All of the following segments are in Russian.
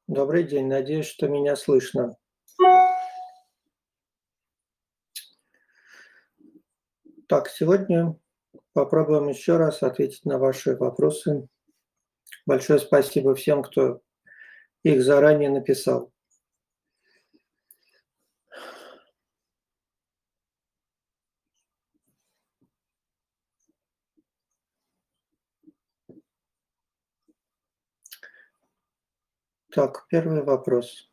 Добрый день, надеюсь, что меня слышно. Так, сегодня попробуем еще раз ответить на ваши вопросы. Большое спасибо всем, кто их заранее написал. Так, первый вопрос.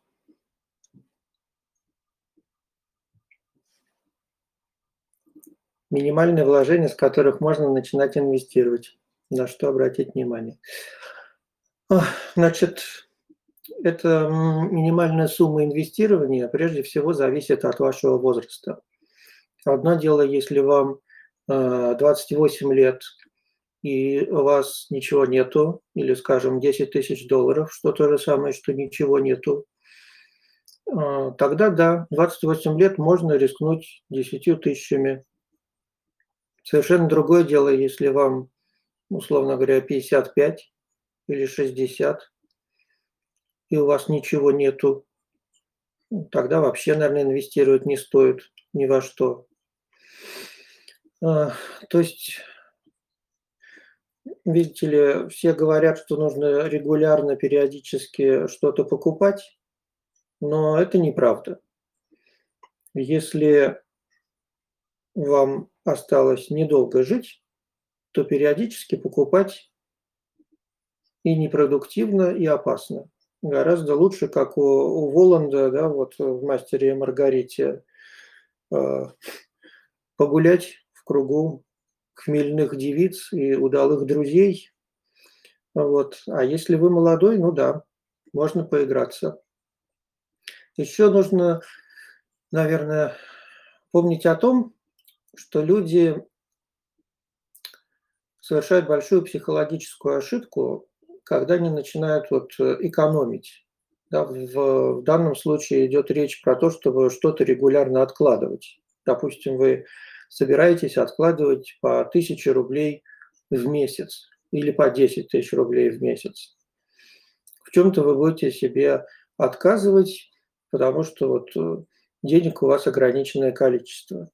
Минимальные вложения, с которых можно начинать инвестировать. На что обратить внимание? Значит, это минимальная сумма инвестирования прежде всего зависит от вашего возраста. Одно дело, если вам 28 лет и у вас ничего нету, или, скажем, 10 тысяч долларов, что то же самое, что ничего нету, тогда да, 28 лет можно рискнуть 10 тысячами. Совершенно другое дело, если вам, условно говоря, 55 или 60, и у вас ничего нету, тогда вообще, наверное, инвестировать не стоит ни во что. То есть, видите ли, все говорят, что нужно регулярно, периодически что-то покупать, но это неправда. Если вам осталось недолго жить, то периодически покупать и непродуктивно, и опасно. Гораздо лучше, как у Воланда, да, вот в «Мастере и Маргарите», погулять в кругу хмельных девиц и удалых друзей. Вот. А если вы молодой, ну да, можно поиграться. Еще нужно, наверное, помнить о том, что люди совершают большую психологическую ошибку, когда они начинают экономить. Да, в данном случае идет речь про то, чтобы что-то регулярно откладывать. Допустим, вы собираетесь откладывать по 1000 рублей в месяц или по 10 тысяч рублей в месяц. В чем-то вы будете себе отказывать, потому что денег у вас ограниченное количество.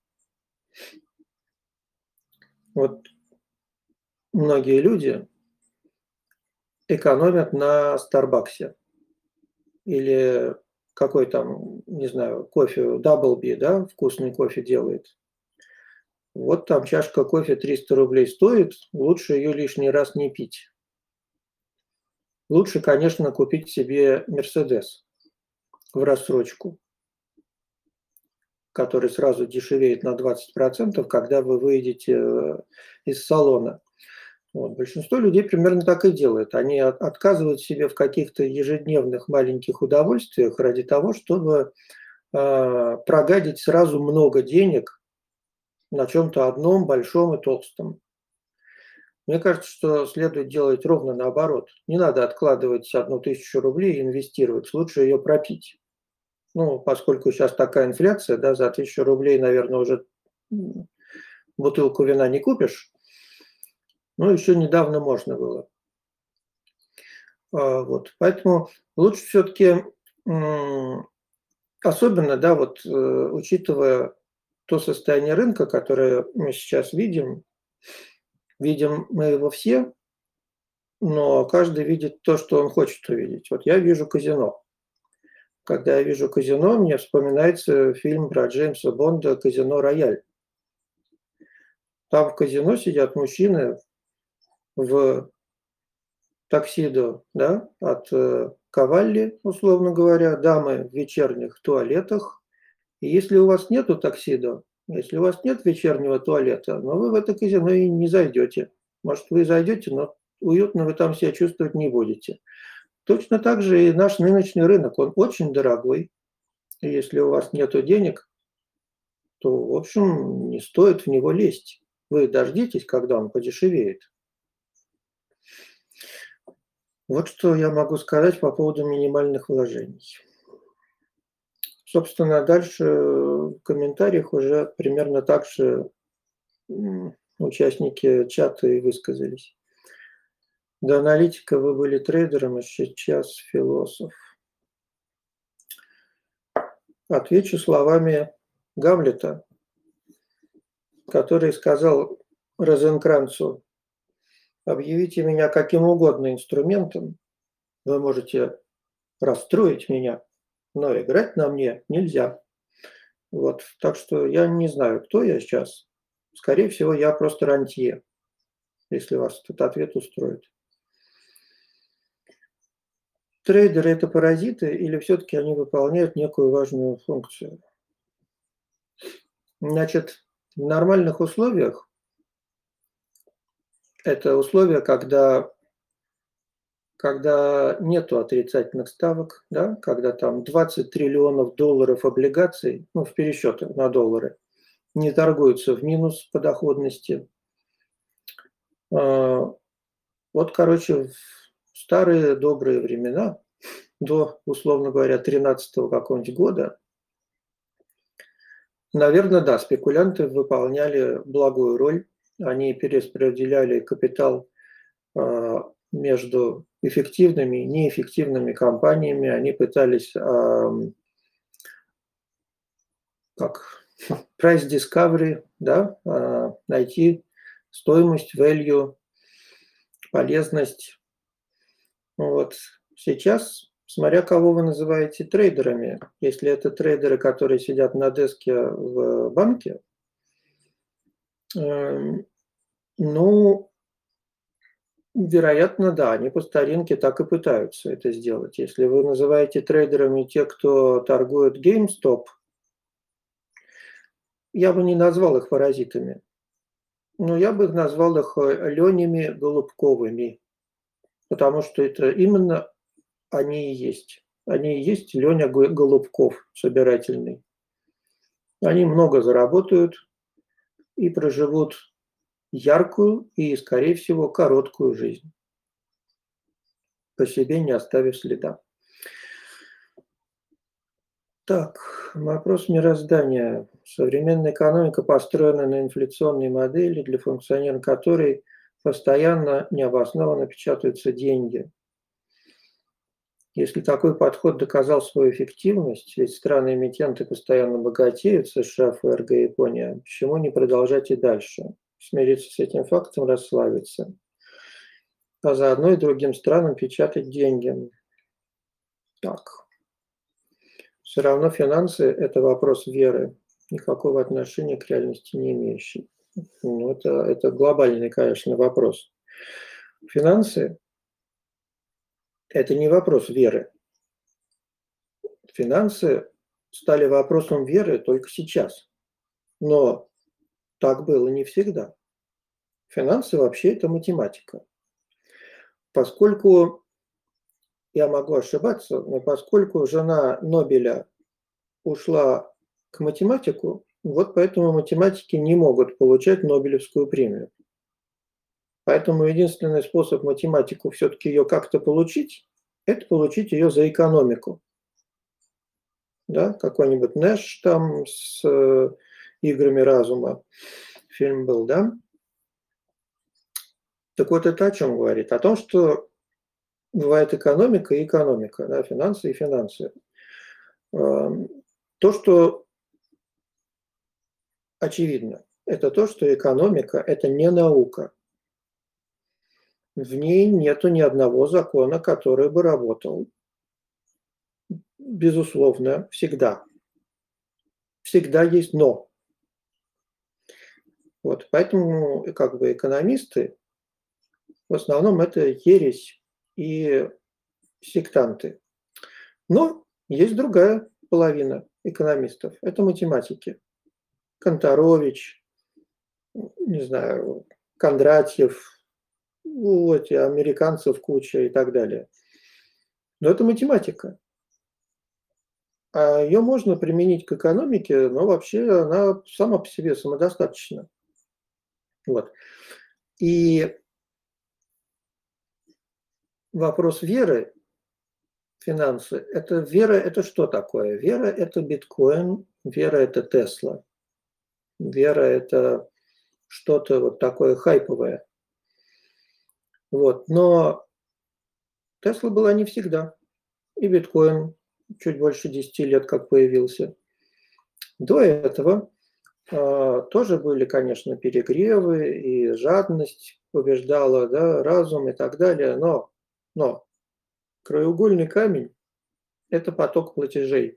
Вот многие люди экономят на «Старбаксе» или какой там, не знаю, кофе, Даблби, да, вкусный кофе делает. Вот там чашка кофе 300 рублей стоит, лучше ее лишний раз не пить. Лучше, конечно, купить себе «Мерседес» в рассрочку, который сразу дешевеет на 20%, когда вы выйдете из салона. Вот. Большинство людей примерно так и делает. Они отказывают себе в каких-то ежедневных маленьких удовольствиях ради того, чтобы прогадить сразу много денег на чем-то одном, большом и толстом. Мне кажется, что следует делать ровно наоборот. Не надо откладывать 1000 рублей и инвестировать, лучше ее пропить. Ну, поскольку сейчас такая инфляция, да, за 1000 рублей, наверное, уже бутылку вина не купишь, но еще недавно можно было. Вот. Поэтому лучше все-таки, особенно, да, учитывая то состояние рынка, которое мы сейчас видим мы его все, но каждый видит то, что он хочет увидеть. Вот я вижу казино. Когда я вижу казино, мне вспоминается фильм про Джеймса Бонда «Казино Рояль». Там в казино сидят мужчины в таксидо, да, от Кавалли, условно говоря, дамы в вечерних туалетах. И если у вас нету таксидо, если у вас нет вечернего туалета, но вы в это казино и не зайдете. Может, вы зайдете, но уютно вы там себя чувствовать не будете. Точно так же и наш нынешний рынок, он очень дорогой. И если у вас нету денег, то, в общем, не стоит в него лезть. Вы дождитесь, когда он подешевеет. Вот что я могу сказать по поводу минимальных вложений. Собственно, дальше в комментариях уже примерно так же участники чата и высказались. До аналитика вы были трейдером, а сейчас философ. отвечу словами Гамлета, который сказал Розенкранцу: объявите меня каким угодно инструментом, вы можете расстроить меня, но играть на мне нельзя. Вот, так что я не знаю, кто я сейчас. Скорее всего, я просто рантье, если вас этот ответ устроит. Трейдеры – это паразиты или все-таки они выполняют некую важную функцию? Значит, в нормальных условиях, это условия, когда нету отрицательных ставок, да, когда там 20 триллионов долларов облигаций, ну, в пересчете на доллары, не торгуются в минус по доходности. Вот, короче, в старые добрые времена, до, условно говоря, 13-го какого-нибудь года, наверное, да, спекулянты выполняли благую роль. Они перераспределяли капитал между эффективными и неэффективными компаниями. Они пытались как price discovery, да, найти стоимость, value, полезность. Вот. Сейчас, смотря кого вы называете трейдерами, если это трейдеры, которые сидят на деске в банке, ну, вероятно, да, они по старинке так и пытаются это сделать. Если вы называете трейдерами те, кто торгует GameStop, я бы не назвал их паразитами, но я бы назвал их Ленями Голубковыми, потому что это именно они и есть. Они и есть Леня Голубков собирательный. Они много заработают и проживут яркую и, скорее всего, короткую жизнь, по себе не оставив следа. Так, вопрос мироздания. Современная экономика построена на инфляционной модели, для функционирования которой постоянно необоснованно печатаются деньги. Если такой подход доказал свою эффективность, ведь страны-эмитенты постоянно богатеют, США, ФРГ, Япония, почему не продолжать и дальше? Смириться с этим фактом, расслабиться. А заодно и другим странам печатать деньги. Так. Все равно финансы – это вопрос веры, никакого отношения к реальности не имеющий. Ну, это глобальный, конечно, вопрос. Финансы – это не вопрос веры. Финансы стали вопросом веры только сейчас. Но так было не всегда. Финансы вообще – это математика. Поскольку, я могу ошибаться, но поскольку жена Нобеля ушла к математику, вот поэтому математики не могут получать Нобелевскую премию. Поэтому единственный способ математику все-таки ее как-то получить, это получить ее за экономику. Да, какой-нибудь Нэш там с играми разума фильм был, да? Так вот это о чем говорит? О том, что бывает экономика и экономика, да, финансы и финансы. То, что очевидно, это то, что экономика – это не наука. В ней нету ни одного закона, который бы работал. Безусловно, всегда. Всегда есть «но». Вот, поэтому как бы экономисты в основном это ересь и сектанты. Но есть другая половина экономистов. Это математики. Конторович, не знаю, Кондратьев, вот, и американцев куча и так далее. Но это математика. А ее можно применить к экономике, но вообще она сама по себе самодостаточна. Вот. И вопрос веры, финансы, это вера, это что такое? Вера – это биткоин, вера – это Тесла, вера – это что-то вот такое хайповое. Вот. Но Тесла была не всегда. И биткоин чуть больше 10 лет как появился. До этого тоже были, конечно, перегревы, и жадность побеждала, да, разум и так далее, но краеугольный камень– это поток платежей.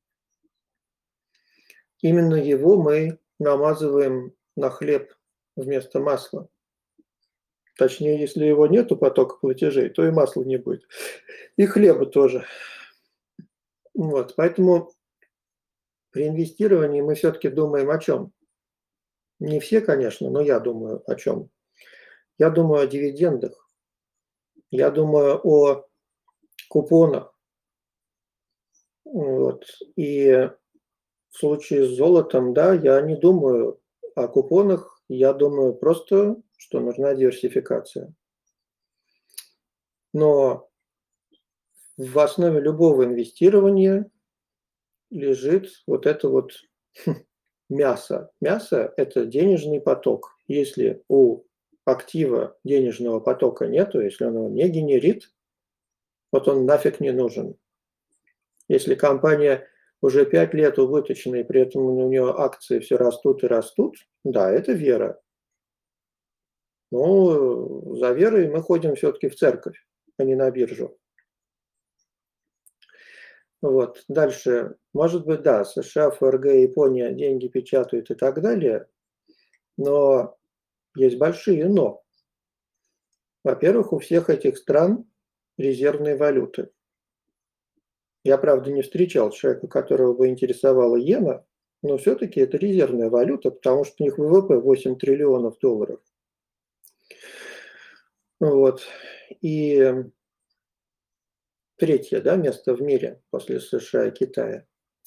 Именно его мы намазываем на хлеб вместо масла. Точнее, если его нету потока платежей, то и масла не будет. И хлеба тоже. Вот, поэтому при инвестировании мы все-таки думаем о чем? Не все, конечно, но я думаю о чем? Я думаю о дивидендах. Я думаю о купонах. Вот. И в случае с золотом, да, я не думаю о купонах, я думаю просто, что нужна диверсификация. Но в основе любого инвестирования лежит вот это вот мясо. Мясо– это денежный поток. Если у актива денежного потока нету, если он его не генерит, вот он нафиг не нужен. Если компания уже 5 лет убыточная, и при этом у нее акции все растут и растут, да, это вера. Но за верой мы ходим все-таки в церковь, а не на биржу. Вот. Дальше. Может быть, да, США, ФРГ, Япония деньги печатают и так далее, но есть большие но. Во-первых, у всех этих стран резервные валюты. Я, правда, не встречал человека, которого бы интересовала иена, но все-таки это резервная валюта, потому что у них ВВП 8 триллионов долларов. Вот. И третье, да, место в мире после США и Китая.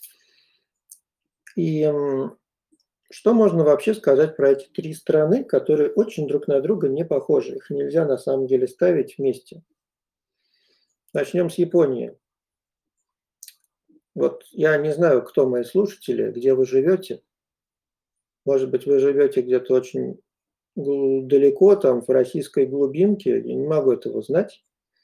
И что можно вообще сказать про эти три страны, которые очень друг на друга не похожи? Их нельзя на самом деле ставить вместе. Начнем с Японии. Вот я не знаю, кто мои слушатели, где вы живете. Может быть, вы живете где-то очень далеко, там, в российской глубинке. Я не могу этого знать.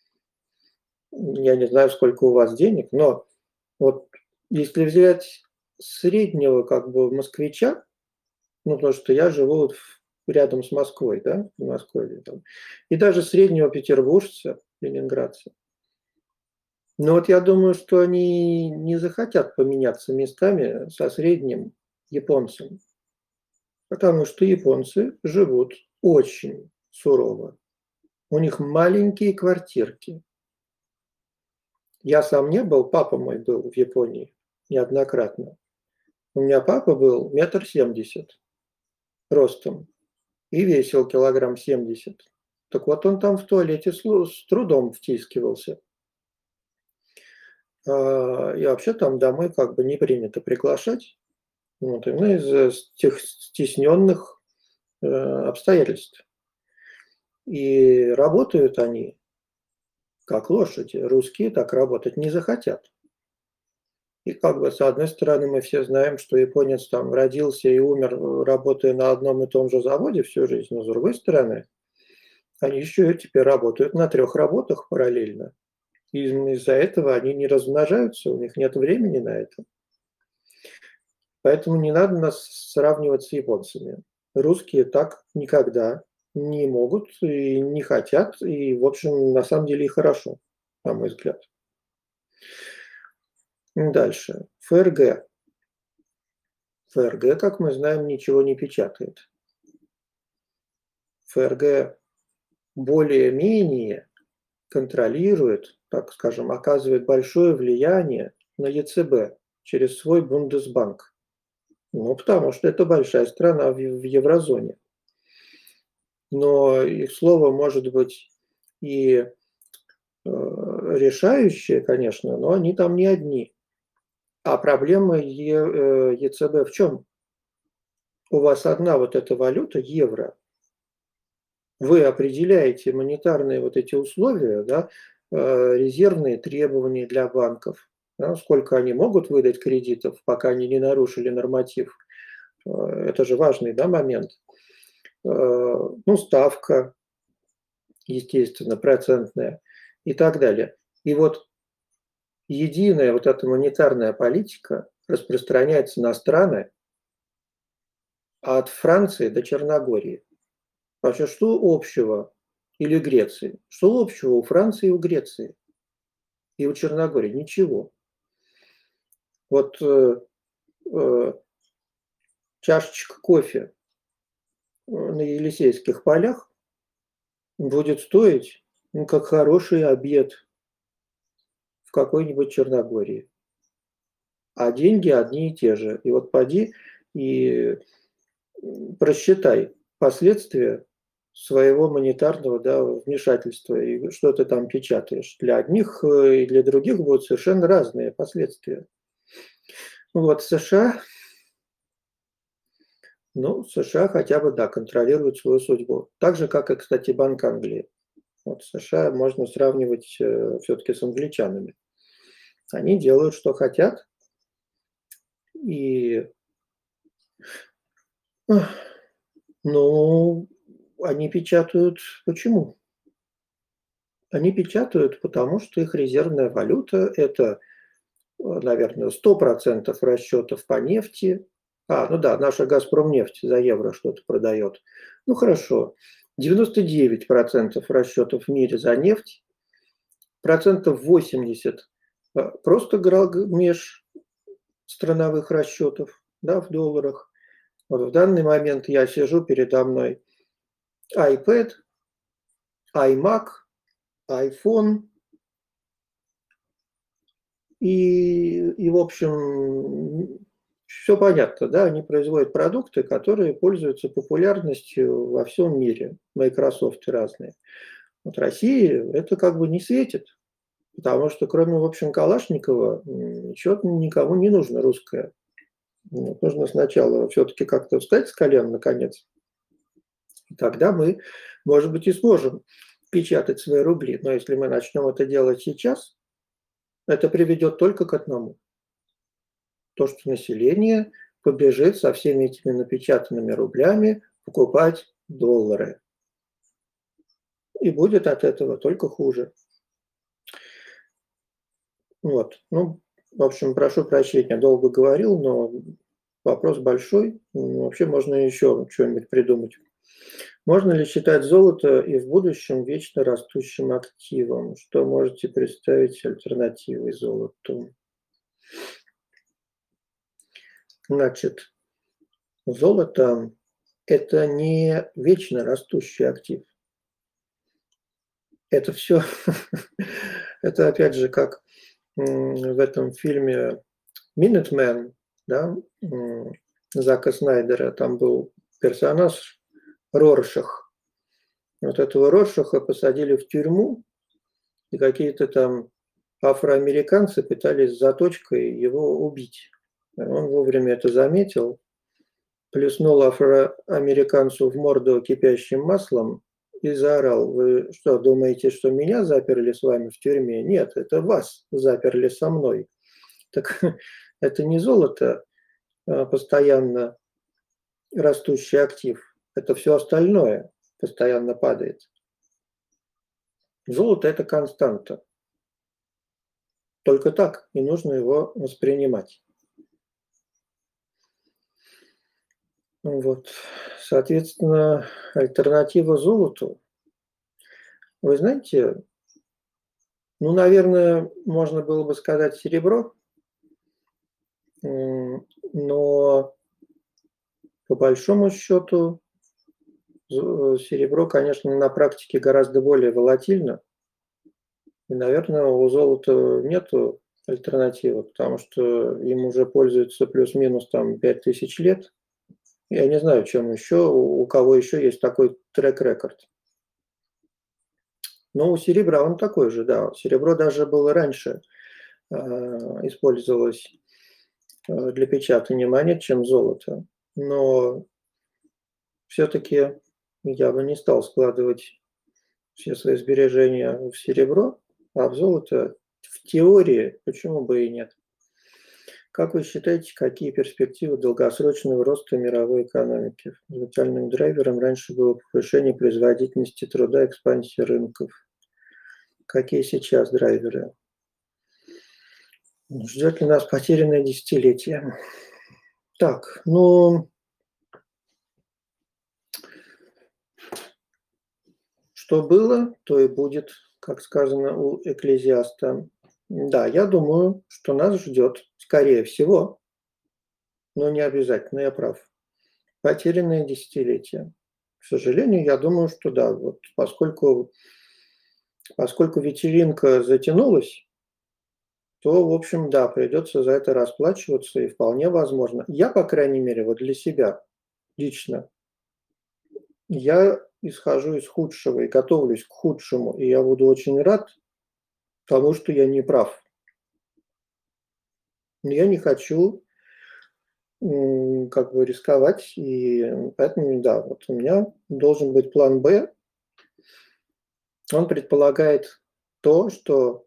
Я не знаю, сколько у вас денег, но вот если взять среднего как бы москвича, ну, потому что я живу рядом с Москвой, да, в Москве, там, и даже среднего петербуржца, ленинградца. Но вот я думаю, что они не захотят поменяться местами со средним японцем, потому что японцы живут очень сурово. У них маленькие квартирки. Я сам не был, папа мой был в Японии неоднократно. У меня папа был 1,70 м ростом и весил килограмм 70. Так вот он там в туалете с трудом втискивался. И вообще там домой как бы не принято приглашать. Вот, именно из-за тех стесненных обстоятельств. И работают они как лошади. Русские так работать не захотят. И как бы с одной стороны мы все знаем, что японец там родился и умер, работая на одном и том же заводе всю жизнь, но с другой стороны, они еще и теперь работают на 3 работах параллельно. И из-за этого они не размножаются, у них нет времени на это. Поэтому не надо нас сравнивать с японцами. Русские так никогда не могут и не хотят, и, в общем, на самом деле и хорошо, на мой взгляд. Дальше. ФРГ. ФРГ, как мы знаем, ничего не печатает. ФРГ более-менее контролирует, так скажем, оказывает большое влияние на ЕЦБ через свой Бундесбанк. Ну, потому что это большая страна в еврозоне. Но их слово может быть и решающее, конечно, но они там не одни. А проблема ЕЦБ в чем? У вас одна вот эта валюта, евро. Вы определяете монетарные вот эти условия, да, резервные требования для банков, да, сколько они могут выдать кредитов, пока они не нарушили норматив. Это же важный, да, момент. Ну, ставка, естественно, процентная и так далее. И вот единая вот эта монетарная политика распространяется на страны от Франции до Черногории. Вообще, что общего, или Греции, что общего у Франции и у Греции, и у Черногории? Ничего. Вот чашечка кофе на Елисейских полях будет стоить, ну, как хороший обед в какой-нибудь Черногории. А деньги одни и те же. И вот поди и просчитай последствия своего монетарного, да, вмешательства и что ты там печатаешь. Для одних и для других будут совершенно разные последствия. Вот США, ну, США хотя бы, да, контролируют свою судьбу. Так же, как и, кстати, Банк Англии. Вот США можно сравнивать все-таки с англичанами. Они делают, что хотят, и, ну, они печатают почему? Они печатают, потому что их резервная валюта – это, наверное, 100% расчетов по нефти. Ну да, наша «Газпромнефть» за евро что-то продает. Ну хорошо, 99% расчетов в мире за нефть, 80% просто межстрановых расчетов, да, в долларах. Вот в данный момент я сижу, передо мной iPad, iMac, iPhone, и в общем, все понятно, да, они производят продукты, которые пользуются популярностью во всем мире, Microsoft и разные. Вот России это как бы не светит, потому что кроме, в общем, Калашникова ничего никому не нужно русское. Нужно сначала все-таки как-то встать с колен, наконец, и тогда мы, может быть, и сможем печатать свои рубли. Но если мы начнем это делать сейчас, это приведет только к одному. То, что население побежит со всеми этими напечатанными рублями покупать доллары. И будет от этого только хуже. Вот. Ну, в общем, прошу прощения, долго говорил, но вопрос большой. Вообще можно еще что-нибудь придумать. Можно ли считать золото и в будущем вечно растущим активом? Что можете представить альтернативой золоту? Значит, золото – это не вечно растущий актив. Это все, это опять же как в этом фильме «Минутмен», да, Зака Снайдера, там был персонаж Роршах. Вот этого Роршаха посадили в тюрьму, и какие-то там афроамериканцы пытались заточкой его убить. Он вовремя это заметил, плеснул афроамериканцу в морду кипящим маслом и заорал: вы что, думаете, что меня заперли с вами в тюрьме? Нет, это вас заперли со мной. Так это не золото, постоянно растущий актив, это все остальное постоянно падает. Золото – это константа. Только так и нужно его воспринимать. Вот. Соответственно, альтернатива золоту. Вы знаете, ну, наверное, можно было бы сказать серебро, но по большому счету серебро, конечно, на практике гораздо более волатильно. И, наверное, у золота нету альтернативы, потому что им уже пользуются плюс-минус там 5000 лет. Я не знаю, чем еще, у кого еще есть такой трек-рекорд. Но у серебра он такой же, да. Серебро даже было раньше использовалось для печатания монет, чем золото. Но все-таки я бы не стал складывать все свои сбережения в серебро, а в золото в теории почему бы и нет. Как вы считаете, какие перспективы долгосрочного роста мировой экономики? Фундаментальным драйвером раньше было повышение производительности труда, экспансия рынков. Какие сейчас драйверы? Ждет ли нас потерянное десятилетие? Так, ну, что было, то и будет, как сказано у Экклезиаста. Да, я думаю, что нас ждет, скорее всего, но не обязательно, я прав, потерянное десятилетие. К сожалению, я думаю, что да, вот поскольку вечеринка затянулась, то, в общем, да, придется за это расплачиваться и вполне возможно. Я, по крайней мере, вот для себя лично, я исхожу из худшего и готовлюсь к худшему, и я буду очень рад тому, что я не прав. Но я не хочу как бы рисковать, и поэтому, да, вот у меня должен быть план Б. Он предполагает то, что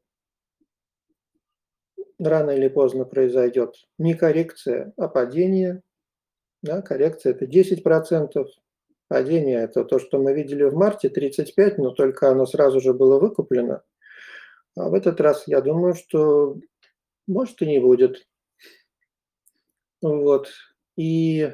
рано или поздно произойдет не коррекция, а падение. Да, коррекция – это 10%, падение – это то, что мы видели в марте, 35%, но только оно сразу же было выкуплено. А в этот раз я думаю, что может и не будет. Вот. И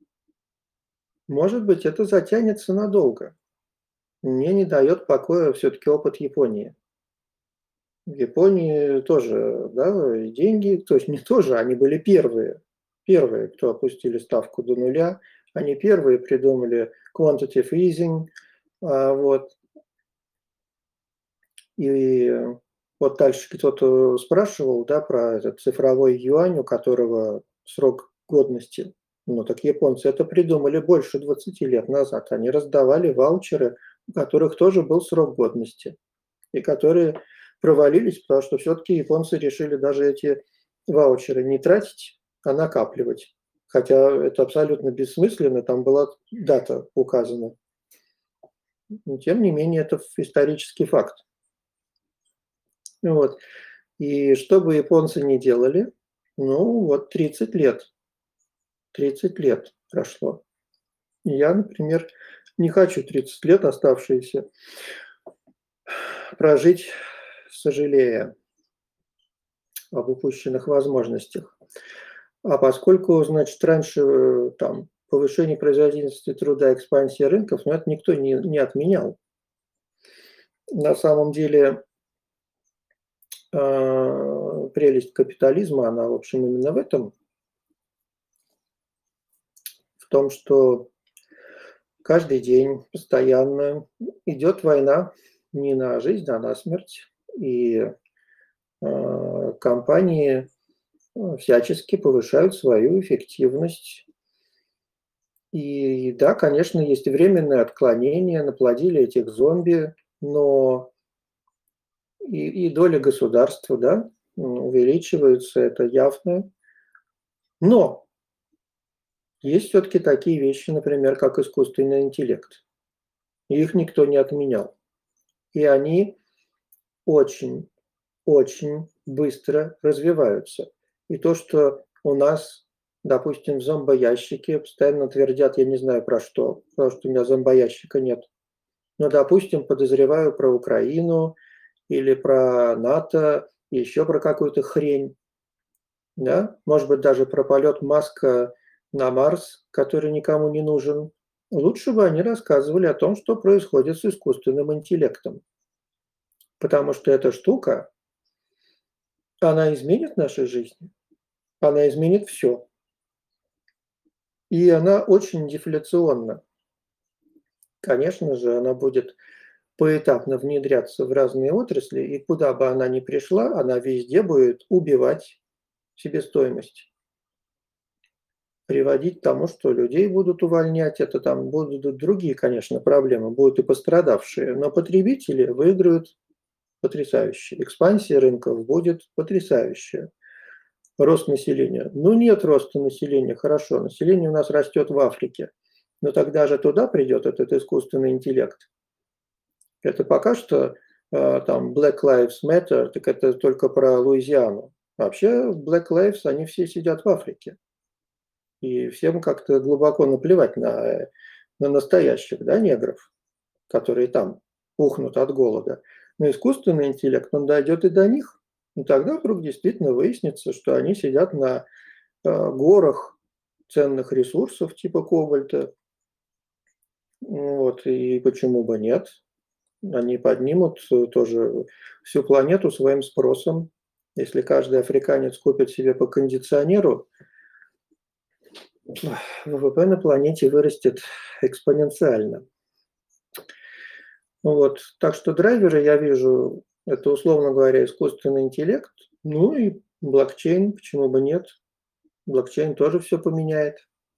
может быть это затянется надолго. Мне не дает покоя все-таки опыт Японии. В Японии тоже, да, деньги, то есть не тоже, они были первые, кто опустили ставку до нуля, они первые придумали quantitative easing, вот, и вот дальше кто-то спрашивал, да, про этот цифровой юань, у которого срок годности. Ну так японцы это придумали больше 20 лет назад. Они раздавали ваучеры, у которых тоже был срок годности, и которые провалились, потому что все-таки японцы решили даже эти ваучеры не тратить, а накапливать. Хотя это абсолютно бессмысленно, там была дата указана. Но тем не менее, это исторический факт. Вот. И что бы японцы ни делали, ну вот 30 лет прошло. Я, например, не хочу 30 лет оставшиеся прожить, сожалея об упущенных возможностях. А поскольку, значит, раньше там повышение производительности труда, экспансия рынков, но это никто не отменял. На самом деле прелесть капитализма, она, в общем, именно в этом, в том, что каждый день постоянно идет война не на жизнь, а на смерть. И компании всячески повышают свою эффективность. И да, конечно, есть временное отклонение, наплодили этих зомби, но и доля государства, да, увеличивается, это явно. Но есть все-таки такие вещи, например, как искусственный интеллект. Их никто не отменял. И они очень, очень быстро развиваются. И то, что у нас, допустим, в зомбоящике постоянно твердят, я не знаю про что, потому что у меня зомбоящика нет. Но, допустим, подозреваю про Украину или про НАТО, еще про какую-то хрень. Да? Может быть, даже про полет Маска на Марс, который никому не нужен. Лучше бы они рассказывали о том, что происходит с искусственным интеллектом. Потому что эта штука, она изменит наши жизни, она изменит все. И она очень дефляционна. Конечно же, она будет поэтапно внедряться в разные отрасли, и куда бы она ни пришла, она везде будет убивать себестоимость. Приводить к тому, что людей будут увольнять, это там будут другие, конечно, проблемы, будут и пострадавшие, но потребители выиграют потрясающе. Экспансия рынков будет потрясающая. Рост населения. Ну нет роста населения, хорошо, население у нас растет в Африке, но тогда же туда придет этот искусственный интеллект. Это пока что там Black Lives Matter, так это только про Луизиану. Вообще Black Lives, они все сидят в Африке. И всем как-то глубоко наплевать на настоящих, да, негров, которые там ухнут от голода. Но искусственный интеллект, он дойдет и до них. И тогда вдруг действительно выяснится, что они сидят на горах ценных ресурсов типа кобальта. Вот, и почему бы нет? Они поднимут тоже всю планету своим спросом. Если каждый африканец купит себе по кондиционеру, ВВП на планете вырастет экспоненциально. Вот. Так что драйверы, я вижу, это, условно говоря, искусственный интеллект, ну и блокчейн, почему бы нет? Блокчейн тоже все поменяет.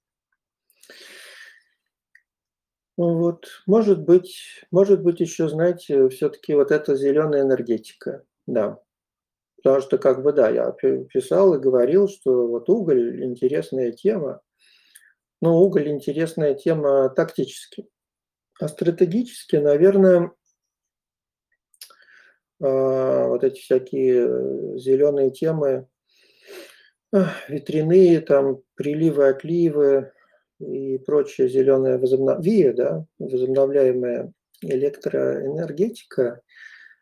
Вот. Может быть еще, знаете, все-таки вот эта зеленая энергетика, да. Потому что, как бы, да, я писал и говорил, что вот уголь – интересная тема, но уголь – интересная тема тактически. А стратегически, наверное, вот эти всякие зеленые темы, ветряные, там, приливы, отливы и прочее зеленое ВИА, да, возобновляемая электроэнергетика,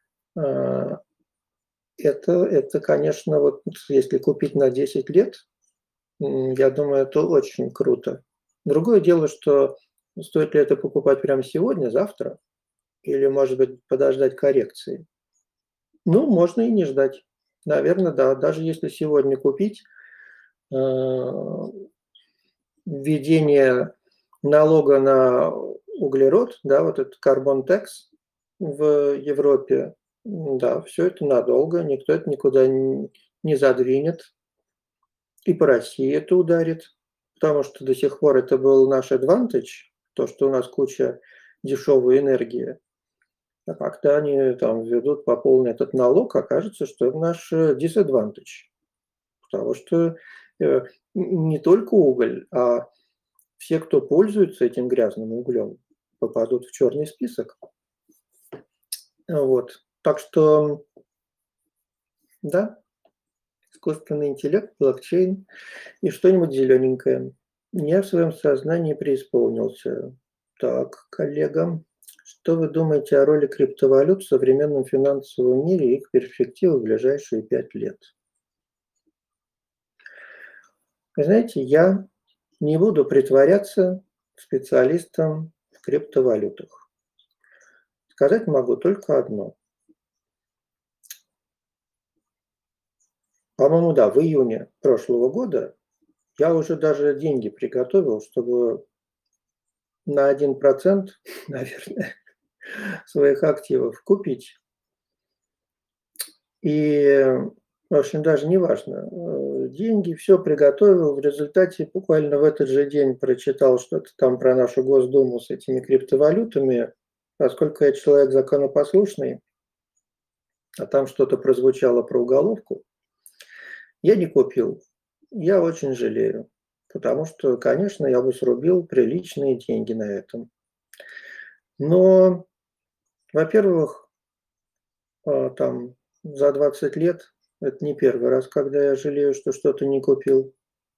это, конечно, вот если купить на 10 лет, я думаю, это очень круто. Другое дело, что стоит ли это покупать прямо сегодня, завтра, или, может быть, подождать коррекции. Ну, можно и не ждать. Наверное, да. Даже если сегодня купить, введение налога на углерод, да, вот этот carbon tax в Европе, да, все это надолго, никто это никуда не задвинет. И по России это ударит, потому что до сих пор это был наш advantage, то, что у нас куча дешевой энергии. А когда они там введут по полный этот налог, окажется, что это наш disadvantage. Потому что не только уголь, а все, кто пользуется этим грязным углем, попадут в черный список. Вот. Так что, да, искусственный интеллект, блокчейн и что-нибудь зелененькое. Я в своем сознании преисполнился. Так, коллега, что вы думаете о роли криптовалют в современном финансовом мире и их перспективы в ближайшие 5 лет? Вы знаете, я не буду притворяться специалистом в криптовалютах. Сказать могу только одно. По-моему, да, в июне прошлого года я уже даже деньги приготовил, чтобы на 1%, наверное, своих активов купить. И, в общем, даже не важно. Деньги, все приготовил. В результате буквально в этот же день прочитал что-то там про нашу Госдуму с этими криптовалютами. Поскольку я человек законопослушный, а там что-то прозвучало про уголовку, я не купил. Я очень жалею. Потому что, конечно, я бы срубил приличные деньги на этом. Но, во-первых, там за 20 лет это не первый раз, когда я жалею, что что-то не купил.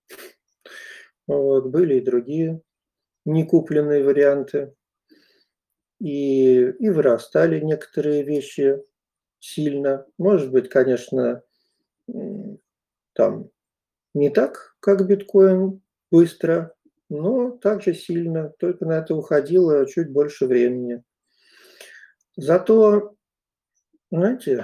Вот, были и другие некупленные варианты. И вырастали некоторые вещи сильно. Может быть, конечно, там не так, как биткоин, быстро, но также сильно. Только на это уходило чуть больше времени. Зато, знаете,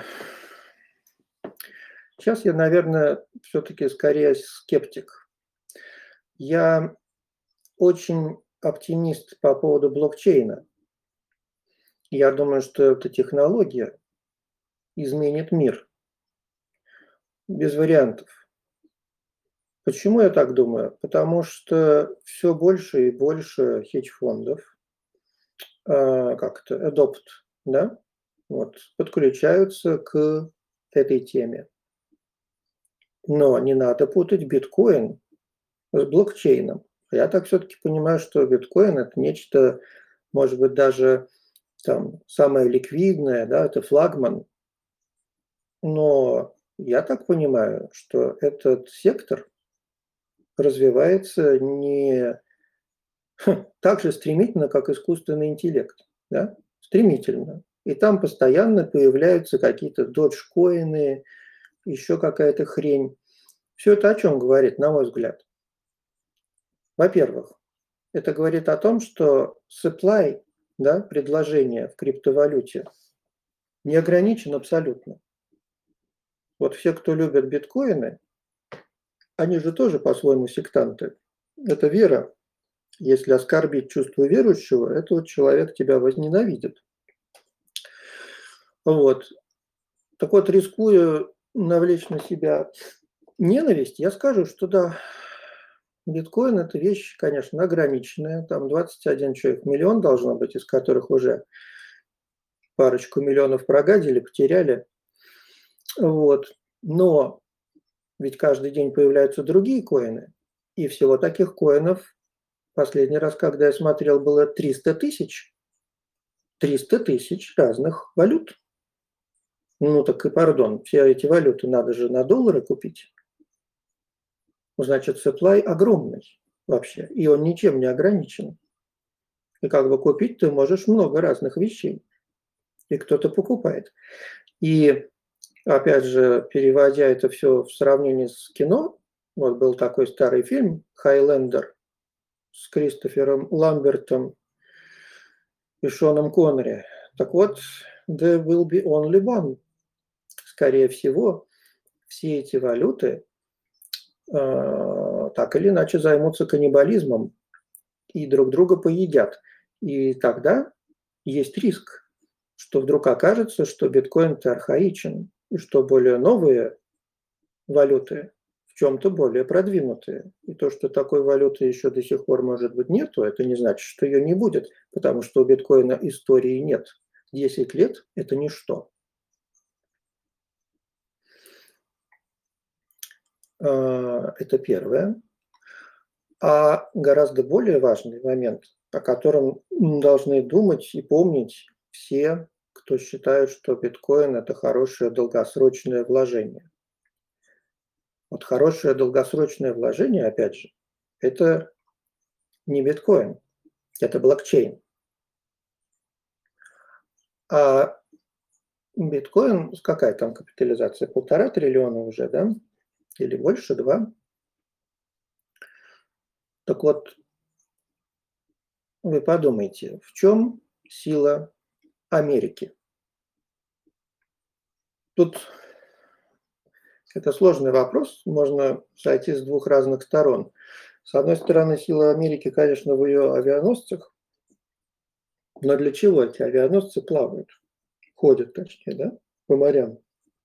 сейчас я, наверное, все-таки скорее скептик. Я очень оптимист по поводу блокчейна. Я думаю, что эта технология изменит мир. Без вариантов. Почему я так думаю? Потому что все больше и больше хедж-фондов, как-то adopt, да, вот, подключаются к этой теме. Но не надо путать биткоин с блокчейном. Я так все-таки понимаю, что биткоин – это нечто, может быть, даже там самое ликвидное, да, это флагман. Но я так понимаю, что этот сектор развивается не так же стремительно, как искусственный интеллект. Да? Стремительно. И там постоянно появляются какие-то доджкоины, еще какая-то хрень. Все это о чем говорит, на мой взгляд? Во-первых, это говорит о том, что supply, да, предложение в криптовалюте не ограничен абсолютно. Вот все, кто любят биткоины, они же тоже по-своему сектанты. Это вера. Если оскорбить чувство верующего, этот человек тебя возненавидит. Вот. Так вот, рискуя навлечь на себя ненависть, я скажу, что да, биткоин – это вещь, конечно, ограниченная. Там 21 человек, миллион должно быть, из которых уже парочку миллионов прогадили, потеряли. Вот. Но ведь каждый день появляются другие коины. И всего таких коинов, последний раз, когда я смотрел, было 300 тысяч. 300 тысяч разных валют. Ну так и пардон, все эти валюты надо же на доллары купить. Значит, supply огромный вообще, и он ничем не ограничен. И как бы купить ты можешь много разных вещей. И кто-то покупает. И опять же, переводя это все в сравнении с кино, вот был такой старый фильм «Хайлендер» с Кристофером Ламбертом и Шоном Коннери. Так вот, there will be only one. Скорее всего, все эти валюты так или иначе займутся каннибализмом и друг друга поедят. И тогда есть риск, что вдруг окажется, что биткоин-то архаичен, и что более новые валюты в чем-то более продвинутые. И то, что такой валюты еще до сих пор, может быть, нету, это не значит, что ее не будет, потому что у биткоина истории нет. 10 лет – это ничто. Это первое. А гораздо более важный момент, о котором должны думать и помнить все, кто считают, что биткоин – это хорошее долгосрочное вложение. Вот хорошее долгосрочное вложение, опять же, это не биткоин, это блокчейн. А биткоин, какая там капитализация? 1,5 триллиона уже, да? Или больше, 2? Так вот, вы подумайте, в чем сила Америки? Тут это сложный вопрос, можно зайти с двух разных сторон. С одной стороны, сила Америки, конечно, в ее авианосцах, но для чего эти авианосцы плавают? Ходят, точнее, да, по морям.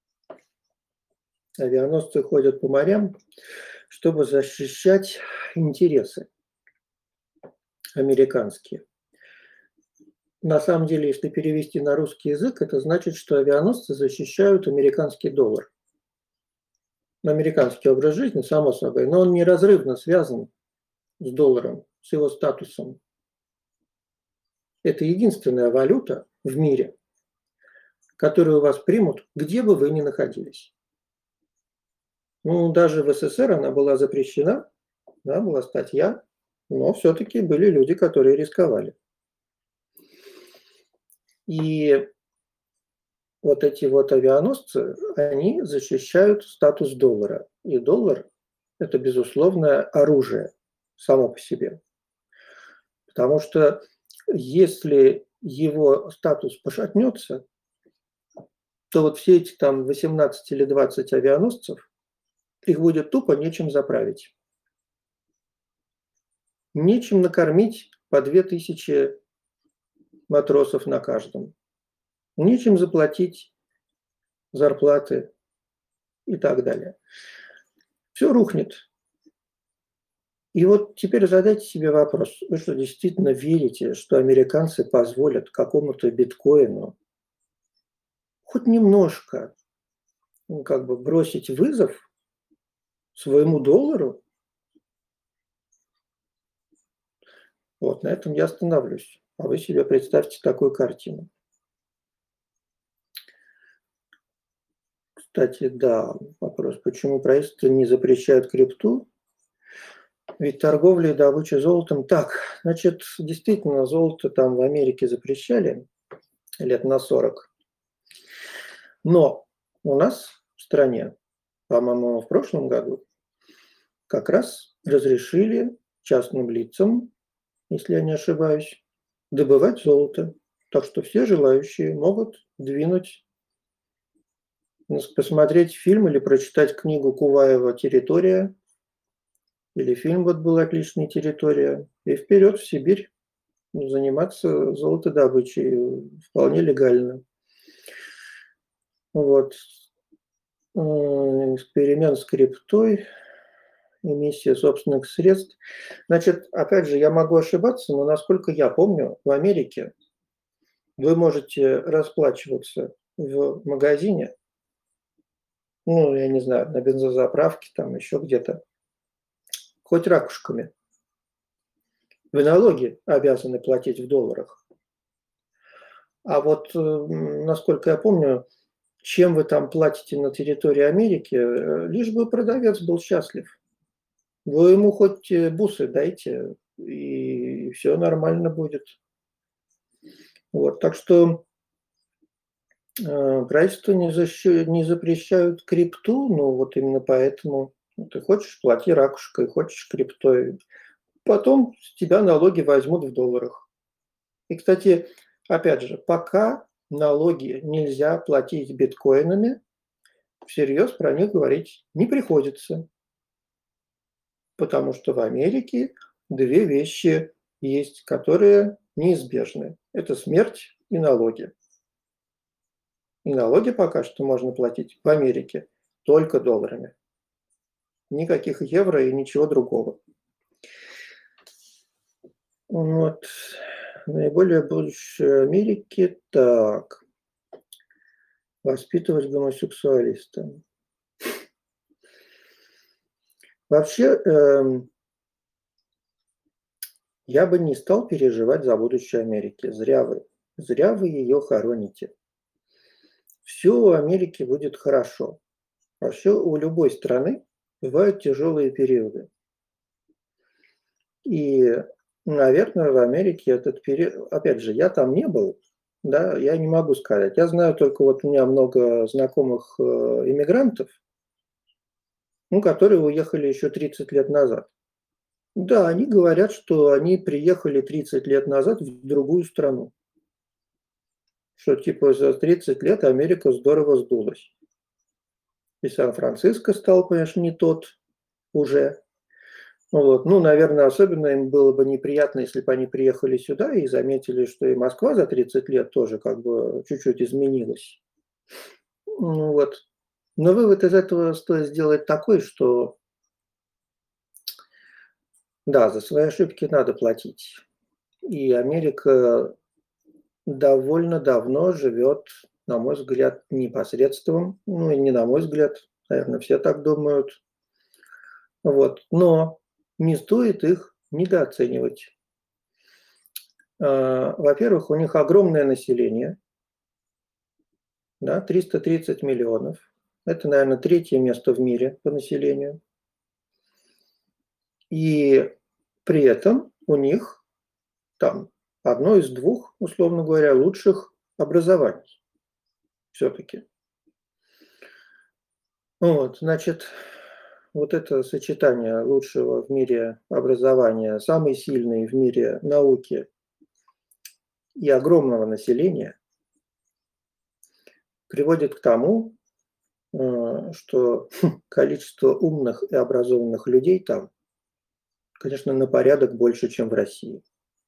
Авианосцы ходят по морям, чтобы защищать интересы американские. На самом деле, если перевести на русский язык, это значит, что авианосцы защищают американский доллар. Американский образ жизни, само собой, но он неразрывно связан с долларом, с его статусом. Это единственная валюта в мире, которую вас примут, где бы вы ни находились. Ну, даже в СССР она была запрещена, да, была статья, но все-таки были люди, которые рисковали. И вот эти вот авианосцы, они защищают статус доллара. И доллар – это, безусловно, оружие само по себе. Потому что если его статус пошатнется, то вот все эти там 18 или 20 авианосцев, их будет тупо нечем заправить. Нечем накормить по 2000 матросов на каждом. Нечем заплатить зарплаты и так далее. Все рухнет. И вот теперь задайте себе вопрос. Вы что, действительно верите, что американцы позволят какому-то биткоину хоть немножко как бы бросить вызов своему доллару? Вот на этом я остановлюсь. А вы себе представьте такую картину. Кстати, да, вопрос, почему правительство не запрещает крипту? Ведь торговля и добыча золотом. Так, значит, действительно, золото там в Америке запрещали лет на 40. Но у нас в стране по-моему, в прошлом году, как раз разрешили частным лицам, если я не ошибаюсь, добывать золото. Так что все желающие могут двинуть, посмотреть фильм или прочитать книгу Куваева «Территория», или фильм вот был отличный «Территория», и вперед в Сибирь заниматься золотодобычей вполне легально. Вот. Эксперимент с криптой, эмиссия собственных средств. Значит, опять же, я могу ошибаться, но насколько я помню, в Америке вы можете расплачиваться в магазине, ну, я не знаю, на бензозаправке, там еще где-то, хоть ракушками. Вы налоги обязаны платить в долларах. А вот, насколько я помню, чем вы там платите на территории Америки, лишь бы продавец был счастлив. Вы ему хоть бусы дайте, и все нормально будет. Вот, так что правительство не запрещают крипту, но вот именно поэтому ты хочешь — плати ракушкой, хочешь — криптой. Потом с тебя налоги возьмут в долларах. И, кстати, опять же, пока налоги нельзя платить биткоинами, всерьез про них говорить не приходится. Потому что в Америке две вещи есть, которые неизбежны. Это смерть и налоги. И налоги пока что можно платить в Америке только долларами. Никаких евро и ничего другого. Вот. Наиболее будущее Америки. Так. Воспитывать гомосексуалиста. Вообще, я бы не стал переживать за будущее Америки. Зря вы. Зря вы ее хороните. Все у Америки будет хорошо. Вообще у любой страны бывают тяжелые периоды. И, наверное, в Америке этот период, опять же, я там не был, да, я не могу сказать. Я знаю только, вот у меня много знакомых иммигрантов, ну, которые уехали еще 30 лет назад. Да, они говорят, что они приехали 30 лет назад в другую страну. Что типа за 30 лет Америка здорово сдулась. И Сан-Франциско стал, конечно, не тот уже. Вот. Ну, наверное, особенно им было бы неприятно, если бы они приехали сюда и заметили, что и Москва за 30 лет тоже как бы чуть-чуть изменилась. Ну, вот. Но вывод из этого стоит сделать такой, что да, за свои ошибки надо платить. И Америка довольно давно живет, на мой взгляд, непосредством, ну и не на мой взгляд, наверное, все так думают. Вот. Но не стоит их недооценивать. Во-первых, у них огромное население, да, 330 миллионов. Это, наверное, третье место в мире по населению. И при этом у них там одно из двух, условно говоря, лучших образований все-таки. Вот, значит, вот это сочетание лучшего в мире образования, самой сильной в мире науки и огромного населения приводит к тому, что количество умных и образованных людей там, конечно, на порядок больше, чем в России.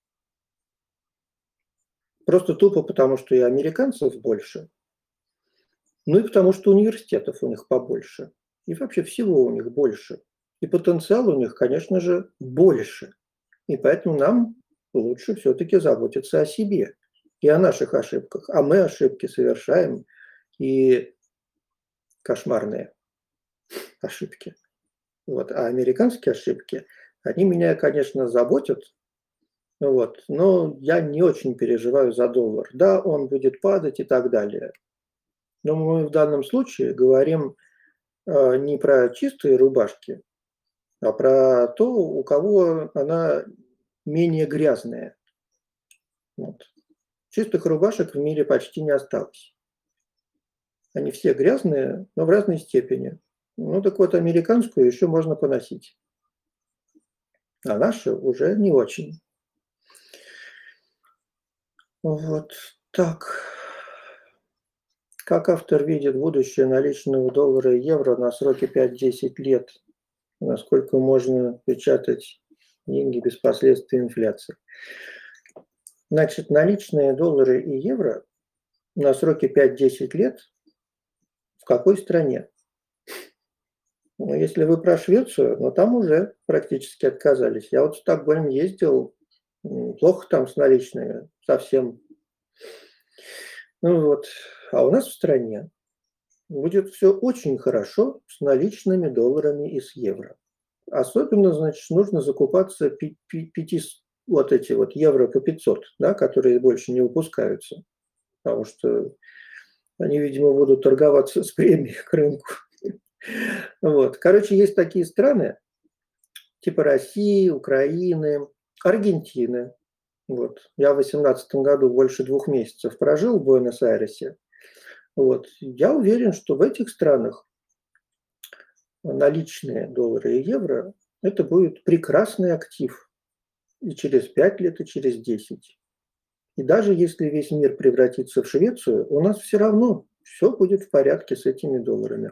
Просто тупо потому, что и американцев больше, ну и потому, что университетов у них побольше. И вообще всего у них больше. И потенциал у них, конечно же, больше. И поэтому нам лучше все-таки заботиться о себе и о наших ошибках. А мы ошибки совершаем, и кошмарные ошибки. Вот. А американские ошибки, они меня, конечно, заботят, вот, но я не очень переживаю за доллар. Да, он будет падать и так далее. Но мы в данном случае говорим не про чистые рубашки, а про то, у кого она менее грязная. Вот. Чистых рубашек в мире почти не осталось. Они все грязные, но в разной степени. Ну так вот, американскую еще можно поносить, а нашу уже не очень. Вот так. Как автор видит будущее наличного доллара и евро на сроке 5-10 лет? Насколько можно печатать деньги без последствий инфляции? Значит, наличные доллары и евро на сроке 5-10 лет в какой стране? Ну, если вы про Швецию, но там уже практически отказались. Я вот в Стокгольм ездил, плохо там с наличными, совсем. Ну вот, а у нас в стране будет все очень хорошо с наличными долларами и с евро. Особенно, значит, нужно закупаться вот эти вот евро по 500, да, которые больше не выпускаются, потому что они, видимо, будут торговаться с премией к рынку. Вот. Короче, есть такие страны, типа России, Украины, Аргентины. Вот. Я в 2018 году больше 2 месяцев прожил в Буэнос-Айресе. Вот. Я уверен, что в этих странах наличные доллары и евро – это будет прекрасный актив и через 5 лет, и через 10. И даже если весь мир превратится в Швецию, у нас все равно все будет в порядке с этими долларами.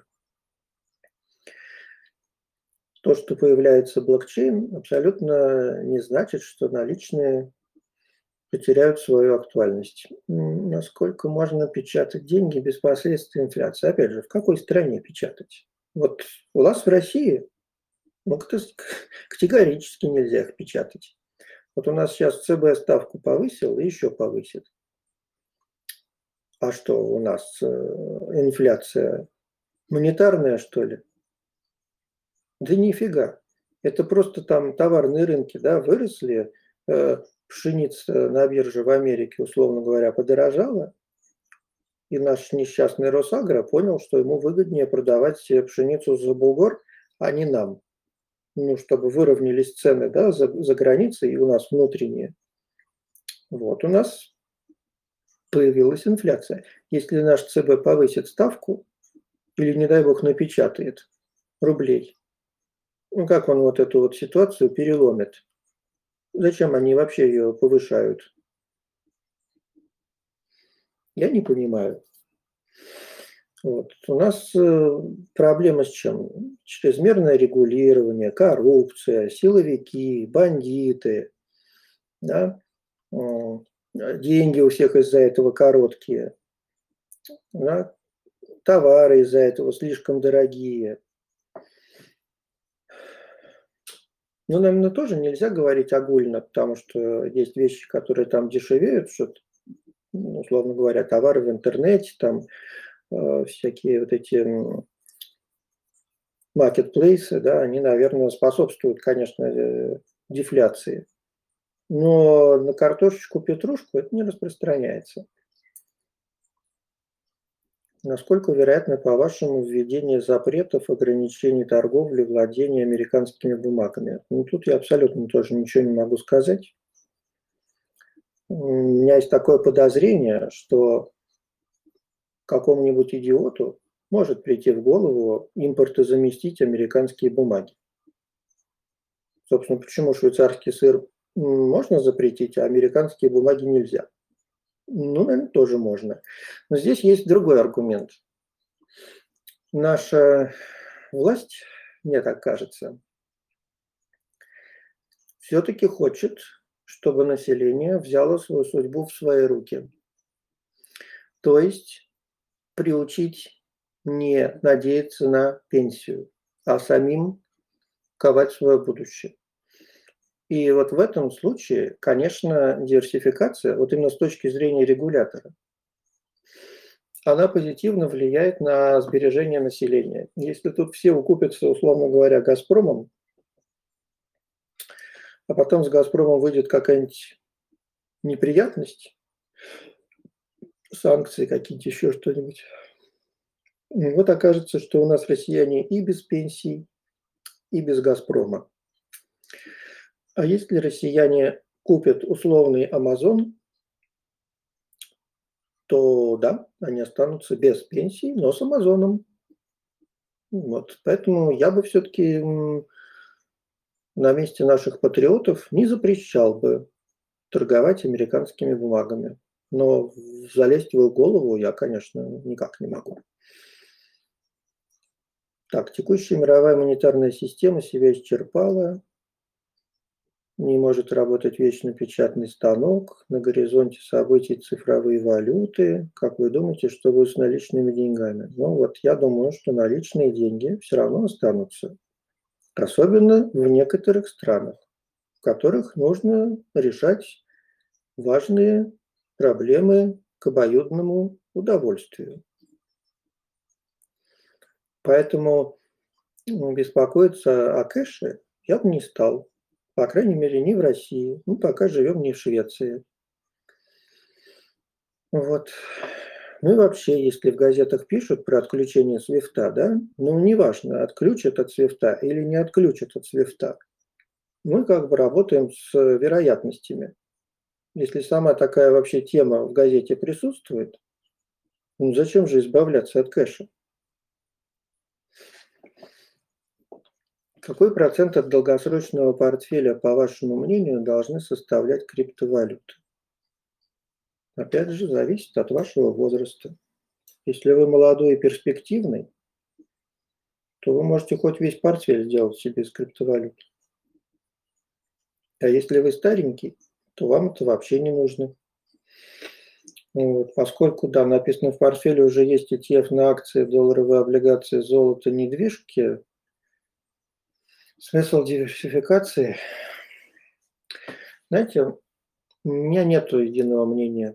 То, что появляется блокчейн, абсолютно не значит, что наличные потеряют свою актуальность. Насколько можно печатать деньги без последствий инфляции? Опять же, в какой стране печатать? Вот у нас в России категорически нельзя их печатать. Вот у нас сейчас ЦБ ставку повысил и еще повысит. А что у нас инфляция монетарная, что ли? Да нифига. Это просто там товарные рынки, да, выросли, пшеница на бирже в Америке, условно говоря, подорожала, и наш несчастный Росагро понял, что ему выгоднее продавать пшеницу за бугор, а не нам. Ну, чтобы выровнялись цены, да, за границей и у нас внутренние. Вот у нас появилась инфляция. Если наш ЦБ повысит ставку или, не дай бог, напечатает рублей, ну, как он вот эту вот ситуацию переломит? Зачем они вообще ее повышают? Я не понимаю. Вот. У нас проблема с чем? Чрезмерное регулирование, коррупция, силовики, бандиты, да? Деньги у всех из-за этого короткие, да? Товары из-за этого слишком дорогие. Ну, наверное, тоже нельзя говорить огульно, потому что есть вещи, которые там дешевеют, что, условно говоря, товары в интернете, там всякие вот эти маркетплейсы, да, они, наверное, способствуют, конечно, дефляции. Но на картошечку, петрушку это не распространяется. Насколько вероятно, по-вашему, введение запретов, ограничений торговли, владения американскими бумагами? Ну, тут я абсолютно тоже ничего не могу сказать. У меня есть такое подозрение, что какому-нибудь идиоту может прийти в голову импортозаместить американские бумаги. Собственно, почему швейцарский сыр можно запретить, а американские бумаги нельзя? Ну, наверное, тоже можно. Но здесь есть другой аргумент. Наша власть, мне так кажется, все-таки хочет, чтобы население взяло свою судьбу в свои руки. То есть приучить не надеяться на пенсию, а самим ковать свое будущее. И вот в этом случае, конечно, диверсификация, вот именно с точки зрения регулятора, она позитивно влияет на сбережение населения. Если тут все укупятся, условно говоря, «Газпромом», а потом с «Газпромом» выйдет какая-нибудь неприятность, санкции какие-нибудь, еще что-нибудь, вот окажется, что у нас россияне и без пенсий, и без «Газпрома». А если россияне купят условный «Амазон», то да, они останутся без пенсий, но с «Амазоном». Вот. Поэтому я бы все-таки на месте наших патриотов не запрещал бы торговать американскими бумагами. Но залезть в их голову я, конечно, никак не могу. Так, текущая мировая монетарная система себя исчерпала. Не может работать вечно печатный станок. На горизонте событий цифровые валюты. Как вы думаете, что будет с наличными деньгами? Ну вот я думаю, что наличные деньги все равно останутся. Особенно в некоторых странах, в которых нужно решать важные проблемы к обоюдному удовольствию. Поэтому беспокоиться о кэше я бы не стал. По крайней мере, не в России. Мы пока живем не в Швеции. Вот. Ну и вообще, если в газетах пишут про отключение свифта, да, ну неважно, отключат от свифта или не отключат от свифта, мы как бы работаем с вероятностями. Если сама такая вообще тема в газете присутствует, ну зачем же избавляться от кэша? Какой процент от долгосрочного портфеля, по вашему мнению, должны составлять криптовалюты? Опять же, зависит от вашего возраста. Если вы молодой и перспективный, то вы можете хоть весь портфель сделать себе из криптовалют. А если вы старенький, то вам это вообще не нужно. Вот, поскольку, да, написано в портфеле уже есть ETF на акции, долларовые облигации, золото, недвижки, смысл диверсификации, знаете, у меня нет единого мнения.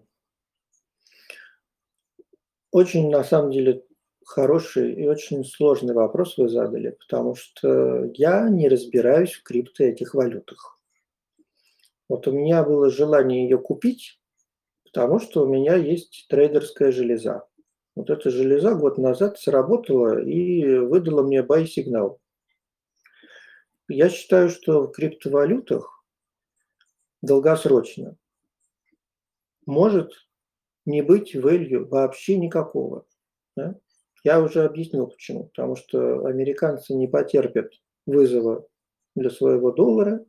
Очень, на самом деле, хороший и очень сложный вопрос вы задали, потому что я не разбираюсь в крипто этих валютах. Вот у меня было желание ее купить, потому что у меня есть трейдерская железа. Вот эта железа год назад сработала и выдала мне buy-сигнал. Я считаю, что в криптовалютах долгосрочно может не быть value вообще никакого. Да? Я уже объяснил почему. Потому что американцы не потерпят вызова для своего доллара,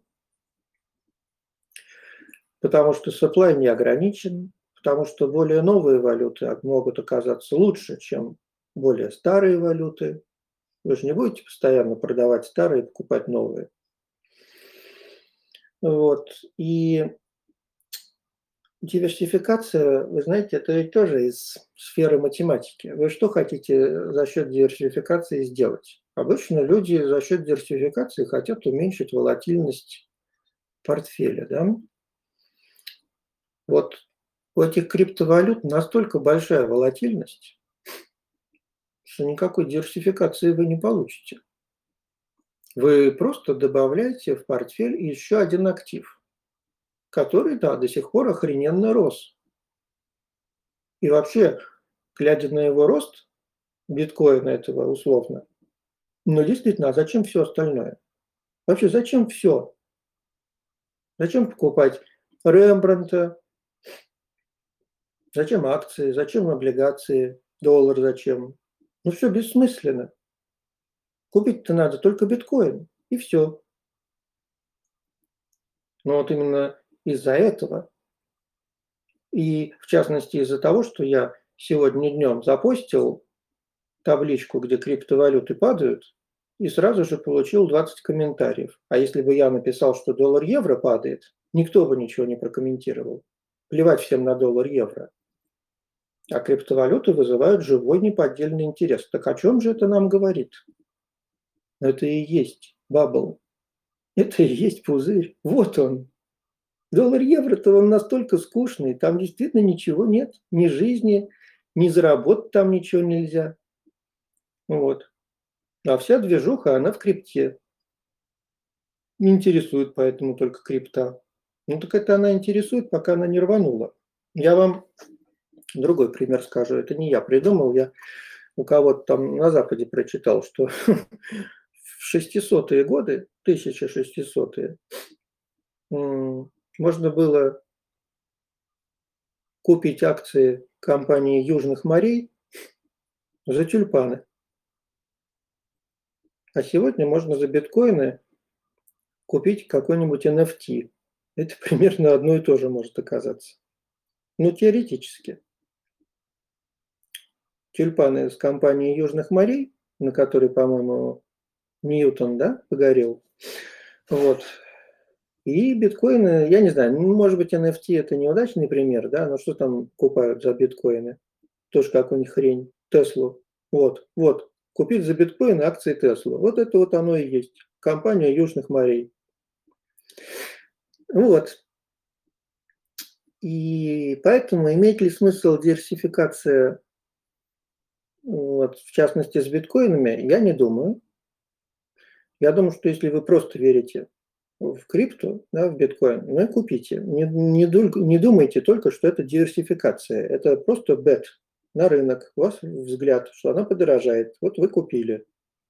потому что supply не ограничен, потому что более новые валюты могут оказаться лучше, чем более старые валюты. Вы же не будете постоянно продавать старые и покупать новые. Вот. И диверсификация, вы знаете, это ведь тоже из сферы математики. Вы что хотите за счет диверсификации сделать? Обычно люди за счет диверсификации хотят уменьшить волатильность портфеля. Да? Вот у этих криптовалют настолько большая волатильность, что никакой диверсификации вы не получите. Вы просто добавляете в портфель еще один актив, который, да, до сих пор охрененно рос. И вообще, глядя на его рост, биткоина этого условно, но действительно, а зачем все остальное? Вообще, зачем все? Зачем покупать Рембрандта? Зачем акции? Зачем облигации? Доллар зачем? Ну все бессмысленно. Купить-то надо только биткоин, и все. Но вот именно из-за этого, и в частности из-за того, что я сегодня днем запостил табличку, где криптовалюты падают, и сразу же получил 20 комментариев. А если бы я написал, что доллар-евро падает, никто бы ничего не прокомментировал. Плевать всем на доллар-евро. А криптовалюты вызывают живой неподдельный интерес. Так о чем же это нам говорит? Это и есть бабл. Это и есть пузырь. Вот он. Доллар-евро-то он настолько скучный, там действительно ничего нет. Ни жизни, ни заработать там ничего нельзя. Вот. А вся движуха, она в крипте. Не интересует поэтому только крипта. Ну так это она интересует, пока она не рванула. Я вам другой пример скажу. Это не я придумал, я у кого-то там на Западе прочитал, что в 600-е годы, 1600-е, можно было купить акции компании Южных морей за тюльпаны. А сегодня можно за биткоины купить какой-нибудь NFT. Это примерно одно и то же может оказаться. Ну, теоретически. Тюльпаны из компании Южных морей, на которой, по-моему, Ньютон, да, погорел. Вот. И биткоины, я не знаю, может быть, NFT это неудачный пример, да, но что там покупают за биткоины? Тоже какую-нибудь хрень. Теслу. Вот. Купить за биткоины акции Теслы. Вот это вот оно и есть. Компания Южных морей. Вот. И поэтому имеет ли смысл диверсификация, вот, в частности, с биткоинами, я не думаю. Я думаю, что если вы просто верите в крипту, да, в биткоин, ну и купите. Не думайте только, что это диверсификация. Это просто бет на рынок. У вас взгляд, что она подорожает. Вот вы купили.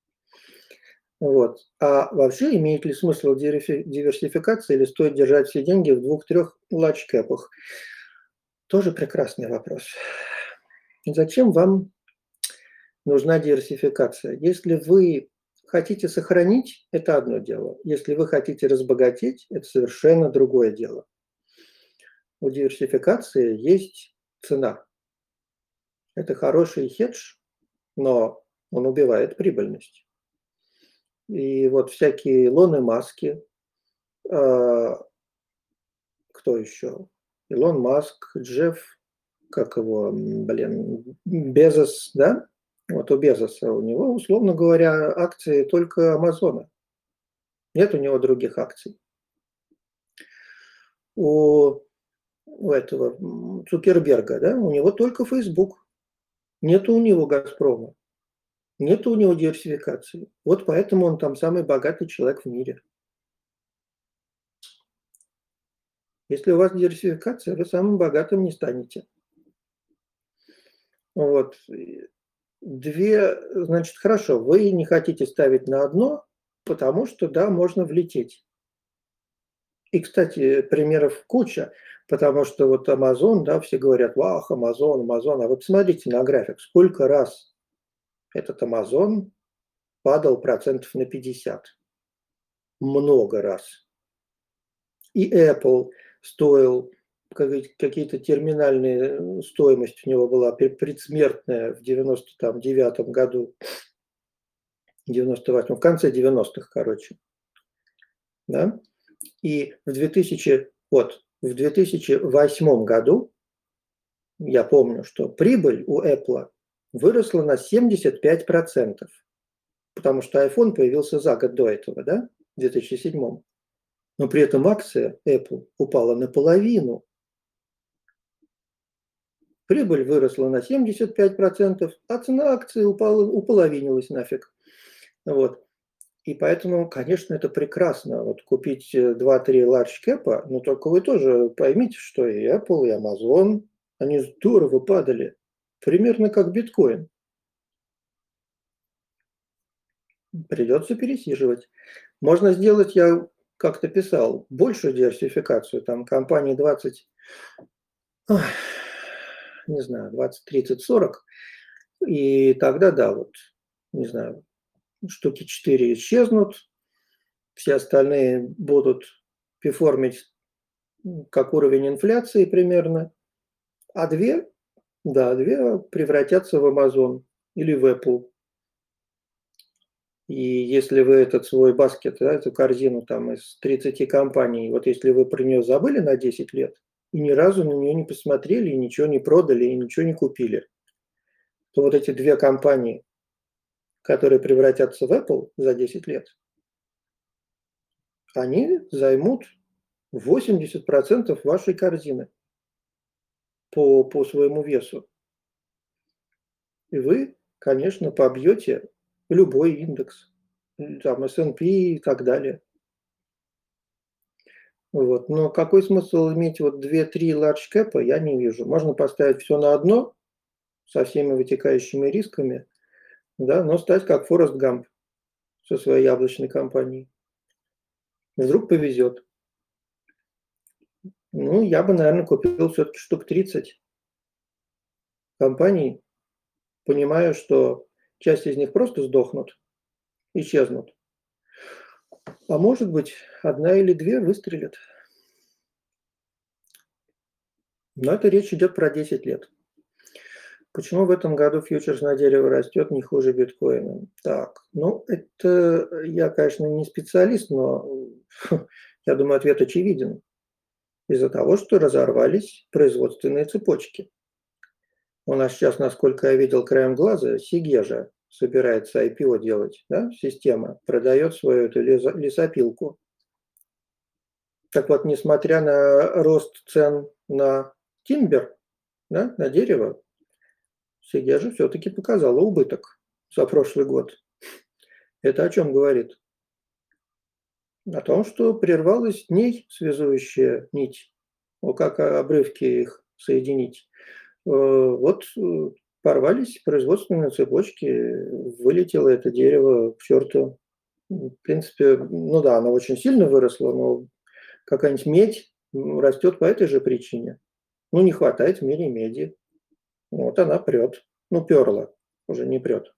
Вот. А вообще имеет ли смысл диверсификация или стоит держать все деньги в 2-3 large кэпах? Тоже прекрасный вопрос. Зачем вам нужна диверсификация? Если вы хотите сохранить, это одно дело. Если вы хотите разбогатеть, это совершенно другое дело. У диверсификации есть цена. Это хороший хедж, но он убивает прибыльность. И вот всякие Илоны Маски, кто еще? Илон Маск, Джефф, как его, Безос, да? Вот у Безоса, у него, условно говоря, акции только Амазона. Нет у него других акций. У этого Цукерберга, да, у него только Facebook. Нет у него Газпрома. Нет у него диверсификации. Вот поэтому он там самый богатый человек в мире. Если у вас диверсификация, вы самым богатым не станете. Вот. Значит, хорошо, вы не хотите ставить на одно, потому что, да, можно влететь. И, кстати, примеров куча, потому что вот Amazon, да, все говорят, вау, Amazon, а вы посмотрите на график, сколько раз этот Amazon падал процентов на 50. Много раз. И Apple стоил, какие-то терминальные, стоимость у него была предсмертная в 99 году, 98, в конце 90-х, короче. Да? И в 2008 году, я помню, что прибыль у Apple выросла на 75%, потому что iPhone появился за год до этого, да, в 2007. Но при этом акция Apple упала наполовину. Прибыль выросла на 75%, а цена акции уполовинилась нафиг. Вот. И поэтому, конечно, это прекрасно. Вот купить 2-3 large cap, но только вы тоже поймите, что и Apple, и Amazon, они здорово падали. Примерно как биткоин. Придется пересиживать. Можно сделать, я как-то писал, большую диверсификацию, там компании 20, не знаю, 20, 30, 40, и тогда, да, вот, не знаю, штуки 4 исчезнут, все остальные будут перформить как уровень инфляции примерно, а две превратятся в Amazon или в Apple. И если вы этот свой баскет, да, эту корзину там из 30 компаний, вот если вы про нее забыли на 10 лет и ни разу на нее не посмотрели, и ничего не продали, и ничего не купили, то вот эти две компании, которые превратятся в Apple за 10 лет, они займут 80% вашей корзины по своему весу. И вы, конечно, побьете любой индекс, там S&P и так далее. Вот. Но какой смысл иметь вот 2-3 large cap, я не вижу. Можно поставить все на одно со всеми вытекающими рисками, да, но стать как Форест Гамп со своей яблочной компанией. Вдруг повезет. Ну, я бы, наверное, купил все-таки штук 30 компаний, понимая, что часть из них просто сдохнут, исчезнут. А может быть, одна или две выстрелят. Но это речь идет про 10 лет. Почему в этом году фьючерс на дерево растет не хуже биткоина? Так, ну это я, конечно, не специалист, но я думаю, ответ очевиден. Из-за того, что разорвались производственные цепочки. У нас сейчас, насколько я видел краем глаза, Сигежа собирается IPO делать, да, система, продает свою эту лесопилку. Так вот, несмотря на рост цен на тимбер, да, на дерево, Сигежа все-таки показала убыток за прошлый год. Это о чем говорит? О том, что прервалась ней связующая нить. Ну, как обрывки их соединить? Вот порвались производственные цепочки, вылетело это дерево к черту. В принципе, ну да, оно очень сильно выросло, но какая-нибудь медь растет по этой же причине. Ну, не хватает в мире меди. Вот она прет. Ну, перла, уже не прет.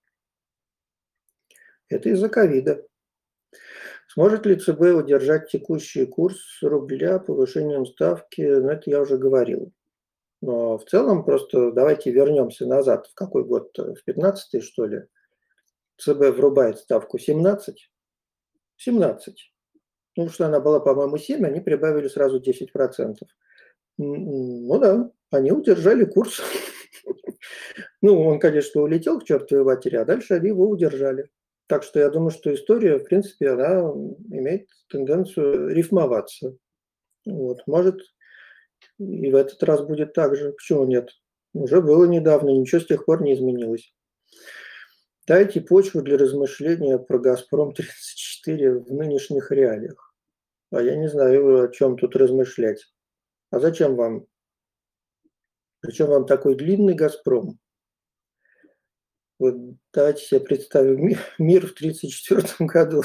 Это из-за ковида. Сможет ли ЦБ удержать текущий курс рубля повышением ставки? Ну, это я уже говорил. Но в целом просто давайте вернемся назад. В какой год? В 15-й, что ли? ЦБ врубает ставку 17. 17. Ну, что она была, по-моему, 7, они прибавили сразу 10%. Ну да, они удержали курс. Ну, он, конечно, улетел к чертовой матери, а дальше они его удержали. Так что я думаю, что история, в принципе, она имеет тенденцию рифмоваться. Вот. Может, и в этот раз будет так же. Почему нет? Уже было недавно, ничего с тех пор не изменилось. Дайте почву для размышления про «Газпром-34» в нынешних реалиях. А я не знаю, о чем тут размышлять. А зачем вам? Причем вам такой длинный «Газпром»? Вот давайте себе представим мир в 1934 году.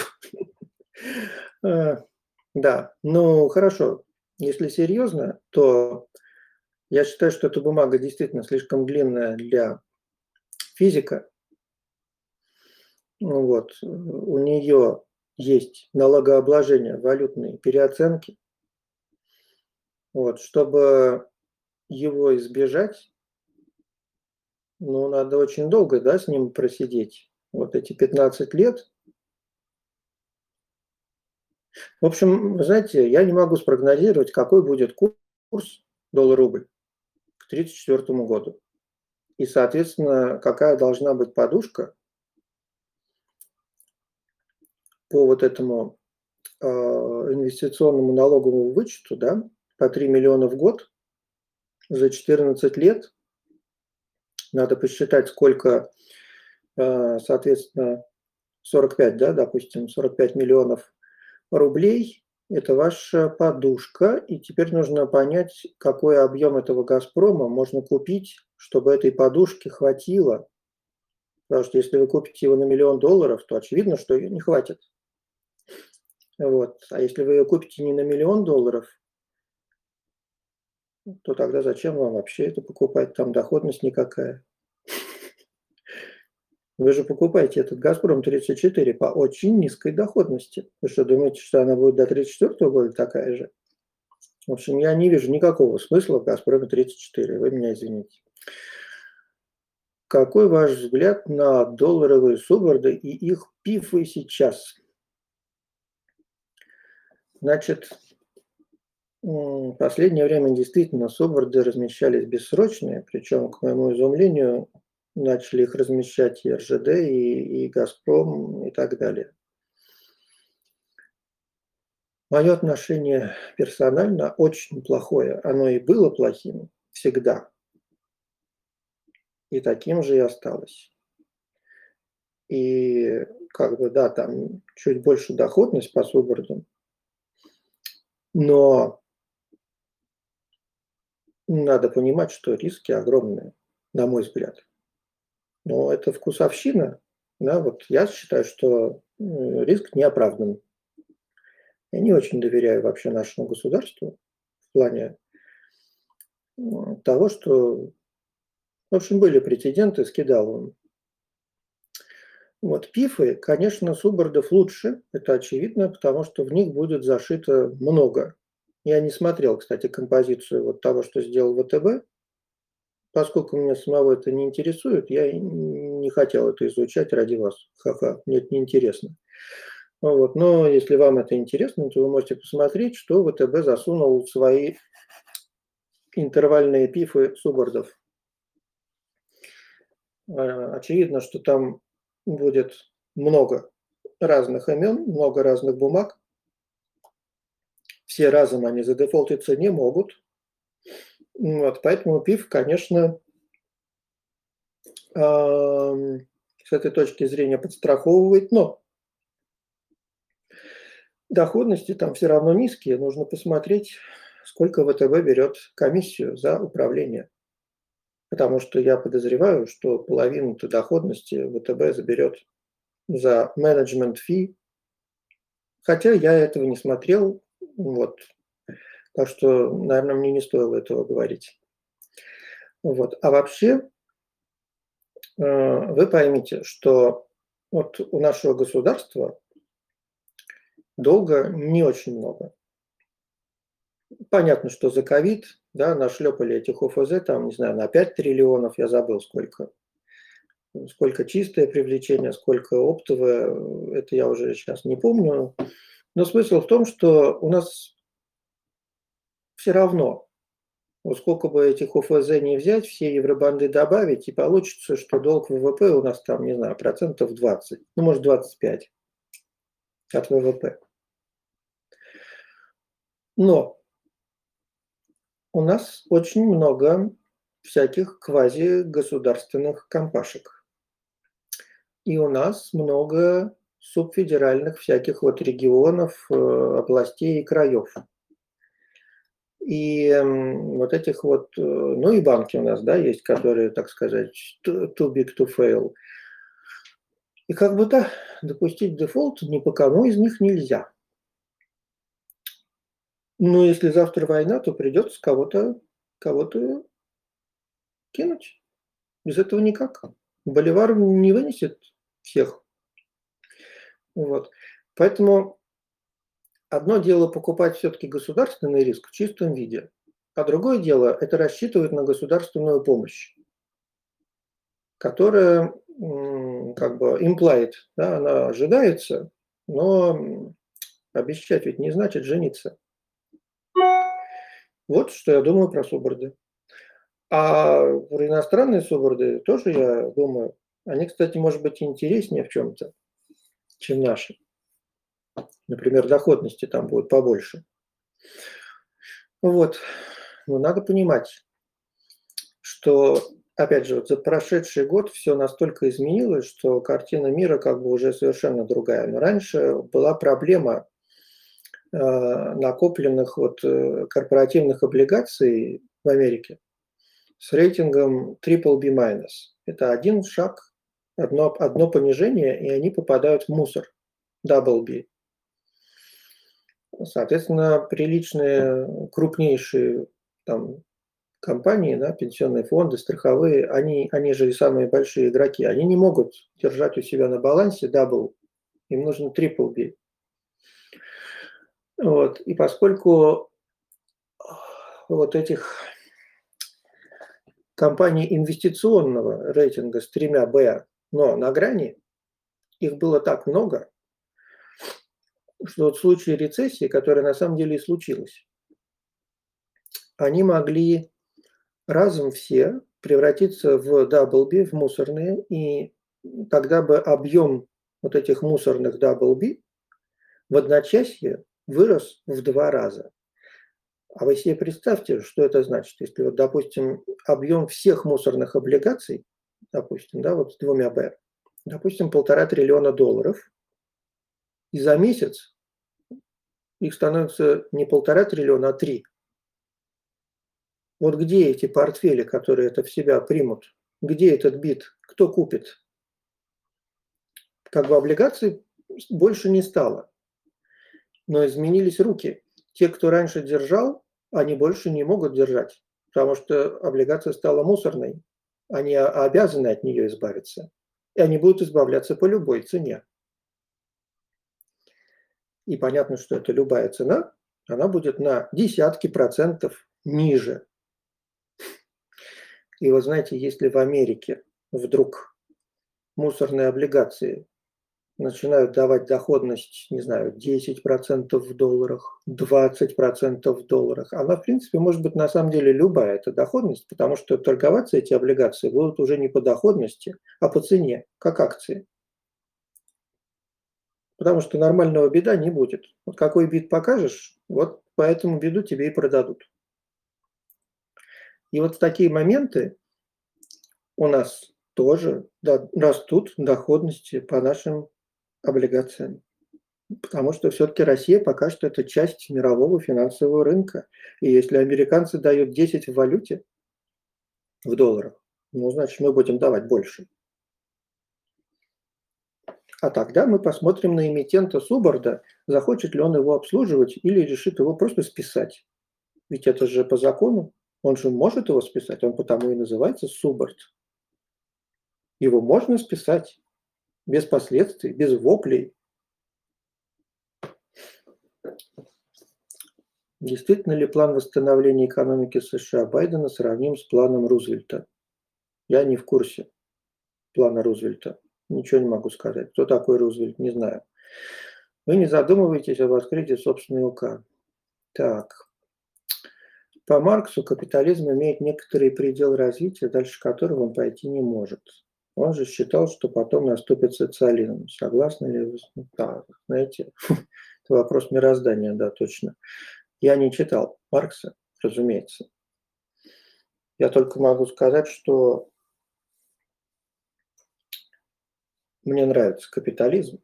Да, ну хорошо. Если серьезно, то я считаю, что эта бумага действительно слишком длинная для физика. Вот. У нее есть налогообложение, валютные переоценки. Вот. Чтобы его избежать, ну, надо очень долго, да, с ним просидеть. Вот эти 15 лет. В общем, вы знаете, я не могу спрогнозировать, какой будет курс доллар-рубль к 1934 году. И, соответственно, какая должна быть подушка по вот этому инвестиционному налоговому вычету, да, по 3 миллиона в год за 14 лет. Надо посчитать, сколько, соответственно, 45, да, допустим, 45 миллионов рублей. Это ваша подушка. И теперь нужно понять, какой объем этого «Газпрома» можно купить, чтобы этой подушки хватило. Потому что если вы купите его на $1 миллион, то очевидно, что ее не хватит. Вот. А если вы ее купите не на $1 миллион, то тогда зачем вам вообще это покупать? Там доходность никакая. Вы же покупаете этот «Газпром-34» по очень низкой доходности. Вы что, думаете, что она будет до 1934 года такая же? В общем, я не вижу никакого смысла в «Газпроме-34», вы меня извините. Какой ваш взгляд на долларовые суборды и их пифы сейчас? Значит, в последнее время действительно суборды размещались бессрочные, причем, к моему изумлению, начали их размещать и РЖД, и «Газпром», и так далее. Мое отношение персонально очень плохое. Оно и было плохим всегда, и таким же и осталось. И как бы, да, там чуть больше доходность по субордам, но надо понимать, что риски огромные, на мой взгляд. Но это вкусовщина. Да, вот я считаю, что риск неоправдан. Я не очень доверяю вообще нашему государству в плане того, что, в общем, были прецеденты с Кидаловым. Вот пифы, конечно, суббордов лучше, это очевидно, потому что в них будет зашито много. Я не смотрел, кстати, композицию вот того, что сделал ВТБ. Поскольку меня самого это не интересует, я и не хотел это изучать ради вас. Ха-ха, мне это неинтересно. Вот. Но если вам это интересно, то вы можете посмотреть, что ВТБ засунул в свои интервальные пифы суббордов. Очевидно, что там будет много разных имен, много разных бумаг. Все разом они задефолтиться не могут. Вот, поэтому пиф, конечно, с этой точки зрения подстраховывает, но доходности там все равно низкие. Нужно посмотреть, сколько ВТБ берет комиссию за управление. Потому что я подозреваю, что половину-то доходности ВТБ заберет за менеджмент фи. Хотя я этого не смотрел. Вот. Так что, наверное, мне не стоило этого говорить. Вот. А вообще, вы поймите, что вот у нашего государства долга не очень много. Понятно, что за ковид, да, нашлепали этих ОФЗ, там, не знаю, на 5 триллионов, я забыл сколько. Сколько чистое привлечение, сколько оптовое, это я уже сейчас не помню. Но смысл в том, что у нас все равно, вот сколько бы этих ОФЗ не взять, все евробанды добавить, и получится, что долг ВВП у нас там, не знаю, процентов 20, ну, может, 25 от ВВП. Но у нас очень много всяких квазигосударственных компашек. И у нас много субфедеральных всяких вот регионов, областей и краев. И вот этих вот, ну и банки у нас, да, есть, которые, так сказать, too big to fail. И как бы да, допустить дефолт ни по кому из них нельзя. Но если завтра война, то придется кого-то кинуть. Без этого никак. Боливар не вынесет всех. Вот. Поэтому одно дело покупать все-таки государственный риск в чистом виде, а другое дело это рассчитывать на государственную помощь, которая как бы implied, да, она ожидается, но обещать ведь не значит жениться. Вот что я думаю про субборды. А про иностранные субборды тоже я думаю. Они, кстати, может быть, интереснее в чем-то, чем наши. Например, доходности там будет побольше. Вот. Но надо понимать, что, опять же, вот за прошедший год все настолько изменилось, что картина мира как бы уже совершенно другая. Но раньше была проблема накопленных вот корпоративных облигаций в Америке с рейтингом BBB-. Это один шаг, одно понижение, и они попадают в мусор, BB. Соответственно, приличные, крупнейшие там, компании, да, пенсионные фонды, страховые, они же и самые большие игроки, они не могут держать у себя на балансе double, им нужно BBB. Вот. И поскольку вот этих компаний инвестиционного рейтинга с 3Б, но на грани, их было так много, что вот в случае рецессии, которая на самом деле и случилась, они могли разом все превратиться в BB, в мусорные, и тогда бы объем вот этих мусорных BB в одночасье вырос в 2 раза. А вы себе представьте, что это значит, если вот, допустим, объем всех мусорных облигаций, допустим, да, вот с 2Б, допустим, $1,5 триллиона, и за месяц их становится не 1,5 триллиона, а 3. Вот где эти портфели, которые это в себя примут? Где этот бит? Кто купит? Как бы облигаций больше не стало, но изменились руки. Те, кто раньше держал, они больше не могут держать, потому что облигация стала мусорной. Они обязаны от нее избавиться. и они будут избавляться по любой цене. И понятно, что эта любая цена, она будет на десятки процентов ниже. И вы знаете, если в Америке вдруг мусорные облигации начинают давать доходность, не знаю, 10% в долларах, 20% в долларах, она, в принципе, может быть на самом деле любая эта доходность, потому что торговаться эти облигации будут уже не по доходности, а по цене, как акции. Потому что нормального бида не будет. Вот какой бид покажешь, вот по этому биду тебе и продадут. И вот в такие моменты у нас тоже растут доходности по нашим облигациям. Потому что все-таки Россия пока что это часть мирового финансового рынка. И если американцы дают 10 в валюте, в долларах, ну, значит, мы будем давать больше. А тогда мы посмотрим на эмитента суборда, захочет ли он его обслуживать или решит его просто списать. Ведь это же по закону. Он же может его списать, он потому и называется суборд. Его можно списать без последствий, без воплей. Действительно ли план восстановления экономики США Байдена сравним с планом Рузвельта? Я не в курсе плана Рузвельта. Ничего не могу сказать. Кто такой Рузвельт, не знаю. Вы не задумываетесь об открытии собственной УК. Так. По Марксу капитализм имеет некоторый предел развития, дальше которого он пойти не может. Он же считал, что потом наступит социализм. Согласны ли вы? Да, знаете, это вопрос мироздания, да, точно. Я не читал Маркса, разумеется. Я только могу сказать, что мне нравится капитализм.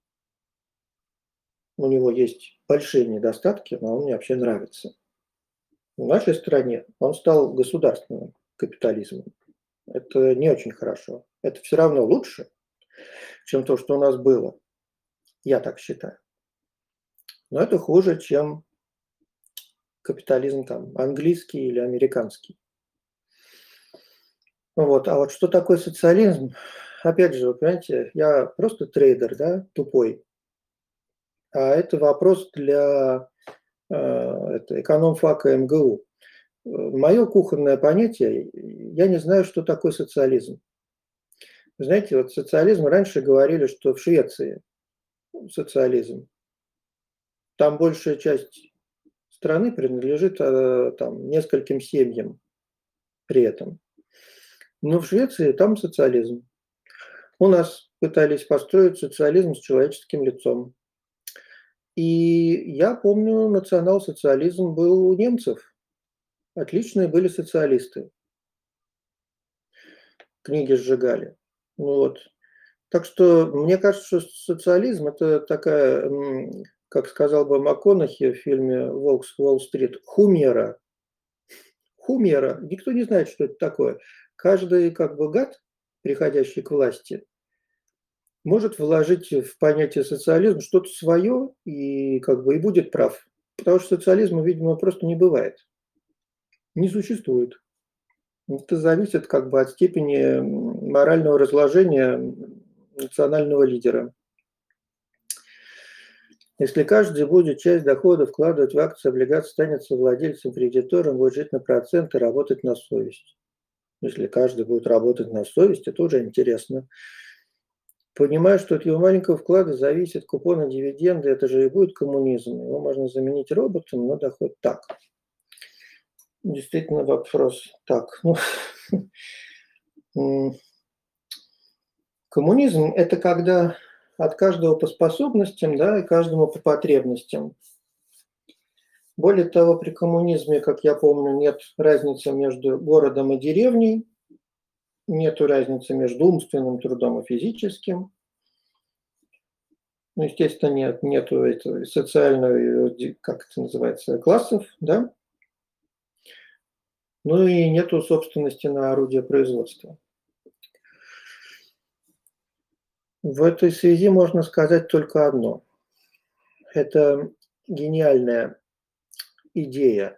У него есть большие недостатки, но он мне вообще нравится. В нашей стране он стал государственным капитализмом. Это не очень хорошо. Это все равно лучше, чем то, что у нас было. Я так считаю. Но это хуже, чем капитализм там английский или американский. Вот. А вот что такое социализм? Опять же, вы понимаете, я просто трейдер, да, тупой. А это вопрос для экономфака МГУ. Мое кухонное понятие, я не знаю, что такое социализм. Знаете, вот социализм раньше говорили, что в Швеции социализм. Там большая часть страны принадлежит там, нескольким семьям при этом. Но в Швеции там социализм. У нас пытались построить социализм с человеческим лицом. И я помню, национал-социализм был у немцев. Отличные были социалисты. Книги сжигали. Ну вот. Так что мне кажется, что социализм – это такая, как сказал бы МакКонахи в фильме «Волк с Уолл-стрит», хумера. Хумера. Никто не знает, что это такое. Каждый как бы гад, приходящий к власти, может вложить в понятие социализм что-то свое и как бы и будет прав. Потому что социализма, видимо, просто не бывает. Не существует. Это зависит как бы от степени морального разложения национального лидера. Если каждый будет часть дохода вкладывать в акции, облигации, станет совладельцем, кредитором, будет жить на проценты, работать на совесть. Если каждый будет работать на совесть, это уже интересно. Понимаю, что от его маленького вклада зависит купоны, дивиденды, это же и будет коммунизм. Его можно заменить роботом, но доход так. Действительно вопрос так. Коммунизм – это когда от каждого по способностям, да, и каждому по потребностям. Более того, при коммунизме, как я помню, нет разницы между городом и деревней, нет разницы между умственным трудом и физическим. Ну, естественно, нету этого социального, как это называется, классов, да? Ну и нету собственности на орудие производства. В этой связи можно сказать только одно. Это гениальная идея,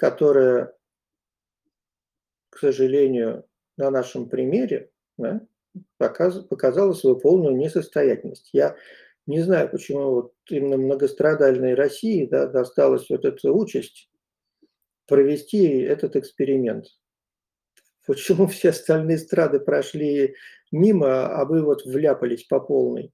которая, к сожалению, на нашем примере, да, показала свою полную несостоятельность. Я не знаю, почему вот именно многострадальной России, да, досталась вот эта участь провести этот эксперимент. Почему все остальные страны прошли мимо, а вы вот вляпались по полной?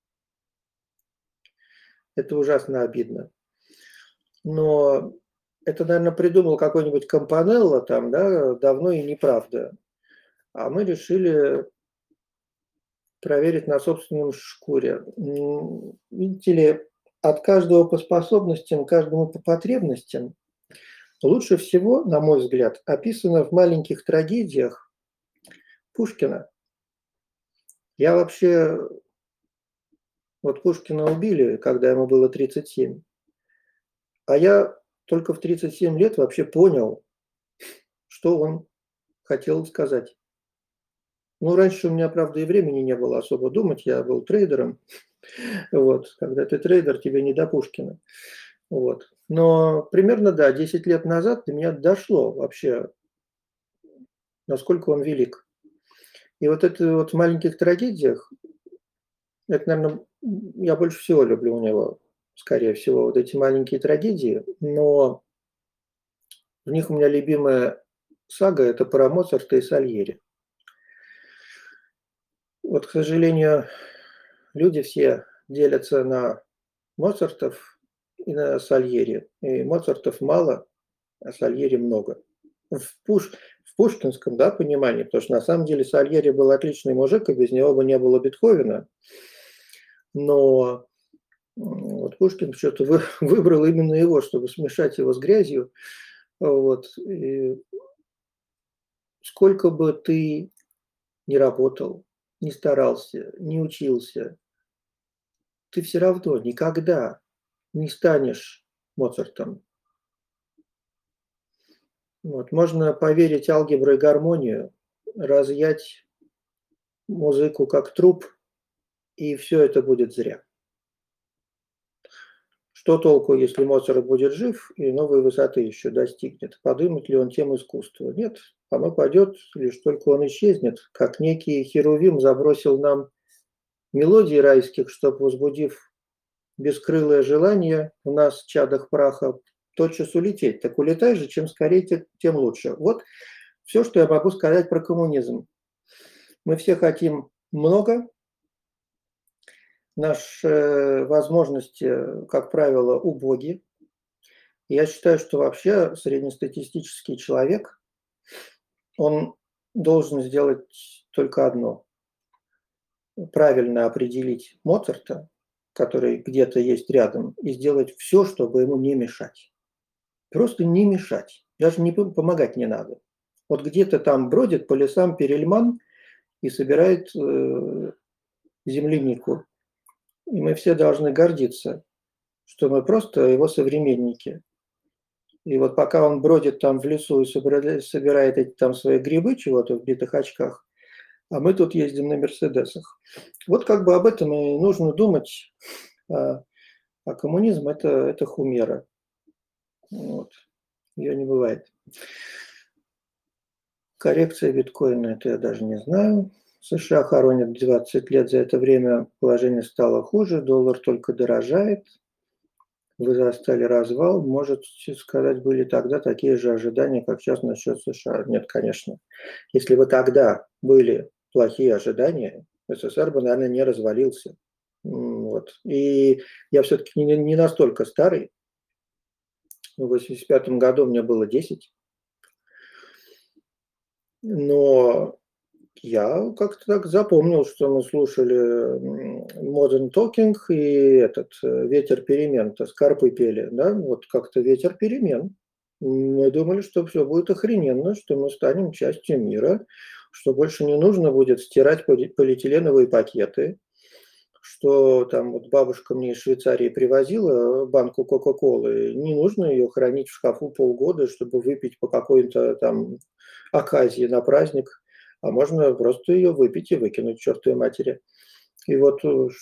Это ужасно обидно. Но это, наверное, придумал какой-нибудь Кампанелло там, да, давно и неправда. А мы решили проверить на собственном шкуре. Видите ли, от каждого по способностям, каждому по потребностям лучше всего, на мой взгляд, описано в маленьких трагедиях Пушкина. Я вообще, вот Пушкина убили, когда ему было 37, а я только в 37 лет вообще понял, что он хотел сказать. Ну, раньше у меня, правда, и времени не было особо думать, я был трейдером. Вот, когда ты трейдер, тебе не до Пушкина. Вот. Но примерно, да, 10 лет назад до меня дошло вообще, насколько он велик. И вот это вот в маленьких трагедиях, это, наверное, я больше всего люблю у него, скорее всего, вот эти маленькие трагедии, но в них у меня любимая сага – это про Моцарта и Сальери. Вот, к сожалению, люди все делятся на Моцартов и на Сальери. И Моцартов мало, а Сальери много. В пушкинском, да, понимании, потому что на самом деле Сальери был отличный мужик, и без него бы не было Бетховена. Но вот Пушкин что-то выбрал именно его, чтобы смешать его с грязью. Вот. И сколько бы ты ни работал, ни старался, не учился, ты все равно никогда не станешь Моцартом. Вот. Можно поверить алгебру и гармонию, разъять музыку как труп, и все это будет зря. Что толку, если Моцарт будет жив и новые высоты еще достигнет? Подымет ли он тему искусства? Нет, оно пойдет, лишь только он исчезнет, как некий херувим забросил нам мелодии райских, чтобы, возбудив бескрылое желание в нас, чадах праха, тотчас улететь. Так улетай же, чем скорее, тем лучше. Вот все, что я могу сказать про коммунизм. Мы все хотим много, наши возможности, как правило, убоги. Я считаю, что вообще среднестатистический человек, он должен сделать только одно – правильно определить Моцарта, который где-то есть рядом, и сделать все, чтобы ему не мешать. Просто не мешать. Даже не помогать не надо. Вот где-то там бродит по лесам Перельман и собирает землянику. И мы все должны гордиться, что мы просто его современники. И вот пока он бродит там в лесу и собирает эти там свои грибы чего-то в битых очках, а мы тут ездим на Мерседесах. Вот как бы об этом и нужно думать. А коммунизм – это хумера. Вот. Ее не бывает. Коррекция биткоина – это я даже не знаю. США хоронят 20 лет, за это время положение стало хуже, доллар только дорожает. Вы застали развал. Можете сказать, были тогда такие же ожидания, как сейчас насчет США? Нет, конечно. Если бы тогда были плохие ожидания, СССР бы, наверное, не развалился. Вот. И я все-таки не настолько старый. В 1985 году мне было 10. Но я как-то так запомнил, что мы слушали Modern Talking и этот «Ветер перемен», то Скарпы пели, да, вот как-то «Ветер перемен». Мы думали, что все будет охрененно, что мы станем частью мира, что больше не нужно будет стирать полиэтиленовые пакеты, что там вот бабушка мне из Швейцарии привозила банку Кока-Колы, не нужно ее хранить в шкафу полгода, чтобы выпить по какой-то там оказии на праздник, а можно просто ее выпить и выкинуть к чертовой матери. И вот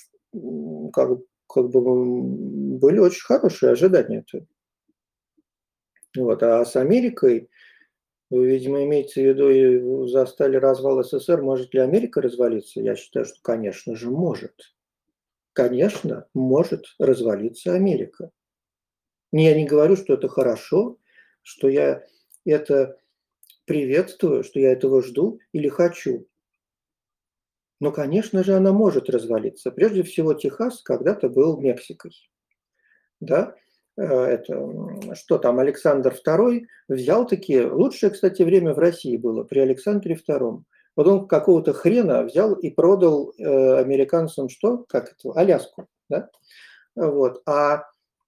как бы были очень хорошие ожидания. Вот. А с Америкой Вы, видимо, имеете в виду, и застали развал СССР, может ли Америка развалиться? Я считаю, что, конечно же, может. Конечно, может развалиться Америка. Я не говорю, что это хорошо, что я это приветствую, что я этого жду или хочу. Но, конечно же, она может развалиться. Прежде всего, Техас когда-то был Мексикой. Да? Что там, Александр II взял такие, лучшее, кстати, время в России было при Александре II. Вот он какого-то хрена взял и продал американцам что? Как это? Аляску. Да? Вот. А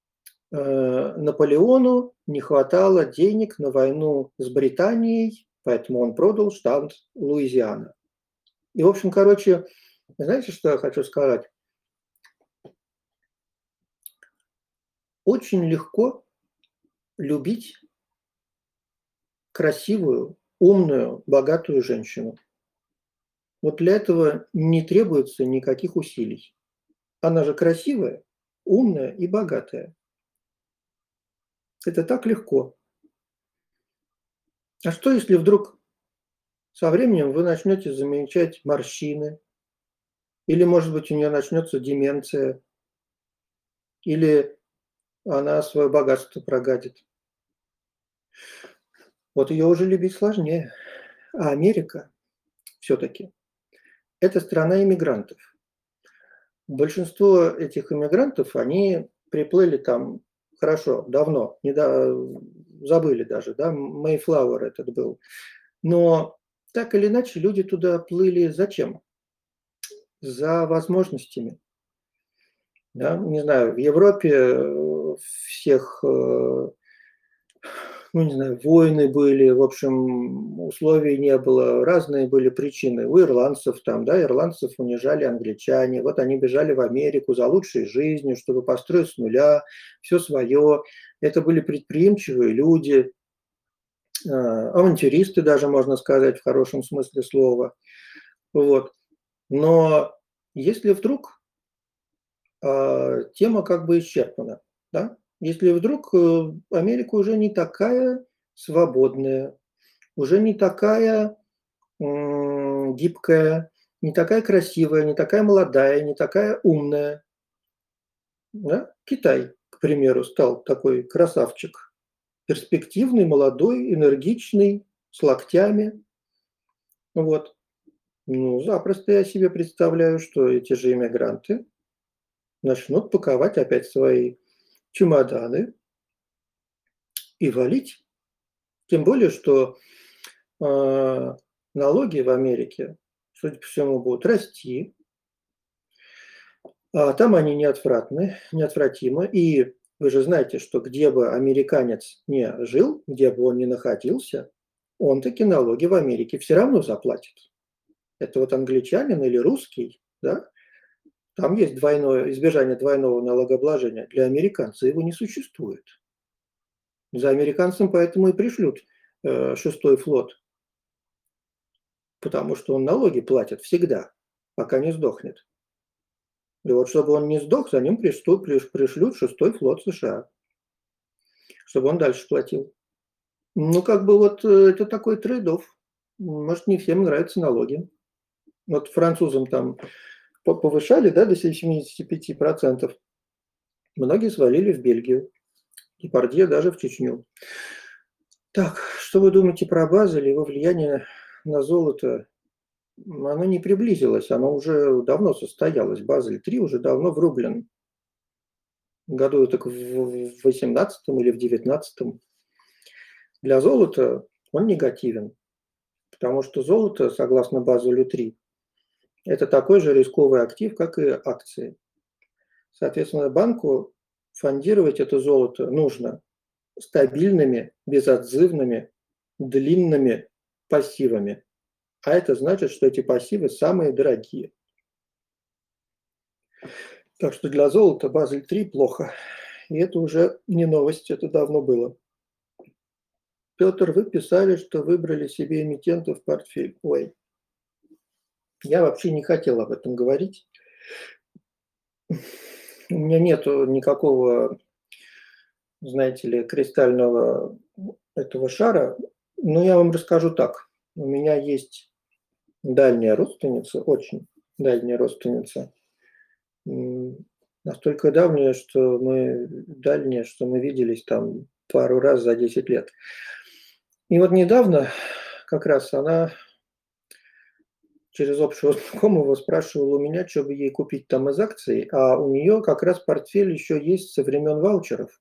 Наполеону не хватало денег на войну с Британией, поэтому он продал штат Луизиана. И, в общем, короче, знаете, что я хочу сказать? Очень легко любить красивую, умную, богатую женщину. Вот для этого не требуется никаких усилий. Она же красивая, умная и богатая. Это так легко. А что, если вдруг со временем вы начнете замечать морщины, или, может быть, у нее начнется деменция, или она свое богатство прогадит? Вот ее уже любить сложнее. А Америка все-таки это страна иммигрантов. Большинство этих иммигрантов, они приплыли там хорошо, давно, забыли даже, да, Мейфлауэр этот был. Но так или иначе люди туда плыли зачем? За возможностями. Да? Не знаю, в Европе всех ну, не знаю, войны были, в общем, условий не было, разные были причины. У ирландцев там, да, ирландцев унижали англичане, вот они бежали в Америку за лучшей жизнью, чтобы построить с нуля все свое. Это были предприимчивые люди, авантюристы даже, можно сказать, в хорошем смысле слова. Вот. Но если вдруг тема как бы исчерпана, да, если вдруг Америка уже не такая свободная, уже не такая гибкая, не такая красивая, не такая молодая, не такая умная. Да? Китай, к примеру, стал такой красавчик. Перспективный, молодой, энергичный, с локтями. Вот. Ну, запросто я себе представляю, что эти же иммигранты начнут паковать опять свои чемоданы и валить. Тем более, что налоги в Америке, судя по всему, будут расти, а там они неотвратны, неотвратимы. И вы же знаете, что где бы американец не жил, где бы он ни находился, он таки налоги в Америке все равно заплатит. Это вот англичанин или русский, да, там есть избежание двойного налогообложения. Для американца его не существует. За американцем поэтому и пришлют шестой флот, потому что он налоги платит всегда, пока не сдохнет. И вот чтобы он не сдох, за ним пришлют шестой флот США, чтобы он дальше платил. Ну, как бы вот это такой трейд-офф. Может, не всем нравятся налоги. Вот французам там повышали, да, до 75%. Многие свалили в Бельгию. Депардье даже в Чечню. Так, что вы думаете про Базель и его влияние на золото? Оно не приблизилось, оно уже давно состоялось. Базель-3 уже давно врублен. Году так в 18 или в 19. Для золота он негативен, потому что золото, согласно Базелю-3, это такой же рисковый актив, как и акции. Соответственно, банку фондировать это золото нужно стабильными, безотзывными, длинными пассивами. А это значит, что эти пассивы самые дорогие. Так что для золота Базель-3 плохо. И это уже не новость, это давно было. Петр, вы писали, что выбрали себе эмитента в портфель. Ой, я вообще не хотел об этом говорить. У меня нету никакого, знаете ли, кристального этого шара, Ну, я вам расскажу так. У меня есть дальняя родственница, очень дальняя родственница. М, Настолько дальняя, что мы виделись там пару раз за 10 лет. И вот недавно как раз она через общего знакомого спрашивала у меня, что бы ей купить там из акций, а у нее как раз портфель еще есть со времен ваучеров.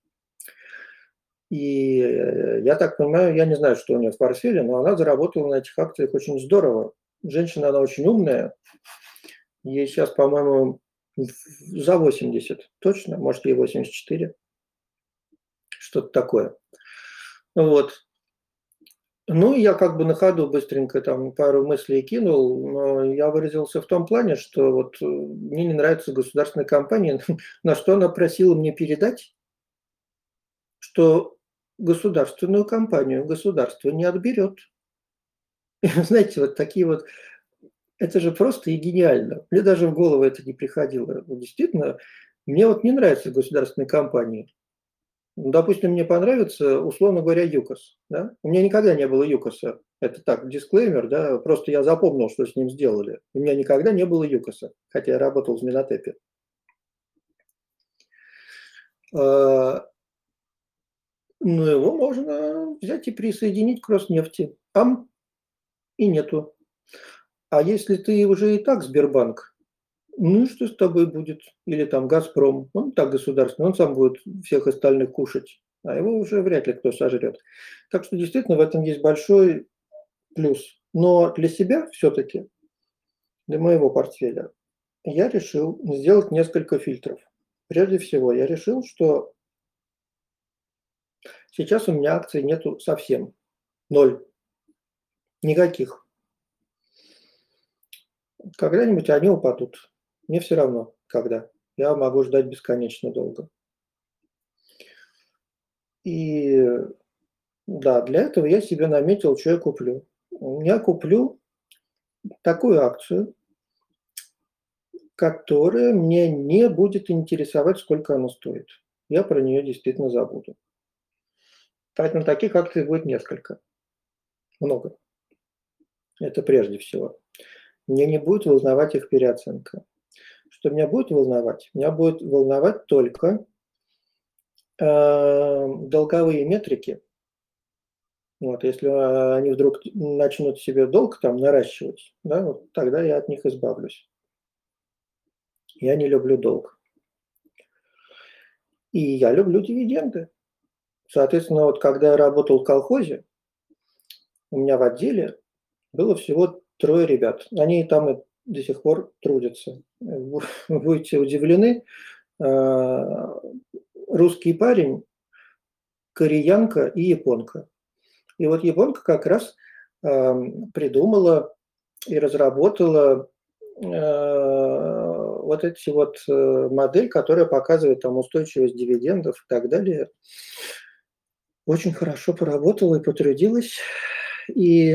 И я так понимаю, я не знаю, что у нее в портфеле, но она заработала на этих акциях очень здорово. Женщина, она очень умная. Ей сейчас, по-моему, за 80 точно, может, ей 84, что-то такое. Вот. Ну, я как бы на ходу быстренько там пару мыслей кинул, но я выразился в том плане, что вот мне не нравится государственная компания, на что она просила мне передать, что государственную компанию государство не отберет. Знаете, вот такие вот, это же просто и гениально. Мне даже в голову это не приходило. Действительно, мне вот не нравятся государственные компании. Ну, допустим, мне понравится, условно говоря, ЮКОС. Да? У меня никогда не было ЮКОСа. Это так, дисклеймер, да, просто я запомнил, что с ним сделали. У меня никогда не было ЮКОСа, хотя я работал в Минотепе. Но его можно взять и присоединить к Роснефти. Ам, и нету. А если ты уже и так Сбербанк, ну и что с тобой будет? Или там Газпром, он так государственный, он сам будет всех остальных кушать, а его уже вряд ли кто сожрет. Так что действительно в этом есть большой плюс. Но для себя все-таки, для моего портфеля, я решил сделать несколько фильтров. Прежде всего, я решил, что сейчас у меня акций нету совсем. Ноль. Никаких. Когда-нибудь они упадут. Мне все равно, когда. Я могу ждать бесконечно долго. И да, для этого я себе наметил, что я куплю. Я куплю такую акцию, которая мне не будет интересовать, сколько она стоит. Я про нее действительно забуду. Поэтому таких акций будет несколько. Много. Это прежде всего. Мне не будет волновать их переоценка. Что меня будет волновать? Меня будет волновать только долговые метрики. Вот, если они вдруг начнут себе долг там наращивать, да, вот тогда я от них избавлюсь. Я не люблю долг. И я люблю дивиденды. Соответственно, вот когда я работал в колхозе, у меня в отделе было всего 3 ребят. Они там и до сих пор трудятся. Вы будете удивлены. Русский парень, кореянка и японка. И вот японка как раз придумала и разработала вот эти вот модель, которая показывает там устойчивость дивидендов и так далее. Очень хорошо поработала и потрудилась. И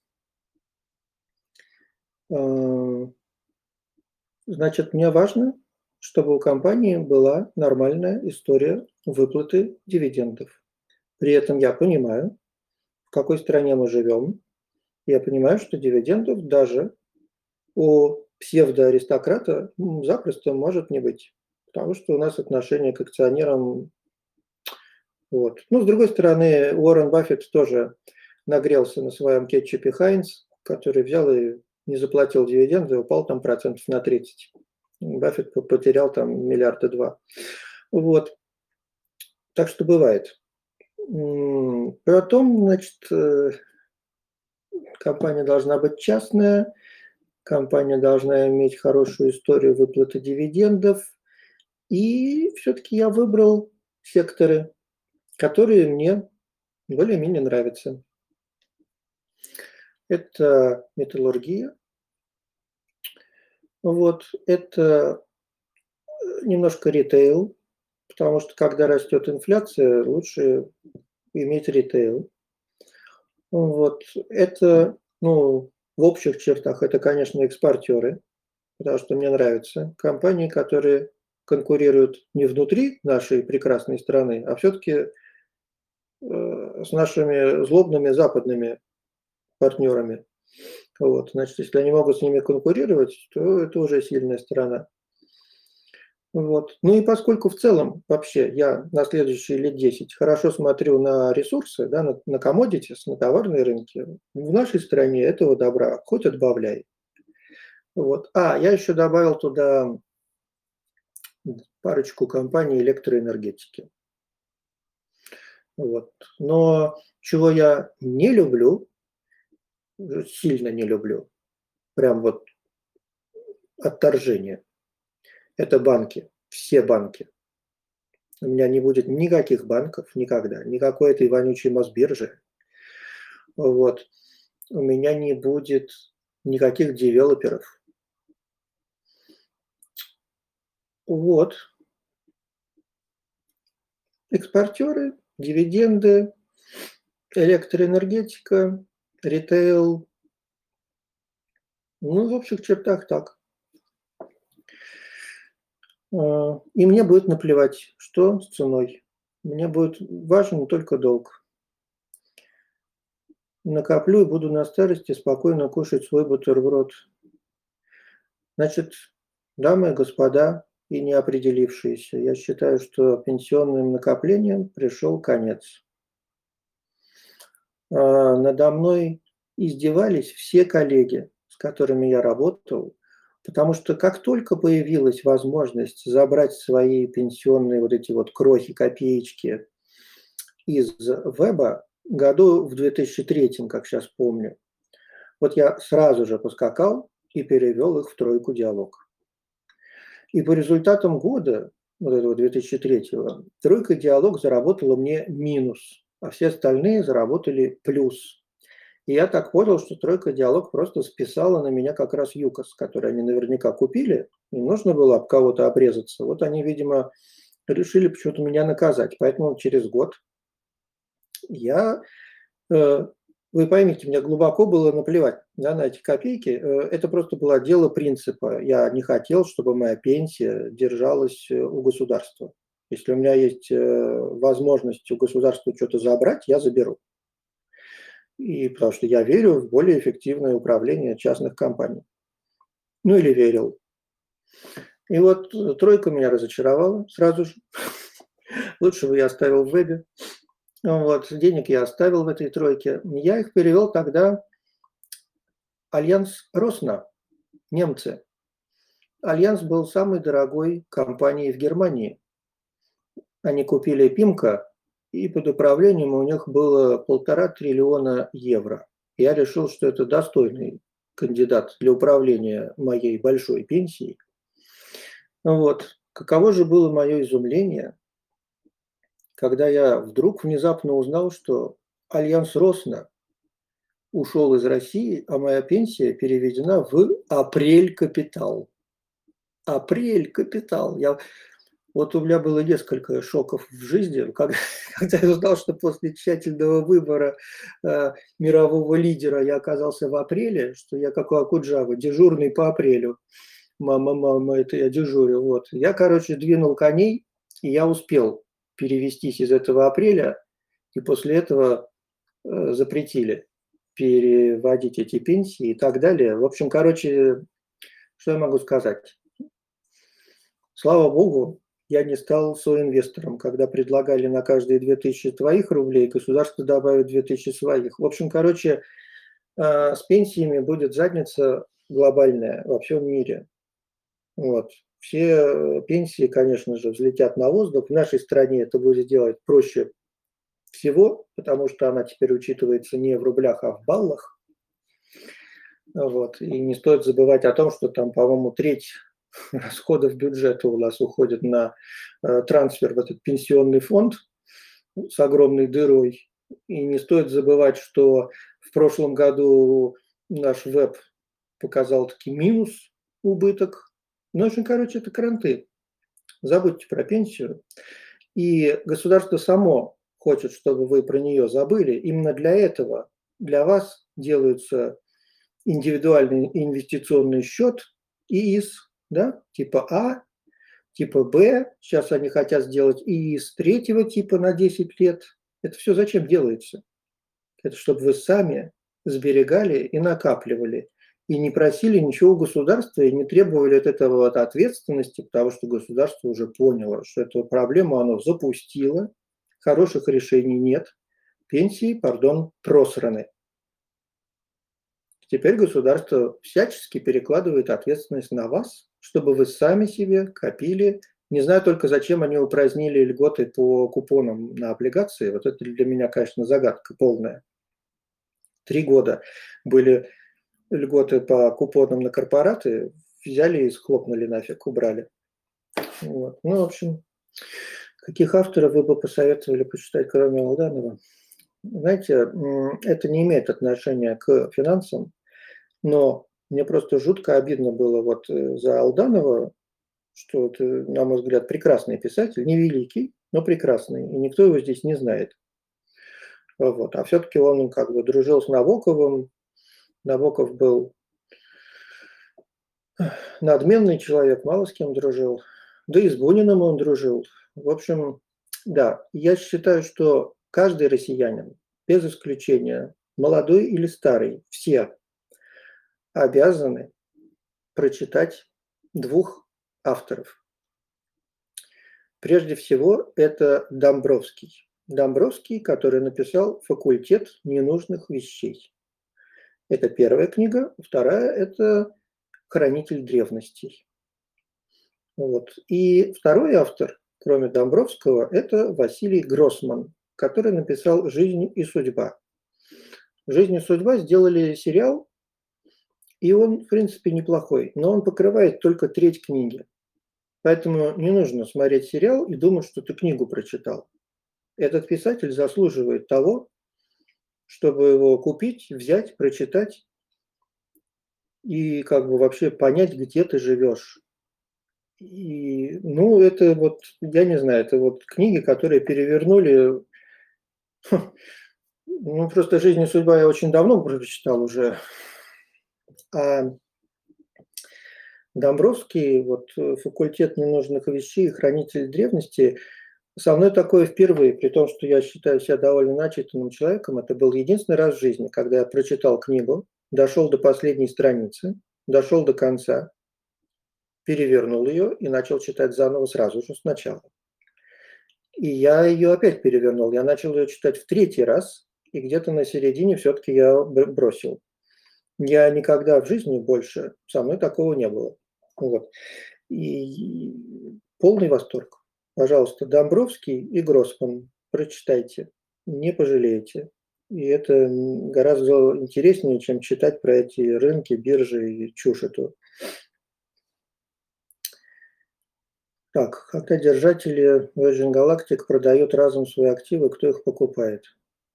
значит, мне важно, чтобы у компании была нормальная история выплаты дивидендов. При этом я понимаю, в какой стране мы живем. Я понимаю, что дивидендов даже у псевдоаристократа запросто может не быть. Потому что у нас отношение к акционерам. Вот. Ну, с другой стороны, Уоррен Баффет тоже нагрелся на своем кетчупе Хайнц, который взял и не заплатил дивиденды, упал там процентов на 30. Баффет потерял там 2 миллиарда. Вот. Так что бывает. Потом, значит, компания должна быть частная, компания должна иметь хорошую историю выплаты дивидендов. И все-таки я выбрал секторы, которые мне более-менее нравятся. Это металлургия, вот, это немножко ритейл, потому что когда растет инфляция, лучше иметь ритейл. Вот, это, ну, в общих чертах, это, конечно, экспортеры, потому что мне нравятся компании, которые конкурируют не внутри нашей прекрасной страны, а все-таки с нашими злобными западными партнерами. Вот, значит, если они могут с ними конкурировать, то это уже сильная сторона. Вот. Ну и поскольку в целом вообще я на следующие лет 10 хорошо смотрю на ресурсы, да, на commodities, на товарные рынки, в нашей стране этого добра хоть отбавляй. Вот. Я еще добавил туда парочку компаний электроэнергетики. Вот. Но чего я не люблю, сильно не люблю, прям вот отторжение, это банки, все банки. У меня не будет никаких банков никогда, никакой этой вонючей Мосбиржи. Вот. У меня не будет никаких девелоперов. Вот. Экспортеры, дивиденды, электроэнергетика, ритейл. Ну, в общих чертах так. И мне будет наплевать, что с ценой. Мне будет важен только долг. Накоплю и буду на старости спокойно кушать свой бутерброд. Значит, дамы и господа и неопределившиеся, я считаю, что пенсионным накоплениям пришел конец. Надо мной издевались все коллеги, с которыми я работал, потому что как только появилась возможность забрать свои пенсионные вот эти вот крохи, копеечки из веба, году в 2003, как сейчас помню, вот я сразу же поскакал и перевел их в тройку диалог. И по результатам года, вот этого 2003-го, тройка диалог заработала мне минус, а все остальные заработали плюс. И я так понял, что тройка диалог просто списала на меня как раз ЮКОС, который они наверняка купили, и нужно было об кого-то обрезаться. Вот они, видимо, решили почему-то меня наказать. Поэтому через год вы поймите, мне глубоко было наплевать, да, на эти копейки. Это просто было дело принципа. Я не хотел, чтобы моя пенсия держалась у государства. Если у меня есть возможность у государства что-то забрать, я заберу. И потому что я верю в более эффективное управление частных компаний. Ну или верил. И вот тройка меня разочаровала сразу же. Лучше бы я оставил в вебе. Вот, денег я оставил в этой тройке. Я их перевел тогда Альянс Росна, немцы. Альянс был самой дорогой компанией в Германии. Они купили Пимко, и под управлением у них было 1,5 триллиона евро. Я решил, что это достойный кандидат для управления моей большой пенсией. Вот. Каково же было мое изумление, когда я вдруг внезапно узнал, что Альянс Росна ушел из России, а моя пенсия переведена в апрель капитал. Апрель капитал. Вот у меня было несколько шоков в жизни, когда я узнал, что после тщательного выбора мирового лидера я оказался в апреле, что я как у Акуджавы, дежурный по апрелю. Мама, это я дежурю. Вот. Я, двинул коней, и я успел перевестись из этого апреля, и после этого запретили переводить эти пенсии и так далее. В общем, что я могу сказать? Слава богу, я не стал соинвестором, когда предлагали на каждые 2000 твоих рублей, государство добавит 2000 своих. В общем, с пенсиями будет задница глобальная во всем мире. Вот. Все пенсии, конечно же, взлетят на воздух. В нашей стране это будет сделать проще всего, потому что она теперь учитывается не в рублях, а в баллах. Вот. И не стоит забывать о том, что там, по-моему, треть расходов бюджета у нас уходит на трансфер в этот пенсионный фонд с огромной дырой. И не стоит забывать, что в прошлом году наш веб показал таки минус, убыток. Ну, в общем, это кранты. Забудьте про пенсию. И государство само хочет, чтобы вы про нее забыли. Именно для этого для вас делается индивидуальный инвестиционный счет ИИС, да, типа А, типа Б. Сейчас они хотят сделать ИИС третьего типа на 10 лет. Это все зачем делается? Это чтобы вы сами сберегали и накапливали, и не просили ничего у государства, и не требовали от этого вот ответственности, потому что государство уже поняло, что эту проблему оно запустило, хороших решений нет, пенсии, пардон, просраны. Теперь государство всячески перекладывает ответственность на вас, чтобы вы сами себе копили. Не знаю только, зачем они упразднили льготы по купонам на облигации. Вот это для меня, конечно, загадка полная. 3 года были льготы по купонам на корпораты, взяли и схлопнули нафиг, убрали. Вот. Ну, в общем, каких авторов вы бы посоветовали почитать, кроме Алданова? Знаете, это не имеет отношения к финансам, но мне просто жутко обидно было вот за Алданова, что это, на мой взгляд, прекрасный писатель, невеликий, но прекрасный, и никто его здесь не знает. Вот. А все-таки он как бы дружил с Набоковым. Набоков был надменный человек, мало с кем дружил. Да и с Буниным он дружил. В общем, да, я считаю, что каждый россиянин, без исключения, молодой или старый, все обязаны прочитать двух авторов. Прежде всего, это Домбровский. Домбровский, который написал «Факультет ненужных вещей». Это первая книга. Вторая – это «Хранитель древностей». Вот. И второй автор, кроме Домбровского, это Василий Гроссман, который написал «Жизнь и судьба». «Жизнь и судьба» сделали сериал, и он, в принципе, неплохой, но он покрывает только треть книги. Поэтому не нужно смотреть сериал и думать, что ты книгу прочитал. Этот писатель заслуживает того, чтобы его купить, взять, прочитать и как бы вообще понять, где ты живешь. И, ну, это вот, я не знаю, это вот книги, которые перевернули. Ну, просто «Жизнь и судьба» я очень давно прочитал уже. А Домбровский, вот «Факультет ненужных вещей», «Хранитель древности», со мной такое впервые, при том, что я считаю себя довольно начитанным человеком. Это был единственный раз в жизни, когда я прочитал книгу, дошел до последней страницы, дошел до конца, перевернул ее и начал читать заново сразу же сначала. И я ее опять перевернул. Я начал ее читать в третий раз, и где-то на середине все-таки я бросил. Я никогда в жизни больше, со мной такого не было. Вот. И полный восторг. Пожалуйста, Домбровский и Гроссман, прочитайте, не пожалеете. И это гораздо интереснее, чем читать про эти рынки, биржи и чушь эту. Так, когда держатели Virgin Galactic продают разом свои активы, кто их покупает?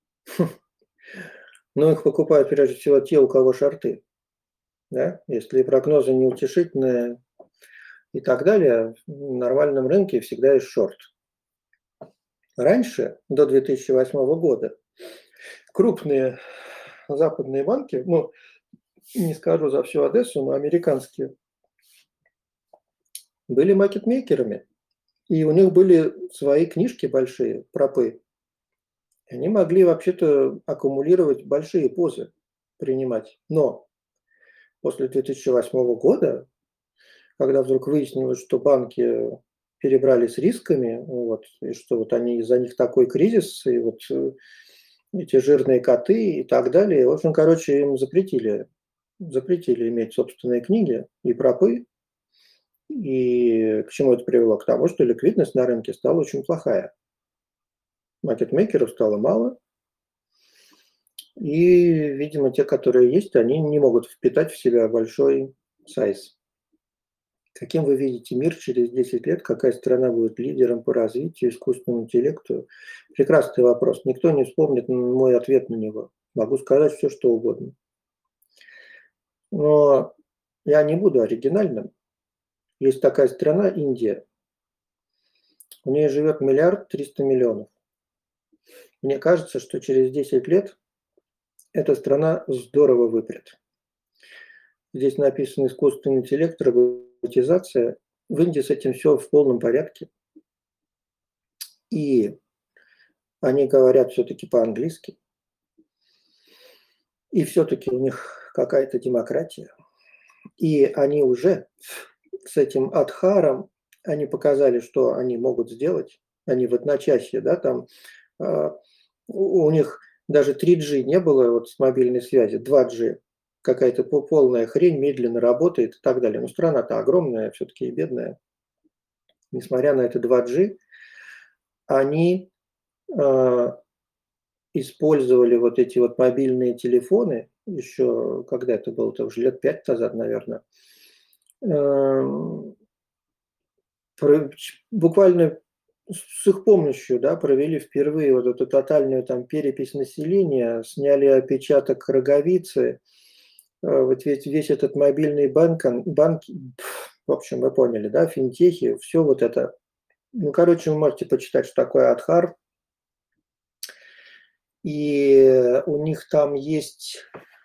Ну, их покупают прежде всего те, у кого шорты. Да? Если прогнозы неутешительные и так далее, в нормальном рынке всегда есть шорт. Раньше, до 2008 года, крупные западные банки, ну, не скажу за всю Одессу, но американские, были маркетмейкерами. И у них были свои книжки большие, пропы. Они могли вообще-то аккумулировать большие позы, принимать. Но после 2008 года, когда вдруг выяснилось, что банки перебрали с рисками, вот, и что вот они из-за них такой кризис, и вот эти жирные коты и так далее. В общем, короче, им запретили иметь собственные книги и пропы. И к чему это привело? К тому, что ликвидность на рынке стала очень плохая. Маркетмейкеров стало мало, и, видимо, те, которые есть, они не могут впитать в себя большой сайз. Каким вы видите мир через 10 лет? Какая страна будет лидером по развитию искусственному интеллекту? Прекрасный вопрос. Никто не вспомнит мой ответ на него. Могу сказать все, что угодно. Но я не буду оригинальным. Есть такая страна, Индия. У нее живет 1 300 000 000. Мне кажется, что через 10 лет эта страна здорово выпрет. Здесь написано искусственный интеллект, роботизация. В Индии с этим все в полном порядке. И они говорят все-таки по-английски, и все-таки у них какая-то демократия. И они уже с этим Адхаром, они показали, что они могут сделать. Они в одночасье, да, там у них даже 3G не было вот с мобильной связи, 2G. Какая-то полная хрень, медленно работает и так далее. Но страна-то огромная, все-таки и бедная. Несмотря на это 2G, они использовали вот эти вот мобильные телефоны, еще когда это было, это уже лет 5 назад, наверное, буквально с их помощью, да, провели впервые вот эту тотальную там перепись населения, сняли отпечаток роговицы, вот весь этот мобильный банк, в общем, вы поняли, да, финтехи, все вот это. Ну, короче, вы можете почитать, что такое Адхар. И у них там есть,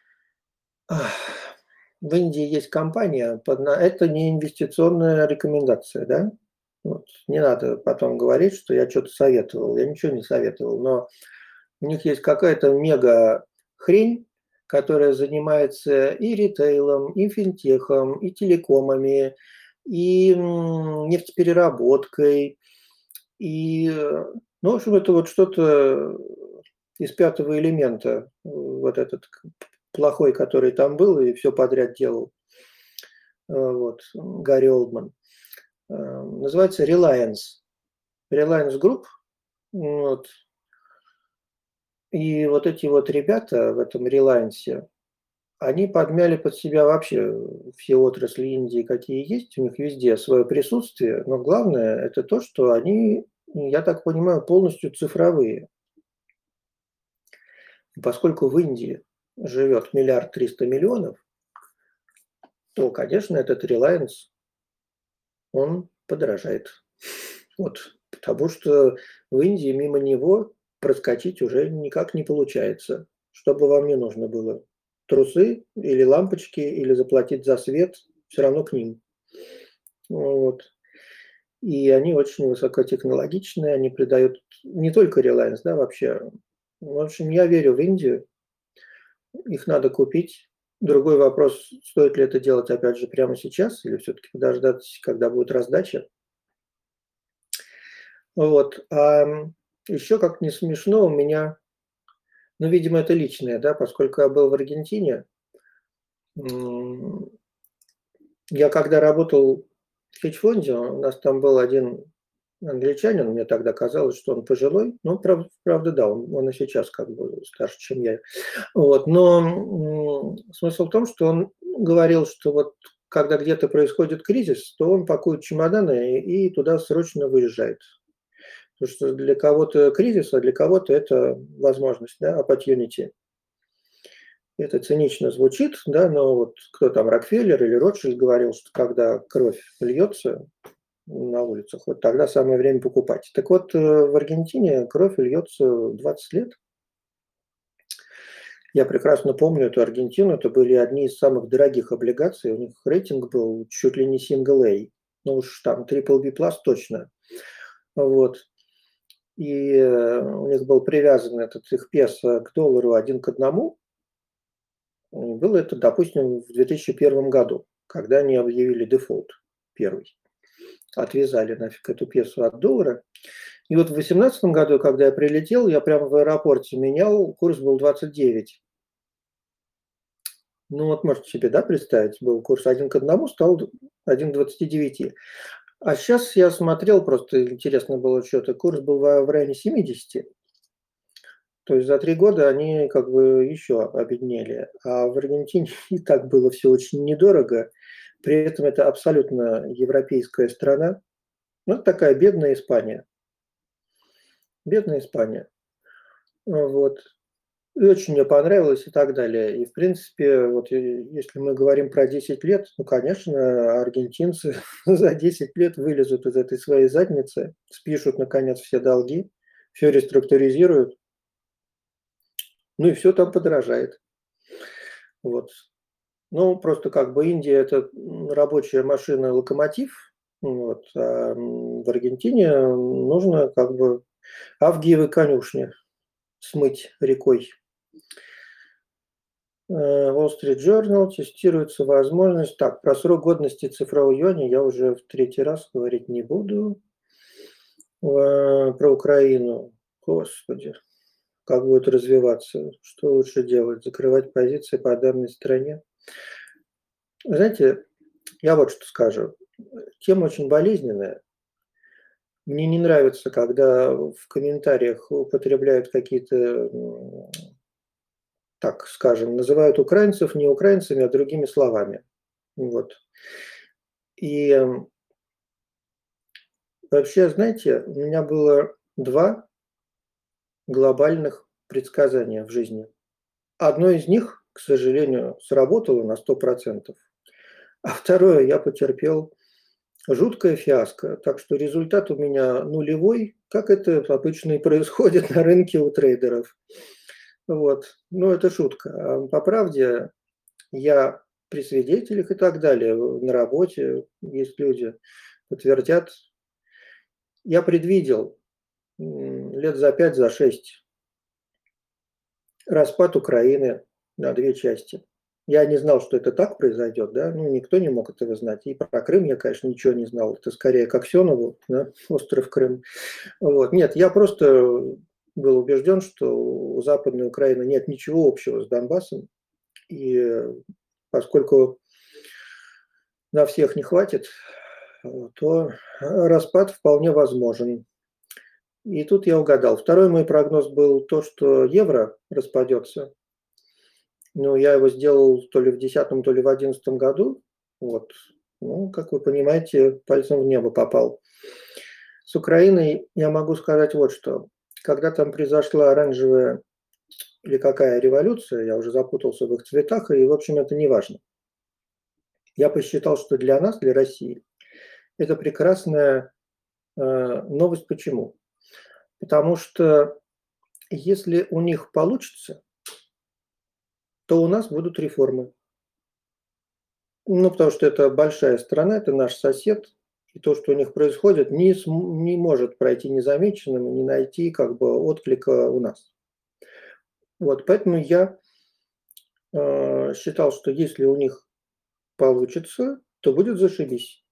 в Индии есть компания, это не инвестиционная рекомендация, да? Вот. Не надо потом говорить, что я что-то советовал. Я ничего не советовал, но у них есть какая-то мега хрень, которая занимается и ритейлом, и финтехом, и телекомами, и нефтепереработкой. И, ну, в общем, это вот что-то из пятого элемента, вот этот плохой, который там был и все подряд делал, вот, Гарри Олдман. Называется Reliance. Reliance Group. Вот. И вот эти вот ребята в этом Reliance, они подмяли под себя вообще все отрасли Индии, какие есть, у них везде свое присутствие, но главное это то, что они, я так понимаю, полностью цифровые. И поскольку в Индии живет 1,3 миллиарда, то, конечно, этот Reliance, он подорожает. Вот, потому что в Индии мимо него проскочить уже никак не получается. Что бы вам не нужно было. Трусы или лампочки, или заплатить за свет, все равно к ним. Вот. И они очень высокотехнологичные, они придают не только Reliance, да, вообще. В общем, я верю в Индию, их надо купить. Другой вопрос, стоит ли это делать, опять же, прямо сейчас, или все-таки подождать, когда будет раздача. Вот. А еще, как не смешно, у меня, ну, видимо, это личное, да, поскольку я был в Аргентине, я когда работал в хедж-фонде, у нас там был один англичанин, мне тогда казалось, что он пожилой, но правда, да, он и сейчас как бы старше, чем я. Вот, но смысл в том, что он говорил, что вот когда где-то происходит кризис, то он пакует чемоданы и туда срочно выезжает. Потому что для кого-то кризис, а для кого-то это возможность, да, opportunity. Это цинично звучит, да, но вот кто там, Рокфеллер или Ротшильд говорил, что когда кровь льется на улицах, вот тогда самое время покупать. Так вот, в Аргентине кровь льется 20 лет. Я прекрасно помню эту Аргентину, это были одни из самых дорогих облигаций, у них рейтинг был чуть ли не single A, ну уж там triple B+, точно. Вот. И у них был привязан этот их песо к доллару 1 к 1. Было это, допустим, в 2001 году, когда они объявили дефолт первый. Отвязали нафиг эту песо от доллара. И вот в 2018 году, когда я прилетел, я прямо в аэропорте менял, курс был 29. Ну вот можете себе, да, представить, был курс 1 к 1, стал 1 к 29. А сейчас я смотрел, просто интересно было что-то, курс был в районе 70. То есть за 3 года они как бы еще обеднели. А в Аргентине и так было все очень недорого. При этом это абсолютно европейская страна. Ну, это такая бедная Испания. Бедная Испания. Вот. И очень мне понравилось и так далее. И, в принципе, вот если мы говорим про 10 лет, ну, конечно, аргентинцы за 10 лет вылезут из этой своей задницы, спишут, наконец, все долги, все реструктуризируют, ну и все там подорожает. Вот. Ну, просто как бы Индия – это рабочая машина, локомотив, вот, а в Аргентине нужно как бы Авгиевы конюшни смыть рекой. Wall Street Journal, тестируется возможность. Так, про срок годности цифрового юаня я уже в третий раз говорить не буду. Про Украину. Господи, как будет развиваться? Что лучше делать? Закрывать позиции по данной стране? Знаете, я вот что скажу. Тема очень болезненная. Мне не нравится, когда в комментариях употребляют какие-то, так скажем, называют украинцев не украинцами, а другими словами. Вот. И вообще, знаете, у меня было 2 глобальных предсказания в жизни. Одно из них, к сожалению, сработало на 100%, а второе я потерпел жуткое фиаско. Так что результат у меня нулевой, как это обычно и происходит на рынке у трейдеров. Вот. Но это шутка. А по правде, я при свидетелях и так далее, на работе есть люди, подтвердят. Я предвидел лет за 5, за 6 распад Украины на 2 части. Я не знал, что это так произойдет, да, ну, никто не мог этого знать. И про Крым я, конечно, ничего не знал. Это скорее к Аксенову, да, остров Крым. Вот. Нет, я просто был убежден, что у Западной Украины нет ничего общего с Донбассом. И поскольку на всех не хватит, то распад вполне возможен. И тут я угадал. Второй мой прогноз был то, что евро распадется. Ну, я его сделал то ли в 2010, то ли в 2011 году. Вот. Ну, как вы понимаете, пальцем в небо попал. С Украиной я могу сказать вот что. Когда там произошла оранжевая или какая революция, я уже запутался в их цветах, и, в общем, это не важно. Я посчитал, что для нас, для России, это прекрасная новость. Почему? Потому что если у них получится, то у нас будут реформы. Ну, потому что это большая страна, это наш сосед, и то, что у них происходит, не может пройти незамеченным и не найти как бы отклика у нас. Вот, поэтому я считал, что если у них получится, то будет зашибись.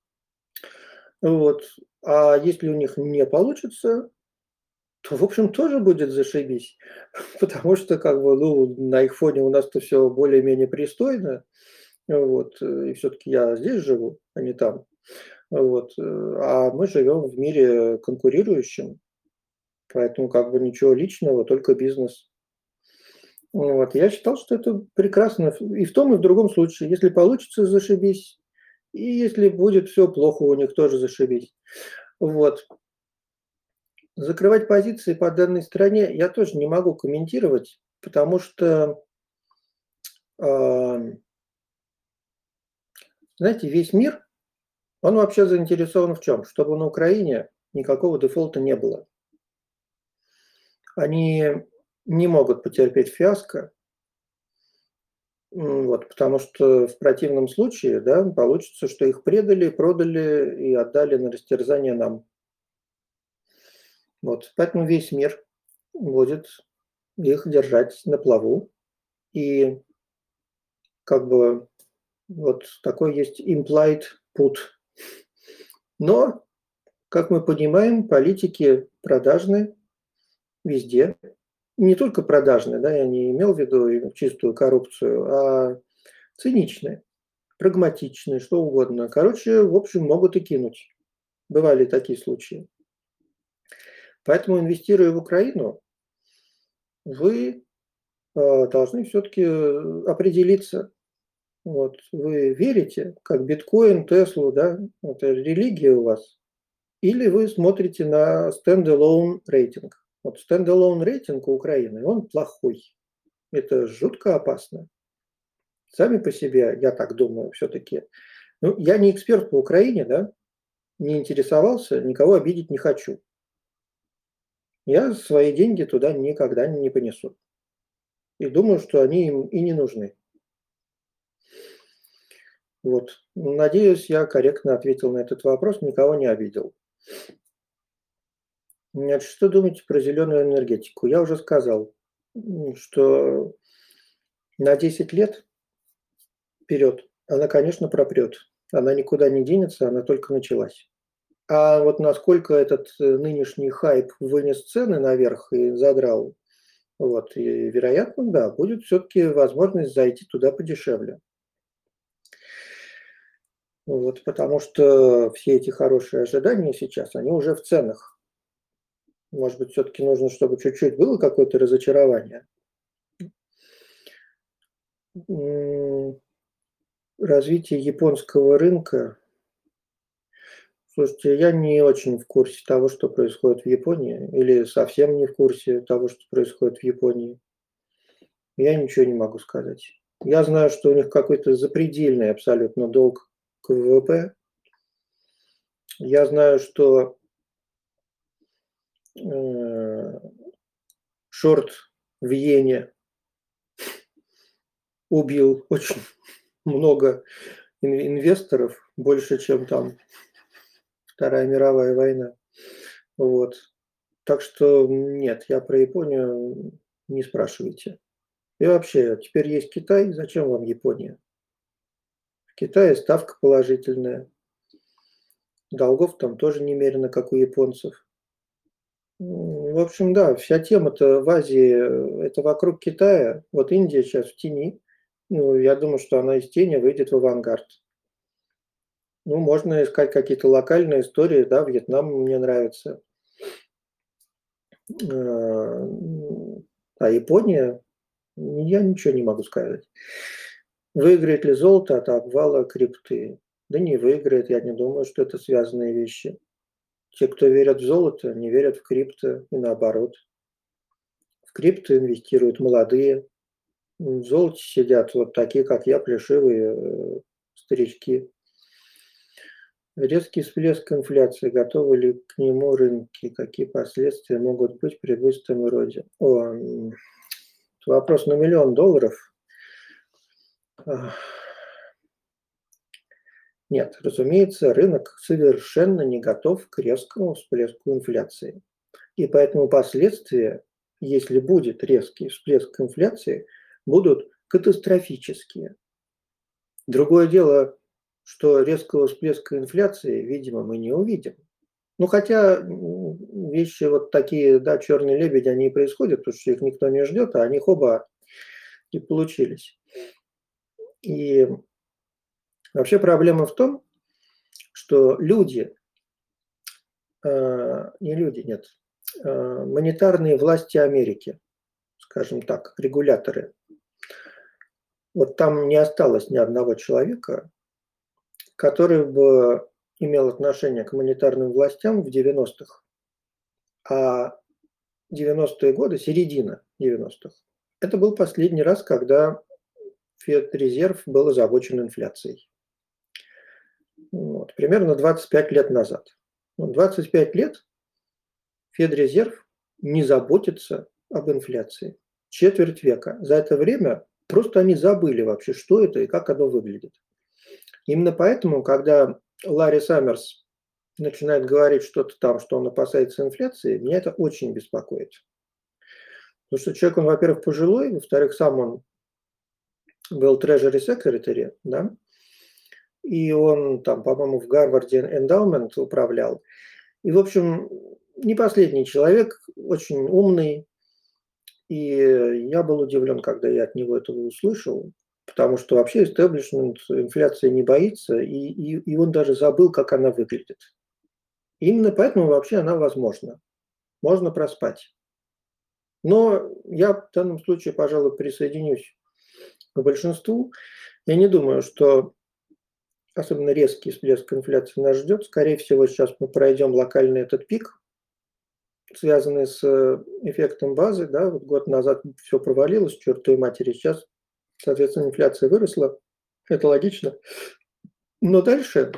Вот. А если у них не получится, то, в общем, тоже будет зашибись. Потому что, как бы, ну, на их фоне у нас-то все более-менее пристойно. Вот. И все-таки я здесь живу, а не там. Вот. А мы живем в мире конкурирующем, поэтому как бы ничего личного, только бизнес. Вот. Я считал, что это прекрасно и в том, и в другом случае. Если получится, зашибись. И если будет все плохо, у них тоже зашибись. Вот. Закрывать позиции по данной стране я тоже не могу комментировать, потому что, знаете, весь мир, он вообще заинтересован в чем? Чтобы на Украине никакого дефолта не было. Они не могут потерпеть фиаско, вот, потому что в противном случае, да, получится, что их предали, продали и отдали на растерзание нам. Вот, поэтому весь мир будет их держать на плаву. И как бы вот такой есть implied put. Но, как мы понимаем, политики продажны везде. Не только продажные, да, я не имел в виду чистую коррупцию, а циничные, прагматичные, что угодно. Короче, в общем, могут и кинуть. Бывали такие случаи. Поэтому, инвестируя в Украину, вы должны все-таки определиться. Вот, вы верите, как биткоин, Теслу, да, это религия у вас, или вы смотрите на стендалон рейтинг. Вот стендалон рейтинг у Украины, он плохой. Это жутко опасно. Сами по себе, я так думаю, все-таки. Ну, я не эксперт по Украине, да, не интересовался, никого обидеть не хочу. Я свои деньги туда никогда не понесу. И думаю, что они им и не нужны. Вот. Надеюсь, я корректно ответил на этот вопрос, никого не обидел. Значит, что думаете про зеленую энергетику? Я уже сказал, что на 10 лет вперед она, конечно, пропрет. Она никуда не денется, она только началась. А вот насколько этот нынешний хайп вынес цены наверх и задрал, вот, и, вероятно, да, будет все-таки возможность зайти туда подешевле. Вот, потому что все эти хорошие ожидания сейчас, они уже в ценах. Может быть, все-таки нужно, чтобы чуть-чуть было какое-то разочарование. Развитие японского рынка. Слушайте, я не очень в курсе того, что происходит в Японии, или совсем не в курсе того, что происходит в Японии. Я ничего не могу сказать. Я знаю, что у них какой-то запредельный абсолютно долг к ВВП. Я знаю, что шорт в иене убил очень много инвесторов, больше, чем там Вторая мировая война. Вот. Так что нет, я про Японию не спрашивайте. И вообще, теперь есть Китай, зачем вам Япония? В Китае ставка положительная, долгов там тоже немерено, как у японцев. В общем, да, вся тема-то в Азии, это вокруг Китая. Вот Индия сейчас в тени. Ну, я думаю, что она из тени выйдет в авангард. Ну, можно искать какие-то локальные истории, да, Вьетнам мне нравится. А Япония, я ничего не могу сказать. Выиграет ли золото от обвала крипты? Да не выиграет, я не думаю, что это связанные вещи. Те, кто верят в золото, не верят в крипто и наоборот. В крипто инвестируют молодые, в золоте сидят вот такие, как я, плешивые старички. Резкий всплеск инфляции. Готовы ли к нему рынки? Какие последствия могут быть при быстром роде? Вопрос на $1 000 000. Нет, разумеется, рынок совершенно не готов к резкому всплеску инфляции. И поэтому последствия, если будет резкий всплеск инфляции, будут катастрофические. Другое дело, что резкого всплеска инфляции, видимо, мы не увидим. Ну, хотя вещи вот такие, да, черные лебеди, они и происходят, потому что их никто не ждет, а они хоба и получились. И вообще проблема в том, что люди, не люди, нет, монетарные власти Америки, скажем так, регуляторы, вот там не осталось ни одного человека, который бы имел отношение к монетарным властям в 90-х. А 90-е годы, середина 90-х, это был последний раз, когда Федрезерв был озабочен инфляцией. Вот, примерно 25 лет назад. 25 лет Федрезерв не заботится об инфляции. Четверть века. За это время просто они забыли вообще, что это и как оно выглядит. Именно поэтому, когда Ларри Саммерс начинает говорить что-то там, что он опасается инфляции, меня это очень беспокоит. Потому что человек, он, во-первых, пожилой, во-вторых, сам он был Treasury Secretary, да, и он там, по-моему, в Гарварде эндаумент управлял. И, в общем, не последний человек, очень умный. И я был удивлен, когда я от него этого услышал, потому что вообще истеблишмент инфляции не боится, и он даже забыл, как она выглядит. И именно поэтому вообще она возможна. Можно проспать. Но я в данном случае, пожалуй, присоединюсь к большинству. Я не думаю, что особенно резкий всплеск инфляции нас ждет. Скорее всего, сейчас мы пройдем локальный этот пик, связанный с эффектом базы. Да, вот год назад все провалилось, к чертовой матери. Сейчас, соответственно, инфляция выросла. Это логично. Но дальше,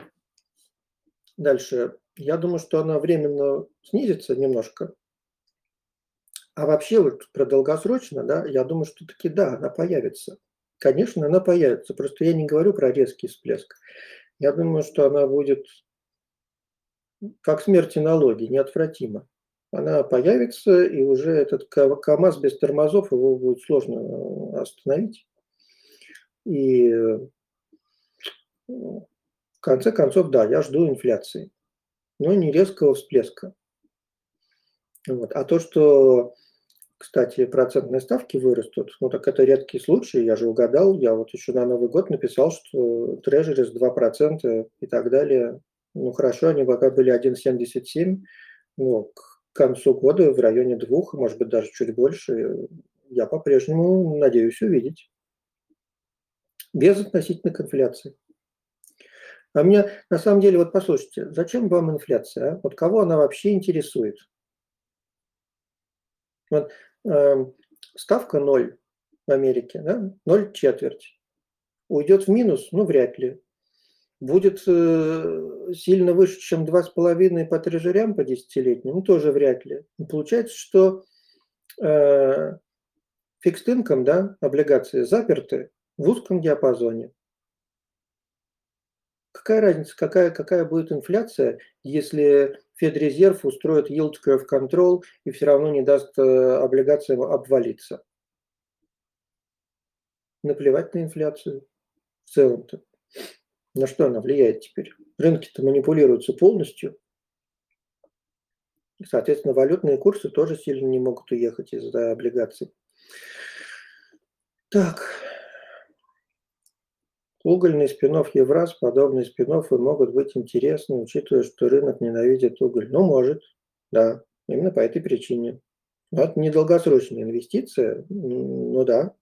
я думаю, что она временно снизится немножко. А вообще вот про долгосрочно, да, я думаю, что таки да, она появится. Конечно, она появится. Просто я не говорю про резкий всплеск. Я думаю, что она будет как смерть и налоги, неотвратима. она появится, и уже этот КАМАЗ без тормозов, его будет сложно остановить. И в конце концов, да, я жду инфляции, но не резкого всплеска. Вот. А то, что, кстати, процентные ставки вырастут, ну так это редкий случай, я же угадал, я вот еще на Новый год написал, что Treasuries 2% и так далее. Ну хорошо, они пока были 1,77, но к концу года в районе 2, может быть, даже чуть больше, я по-прежнему надеюсь увидеть. Без относительной к инфляции. А мне на самом деле, вот послушайте, зачем вам инфляция? А? Вот кого она вообще интересует? Вот, ставка 0 в Америке, да? 0,25. Уйдет в минус? Ну, вряд ли. Будет сильно выше, чем 2,5 по трежерям по десятилетним? Ну, тоже вряд ли. Получается, что фикст инком, да, облигации заперты в узком диапазоне. Какая разница, какая будет инфляция, если Федрезерв устроит yield curve control и все равно не даст облигациям обвалиться? Наплевать на инфляцию в целом-то. На что она влияет теперь? Рынки-то манипулируются полностью. Соответственно, валютные курсы тоже сильно не могут уехать из-за облигаций. Так, угольный спин-офф Евраз, подобные спин-оффы могут быть интересны, учитывая, что рынок ненавидит уголь. Ну, может, да, именно по этой причине. Но это недолгосрочная инвестиция, ну да.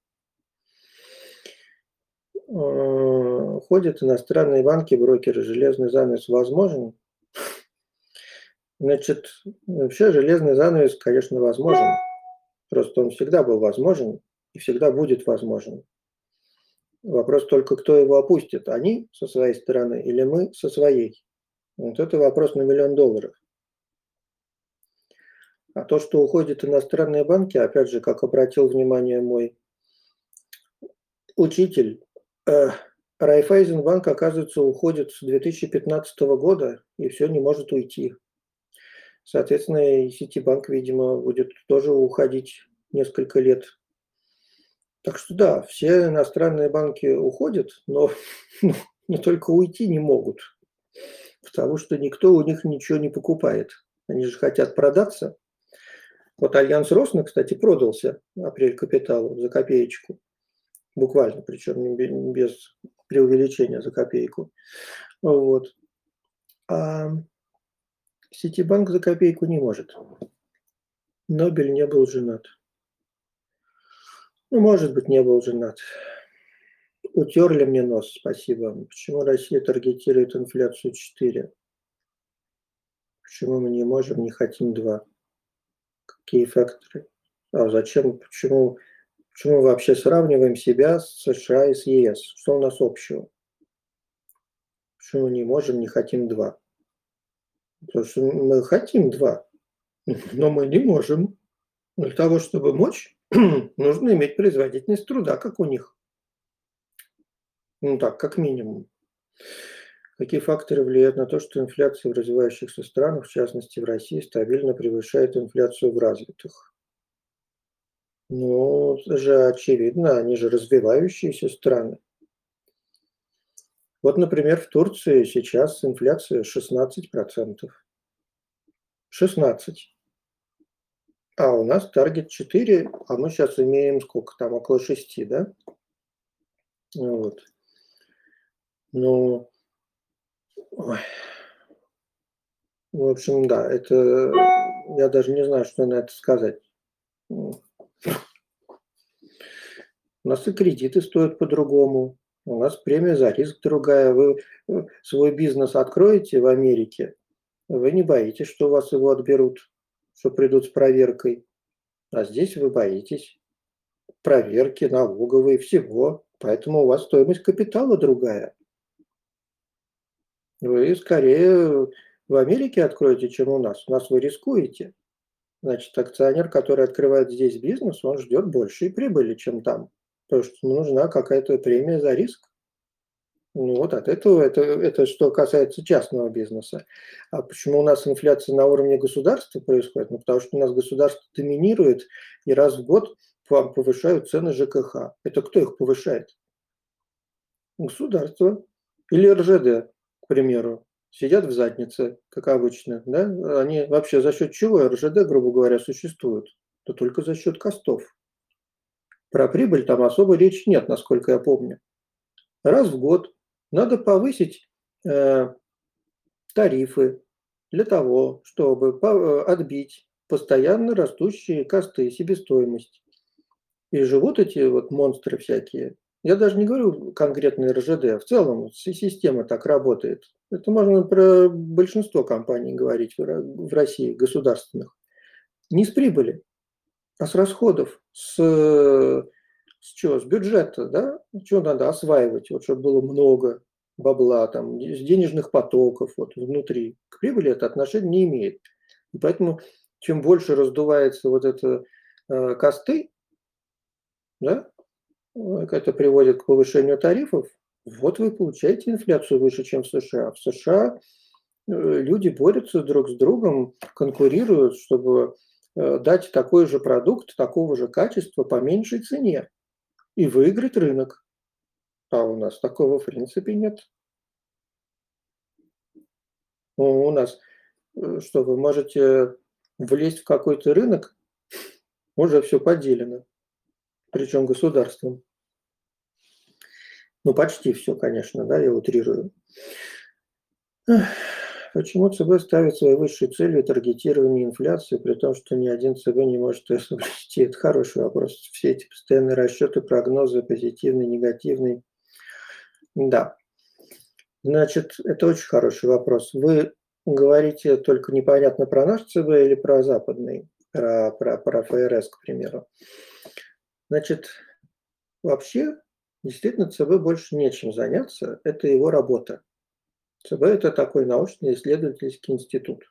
Ходят иностранные банки, брокеры, железный занавес возможен? Значит, вообще железный занавес, конечно, возможен. Просто он всегда был возможен и всегда будет возможен. Вопрос только, кто его опустит, они со своей стороны или мы со своей. Вот это вопрос на $1 миллион. А то, что уходят иностранные банки, опять же, как обратил внимание мой учитель, Райффайзенбанк, оказывается, уходит с 2015 года и все не может уйти. Соответственно, и Ситибанк, видимо, будет тоже уходить несколько лет. Так что да, все иностранные банки уходят, но только уйти не могут, потому что никто у них ничего не покупает. Они же хотят продаться. Вот Альянс Роснер, кстати, продался апрель капиталу за копеечку. Буквально, причем без преувеличения за копейку. Вот. А Ситибанк за копейку не может. Нобель не был женат. Ну, может быть, не был женат. Утерли мне нос, спасибо. Почему Россия таргетирует инфляцию 4? Почему мы не можем, не хотим 2? Какие факторы? А зачем, почему мы вообще сравниваем себя с США и с ЕС? Что у нас общего? Почему мы не можем, не хотим 2? Потому что мы хотим 2, но мы не можем. Для того, чтобы мочь, нужно иметь производительность труда, как у них. Ну так, как минимум. Какие факторы влияют на то, что инфляция в развивающихся странах, в частности в России, стабильно превышает инфляцию в развитых? Ну, это же очевидно, они же развивающиеся страны. Вот, например, в Турции сейчас инфляция 16%. 16. А у нас таргет 4, а мы сейчас имеем сколько там, около 6, да? Вот. Ну, ой. В общем, да, это я даже не знаю, что на это сказать. У нас и кредиты стоят по-другому, у нас премия за риск другая. Вы свой бизнес откроете в Америке, вы не боитесь, что у вас его отберут, что придут с проверкой. А здесь вы боитесь проверки, налоговой, всего. Поэтому у вас стоимость капитала другая. Вы скорее в Америке откроете, чем у нас. У нас вы рискуете. Значит, акционер, который открывает здесь бизнес, он ждет большей прибыли, чем там. Потому что ему нужна какая-то премия за риск. Ну вот от этого, это что касается частного бизнеса. А почему у нас инфляция на уровне государства происходит? Ну, потому что у нас государство доминирует, и раз в год повышают цены ЖКХ. Это кто их повышает? Государство. Или РЖД, к примеру. Сидят в заднице, как обычно. Да? Они вообще за счет чего РЖД, грубо говоря, существуют? Да только за счет костов. Про прибыль там особо речи нет, насколько я помню. Раз в год надо повысить тарифы для того, чтобы отбить постоянно растущие косты, себестоимость. И живут эти вот монстры всякие. Я даже не говорю конкретно РЖД, а в целом система так работает. Это можно про большинство компаний говорить в России, государственных. Не с прибыли, а с расходов, с чего? С бюджета, да? Что надо осваивать, вот, чтобы было много бабла, там, с денежных потоков вот, внутри. К прибыли это отношение не имеет. И поэтому чем больше раздувается вот это косты, да, это приводит к повышению тарифов, вот вы получаете инфляцию выше, чем в США. В США люди борются друг с другом, конкурируют, чтобы дать такой же продукт, такого же качества по меньшей цене и выиграть рынок. А у нас такого в принципе нет. У нас что, вы можете влезть в какой-то рынок, уже все поделено, причем государством. Ну, почти все, конечно, да, я утрирую. Почему ЦБ ставит своей высшей целью таргетирование инфляции, при том, что ни один ЦБ не может ее соблюсти? Это хороший вопрос. Все эти постоянные расчеты, прогнозы, позитивный, негативный. Да. Значит, это очень хороший вопрос. Вы говорите только непонятно про наш ЦБ или про западный, про ФРС, к примеру. Значит, вообще, действительно, ЦБ больше нечем заняться. Это его работа. ЦБ – это такой научно-исследовательский институт.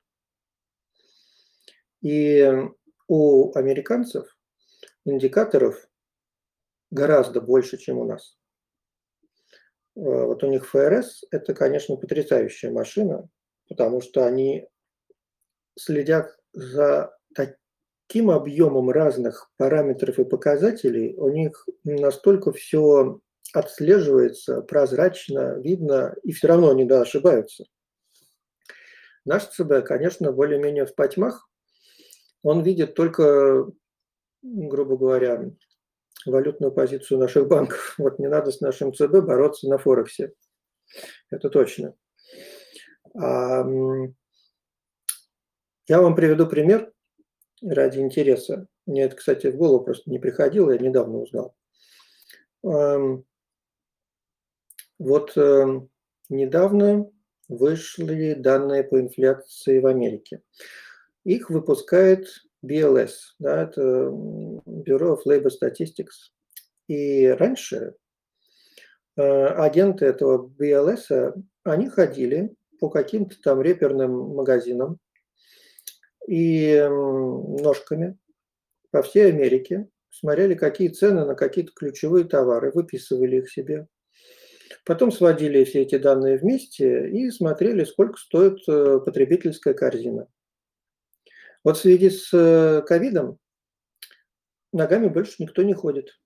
И у американцев индикаторов гораздо больше, чем у нас. Вот у них ФРС – это, конечно, потрясающая машина, потому что они следят за таким объемом разных параметров и показателей, у них настолько все отслеживается, прозрачно, видно, и все равно они, да, ошибаются. Наш ЦБ, конечно, более-менее в потьмах, он видит только, грубо говоря, валютную позицию наших банков. Вот не надо с нашим ЦБ бороться на Форексе. Это точно. Я вам приведу пример ради интереса. Мне это, кстати, в голову просто не приходило, я недавно узнал. Вот недавно вышли данные по инфляции в Америке. Их выпускает BLS, да, это Bureau of Labor Statistics. И раньше агенты этого BLS, они ходили по каким-то там реперным магазинам и ножками по всей Америке, смотрели, какие цены на какие-то ключевые товары, выписывали их себе. Потом сводили все эти данные вместе и смотрели, сколько стоит потребительская корзина. Вот в связи с ковидом ногами больше никто не ходит.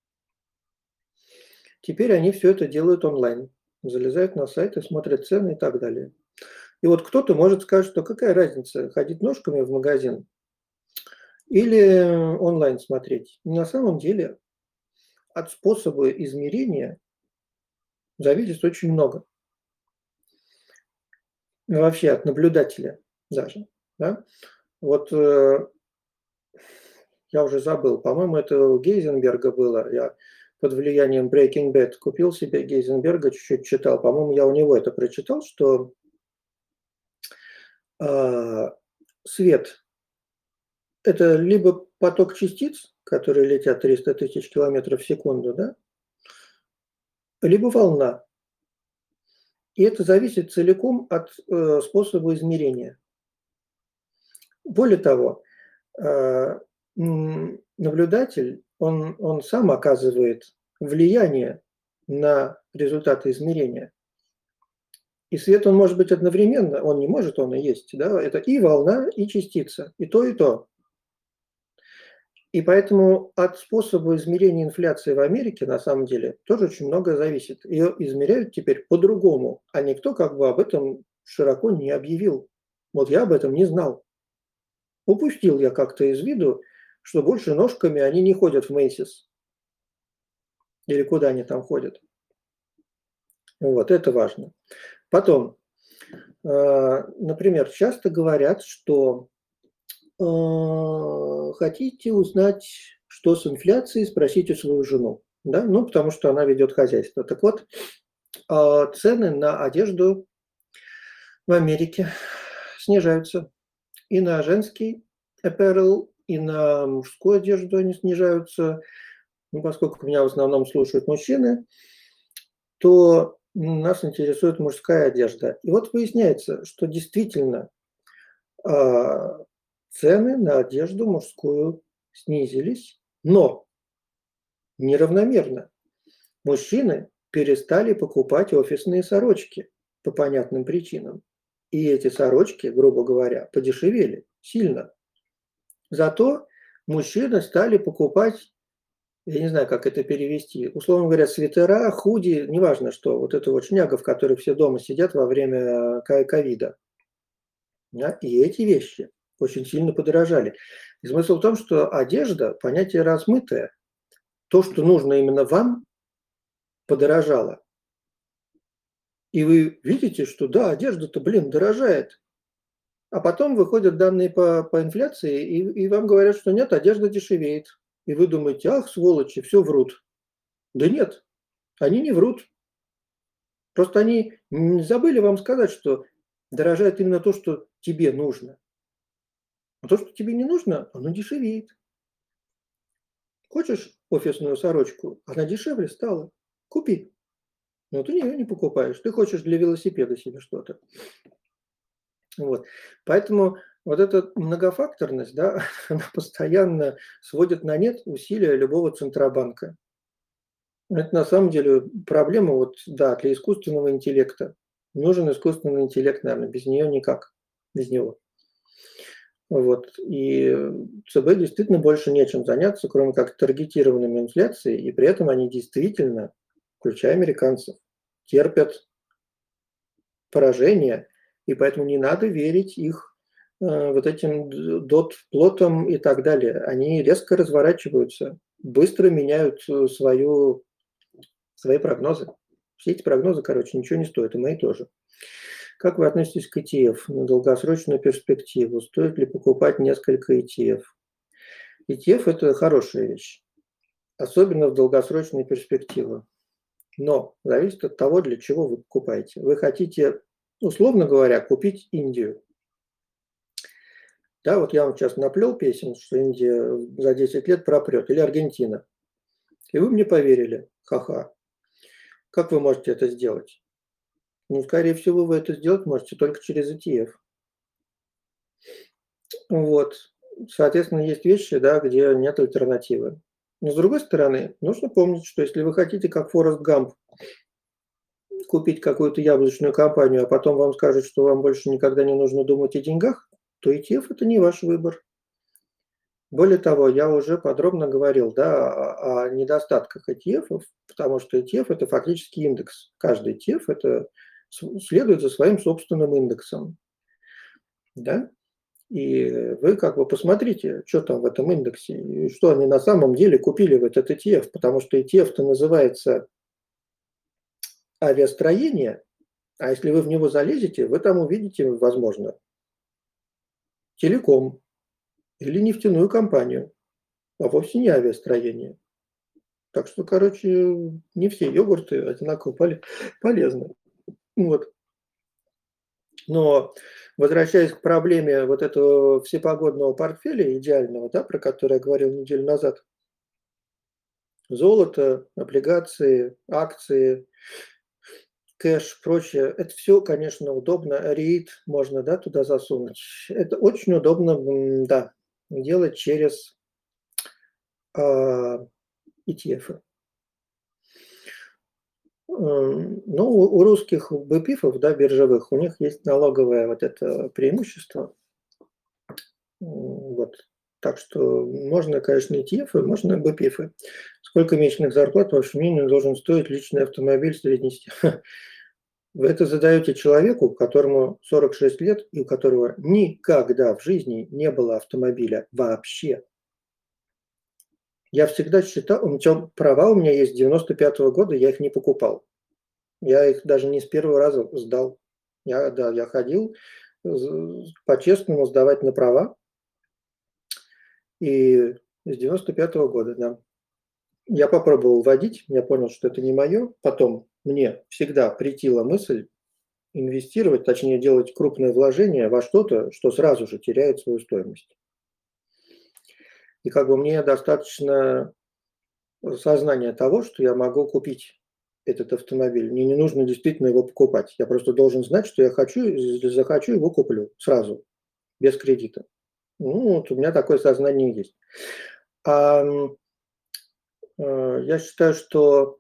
Теперь они все это делают онлайн. Залезают на сайты, смотрят цены и так далее. И вот кто-то может сказать, что какая разница, ходить ножками в магазин или онлайн смотреть. На самом деле от способа измерения зависит очень много. Вообще от наблюдателя даже. Да? Вот я уже забыл, по-моему, это у Гейзенберга было. Я под влиянием Breaking Bad купил себе Гейзенберга, чуть-чуть читал. По-моему, я у него это прочитал, что свет – это либо поток частиц, которые летят 300 тысяч километров в секунду, да, либо волна. И это зависит целиком от способа измерения. Более того, наблюдатель, он сам оказывает влияние на результаты измерения. И свет, он может быть одновременно, он не может, он и есть, да, это и волна, и частица, и то, и то. И поэтому от способа измерения инфляции в Америке на самом деле тоже очень многое зависит. Ее измеряют теперь по-другому, а никто как бы об этом широко не объявил. Вот я об этом не знал. Упустил я как-то из виду, что больше ножками они не ходят в Мейсис. Или куда они там ходят. Вот, это важно. Потом, например, часто говорят, что хотите узнать, что с инфляцией, спросите свою жену. Да? Ну, потому что она ведет хозяйство. Так вот, цены на одежду в Америке снижаются. И на женский apparel, и на мужскую одежду они снижаются. Ну, поскольку меня в основном слушают мужчины, то нас интересует мужская одежда. И вот выясняется, что действительно цены на одежду мужскую снизились, но неравномерно. Мужчины перестали покупать офисные сорочки по понятным причинам. И эти сорочки, грубо говоря, подешевели сильно. Зато мужчины стали покупать, я не знаю, как это перевести, условно говоря, свитера, худи, неважно что, вот это вот шняга, в которой все дома сидят во время ковида. Да? И эти вещи очень сильно подорожали. И смысл в том, что одежда – понятие размытое. То, что нужно именно вам, подорожало. И вы видите, что да, одежда-то, дорожает. А потом выходят данные по инфляции, и вам говорят, что нет, одежда дешевеет. И вы думаете, ах, сволочи, все врут. Да нет, они не врут. Просто они забыли вам сказать, что дорожает именно то, что тебе нужно. А то, что тебе не нужно, оно дешевеет. Хочешь офисную сорочку? Она дешевле стала. Купи. Но ты ее не покупаешь. Ты хочешь для велосипеда себе что-то. Вот. Поэтому вот эта многофакторность, да, она постоянно сводит на нет усилия любого центробанка. Это на самом деле проблема вот, да, для искусственного интеллекта. Нужен искусственный интеллект, наверное, без нее никак, без него. Вот. И ЦБ действительно больше нечем заняться, кроме как таргетированными инфляцией, и при этом они действительно, включая американцев, терпят поражение, и поэтому не надо верить их вот этим дот-плотам и так далее. Они резко разворачиваются, быстро меняют свои прогнозы. Все эти прогнозы, короче, ничего не стоят, и мои тоже. Как вы относитесь к ETF на долгосрочную перспективу? Стоит ли покупать несколько ETF? ETF – это хорошая вещь, особенно в долгосрочную перспективу. Но зависит от того, для чего вы покупаете. Вы хотите, условно говоря, купить Индию. Да, вот я вам сейчас наплел песен, что Индия за 10 лет пропрет, или Аргентина. И вы мне поверили. Ха-ха. Как вы можете это сделать? Ну, скорее всего, вы это сделать можете только через ETF. Вот. Соответственно, есть вещи, да, где нет альтернативы. Но с другой стороны, нужно помнить, что если вы хотите, как Форест Гамп, купить какую-то яблочную компанию, а потом вам скажут, что вам больше никогда не нужно думать о деньгах, то ETF – это не ваш выбор. Более того, я уже подробно говорил, да, о недостатках ETF, потому что ETF – это фактически индекс. Каждый ETF это следует за своим собственным индексом. Да? И вы как бы посмотрите, что там в этом индексе, и что они на самом деле купили в этот ETF, потому что ETF-то называется авиастроение, а если вы в него залезете, вы там увидите, возможно, телеком или нефтяную компанию, а вовсе не авиастроение. Так что, короче, не все йогурты одинаково полезны. Вот. Но возвращаясь к проблеме вот этого всепогодного портфеля идеального, да, про который я говорил неделю назад, золото, облигации, акции, кэш, прочее, это все, конечно, удобно. REIT можно, да, туда засунуть. Это очень удобно, да, делать через ETF. Ну, у русских БПИФов, да, биржевых, у них есть налоговое вот это преимущество. Вот. Так что можно, конечно, ETF, можно БПИФы. Сколько месячных зарплат, по вашему мнению, должен стоить личный автомобиль средней степени? Вы это задаете человеку, которому 46 лет и у которого никогда в жизни не было автомобиля вообще. Я всегда считал, права у меня есть с 95-го года, я их не покупал. Я их даже не с первого раза сдал. Я ходил по-честному сдавать на права. И с 95-го года, да. Я попробовал водить, я понял, что это не мое. Потом мне всегда претила мысль инвестировать, точнее делать крупное вложение во что-то, что сразу же теряет свою стоимость. И как бы мне достаточно сознания того, что я могу купить этот автомобиль. Мне не нужно действительно его покупать. Я просто должен знать, что я хочу, если захочу, его куплю сразу, без кредита. Ну, вот у меня такое сознание есть. А, я считаю, что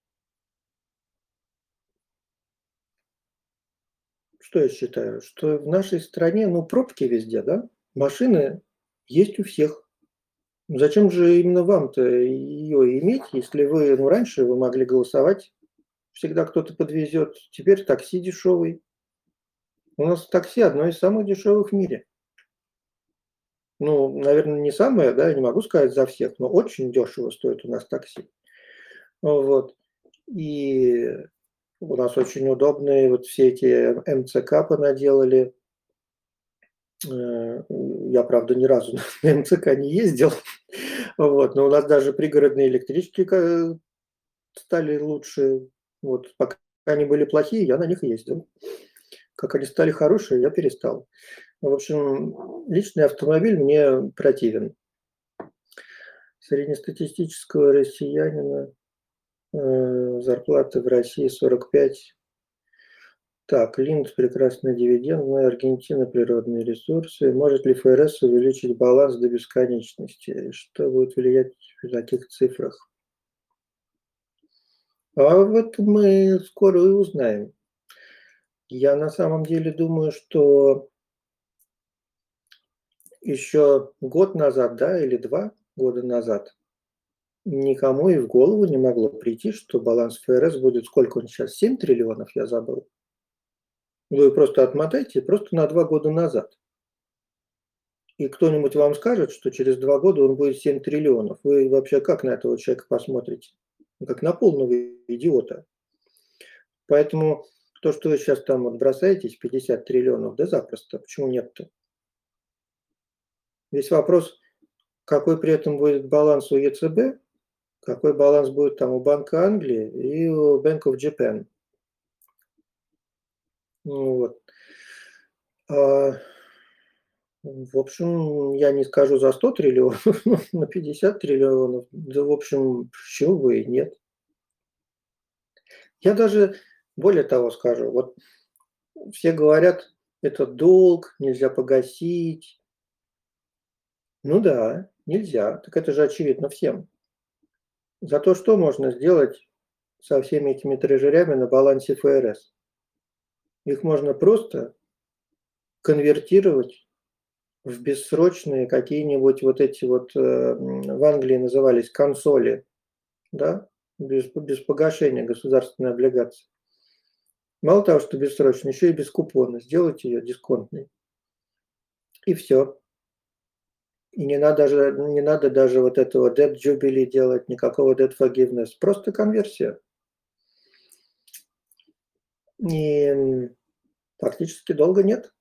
я считаю? Что в нашей стране, ну, пробки везде, да? Машины есть у всех. Зачем же именно вам-то ее иметь, если вы, ну, раньше вы могли голосовать, всегда кто-то подвезет, теперь такси дешевый. У нас такси одно из самых дешевых в мире. Ну, наверное, не самое, да, я не могу сказать за всех, но очень дешево стоит у нас такси. Вот. И у нас очень удобные вот все эти МЦК понаделали. Я, правда, ни разу на МЦК не ездил, вот, но у нас даже пригородные электрички стали лучше. Вот, пока они были плохие, я на них ездил. Как они стали хорошие, я перестал. В общем, личный автомобиль мне противен. Среднестатистического россиянина зарплата в России 45. Так, Линд прекрасная дивидендная, Аргентина природные ресурсы. Может ли ФРС увеличить баланс до бесконечности? Что будет влиять в таких цифрах? А вот мы скоро и узнаем. Я на самом деле думаю, что еще год назад, да, или 2 года назад никому и в голову не могло прийти, что баланс ФРС будет, сколько он сейчас, 7 триллионов, я забыл. Вы просто отмотайте, просто на 2 года назад. И кто-нибудь вам скажет, что через 2 года он будет 7 триллионов. Вы вообще как на этого человека посмотрите? Как на полного идиота. Поэтому то, что вы сейчас там вот бросаетесь, 50 триллионов, да запросто. Почему нет-то? Весь вопрос, какой при этом будет баланс у ЕЦБ, какой баланс будет там у Банка Англии и у Bank of Japan. Ну вот. В общем, я не скажу за 100 триллионов, но на 50 триллионов. Да, в общем, почему бы и нет. Я даже более того скажу. Вот все говорят, это долг, нельзя погасить. Ну да, нельзя. Так это же очевидно всем. Зато что можно сделать со всеми этими трежерями на балансе ФРС? Их можно просто конвертировать в бессрочные какие-нибудь вот эти вот, в Англии назывались консоли, да, без погашения государственной облигации. Мало того, что бессрочно, еще и без купона. Сделать ее дисконтной. И все. И не надо даже вот этого debt jubilee делать, никакого debt forgiveness. Просто конверсия. И фактически долго нет.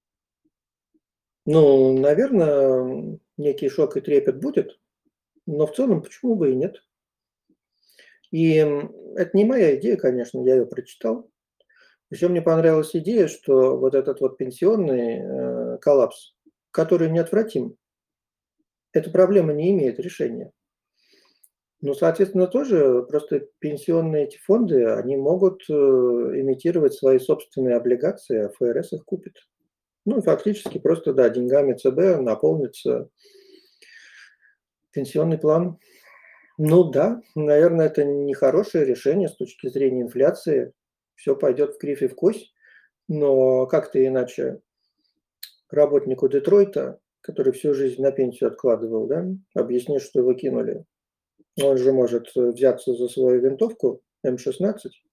Ну, наверное, некий шок и трепет будет, но в целом почему бы и нет. И это не моя идея, конечно, я ее прочитал. Еще мне понравилась идея, что вот этот вот пенсионный коллапс, который неотвратим, эта проблема не имеет решения. Ну, соответственно, тоже просто пенсионные эти фонды, они могут имитировать свои собственные облигации, а ФРС их купит. Ну, и фактически просто, да, деньгами ЦБ наполнится пенсионный план. Ну да, наверное, это нехорошее решение с точки зрения инфляции. Все пойдет в кривь и в кость, но как-то иначе работнику Детройта, который всю жизнь на пенсию откладывал, да, объяснишь, что его кинули. Он же может взяться за свою винтовку М16.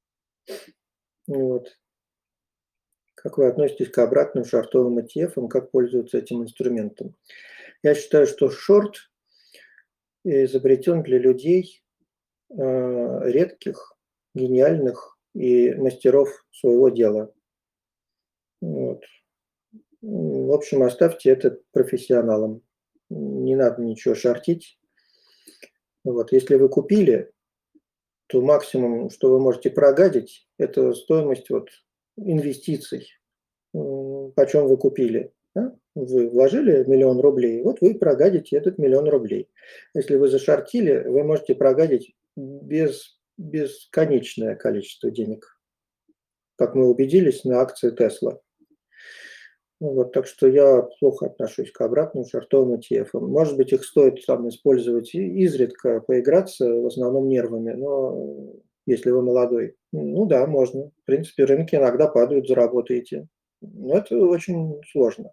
Вот. Как вы относитесь к обратным шортовым ETF, как пользуются этим инструментом? Я считаю, что шорт изобретен для людей редких, гениальных и мастеров своего дела. Вот. В общем, оставьте это профессионалам. Не надо ничего шортить. Вот. Если вы купили, то максимум, что вы можете прогадить, это стоимость вот инвестиций. Почем вы купили? Да? Вы вложили 1 000 000 рублей, вот вы прогадите этот 1 000 000 рублей. Если вы зашортили, вы можете прогадить бесконечное количество денег, как мы убедились на акции Тесла. Ну вот, так что я плохо отношусь к обратным шортовым ETF. Может быть, их стоит там использовать изредка, поиграться, в основном нервами, но если вы молодой, ну да, можно. В принципе, рынки иногда падают, заработаете. Но это очень сложно.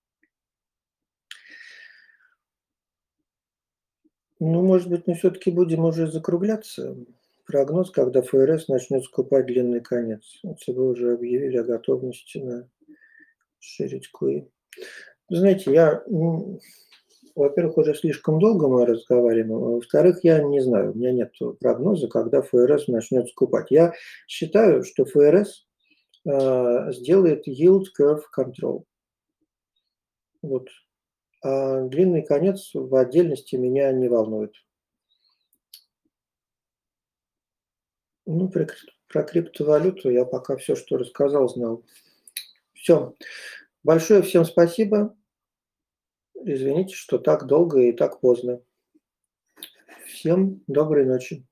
Ну, может быть, мы все-таки будем уже закругляться. Прогноз, когда ФРС начнет скупать длинный конец. Вот ЦБ уже объявили о готовности на ширить QE. Знаете, во-первых, уже слишком долго мы разговариваем, а во-вторых, я не знаю, у меня нет прогноза, когда ФРС начнет скупать. Я считаю, что ФРС сделает yield curve control. Вот. А длинный конец в отдельности меня не волнует. Ну, про криптовалюту я пока все, что рассказал, знал. Все. Большое всем спасибо. Извините, что так долго и так поздно. Всем доброй ночи.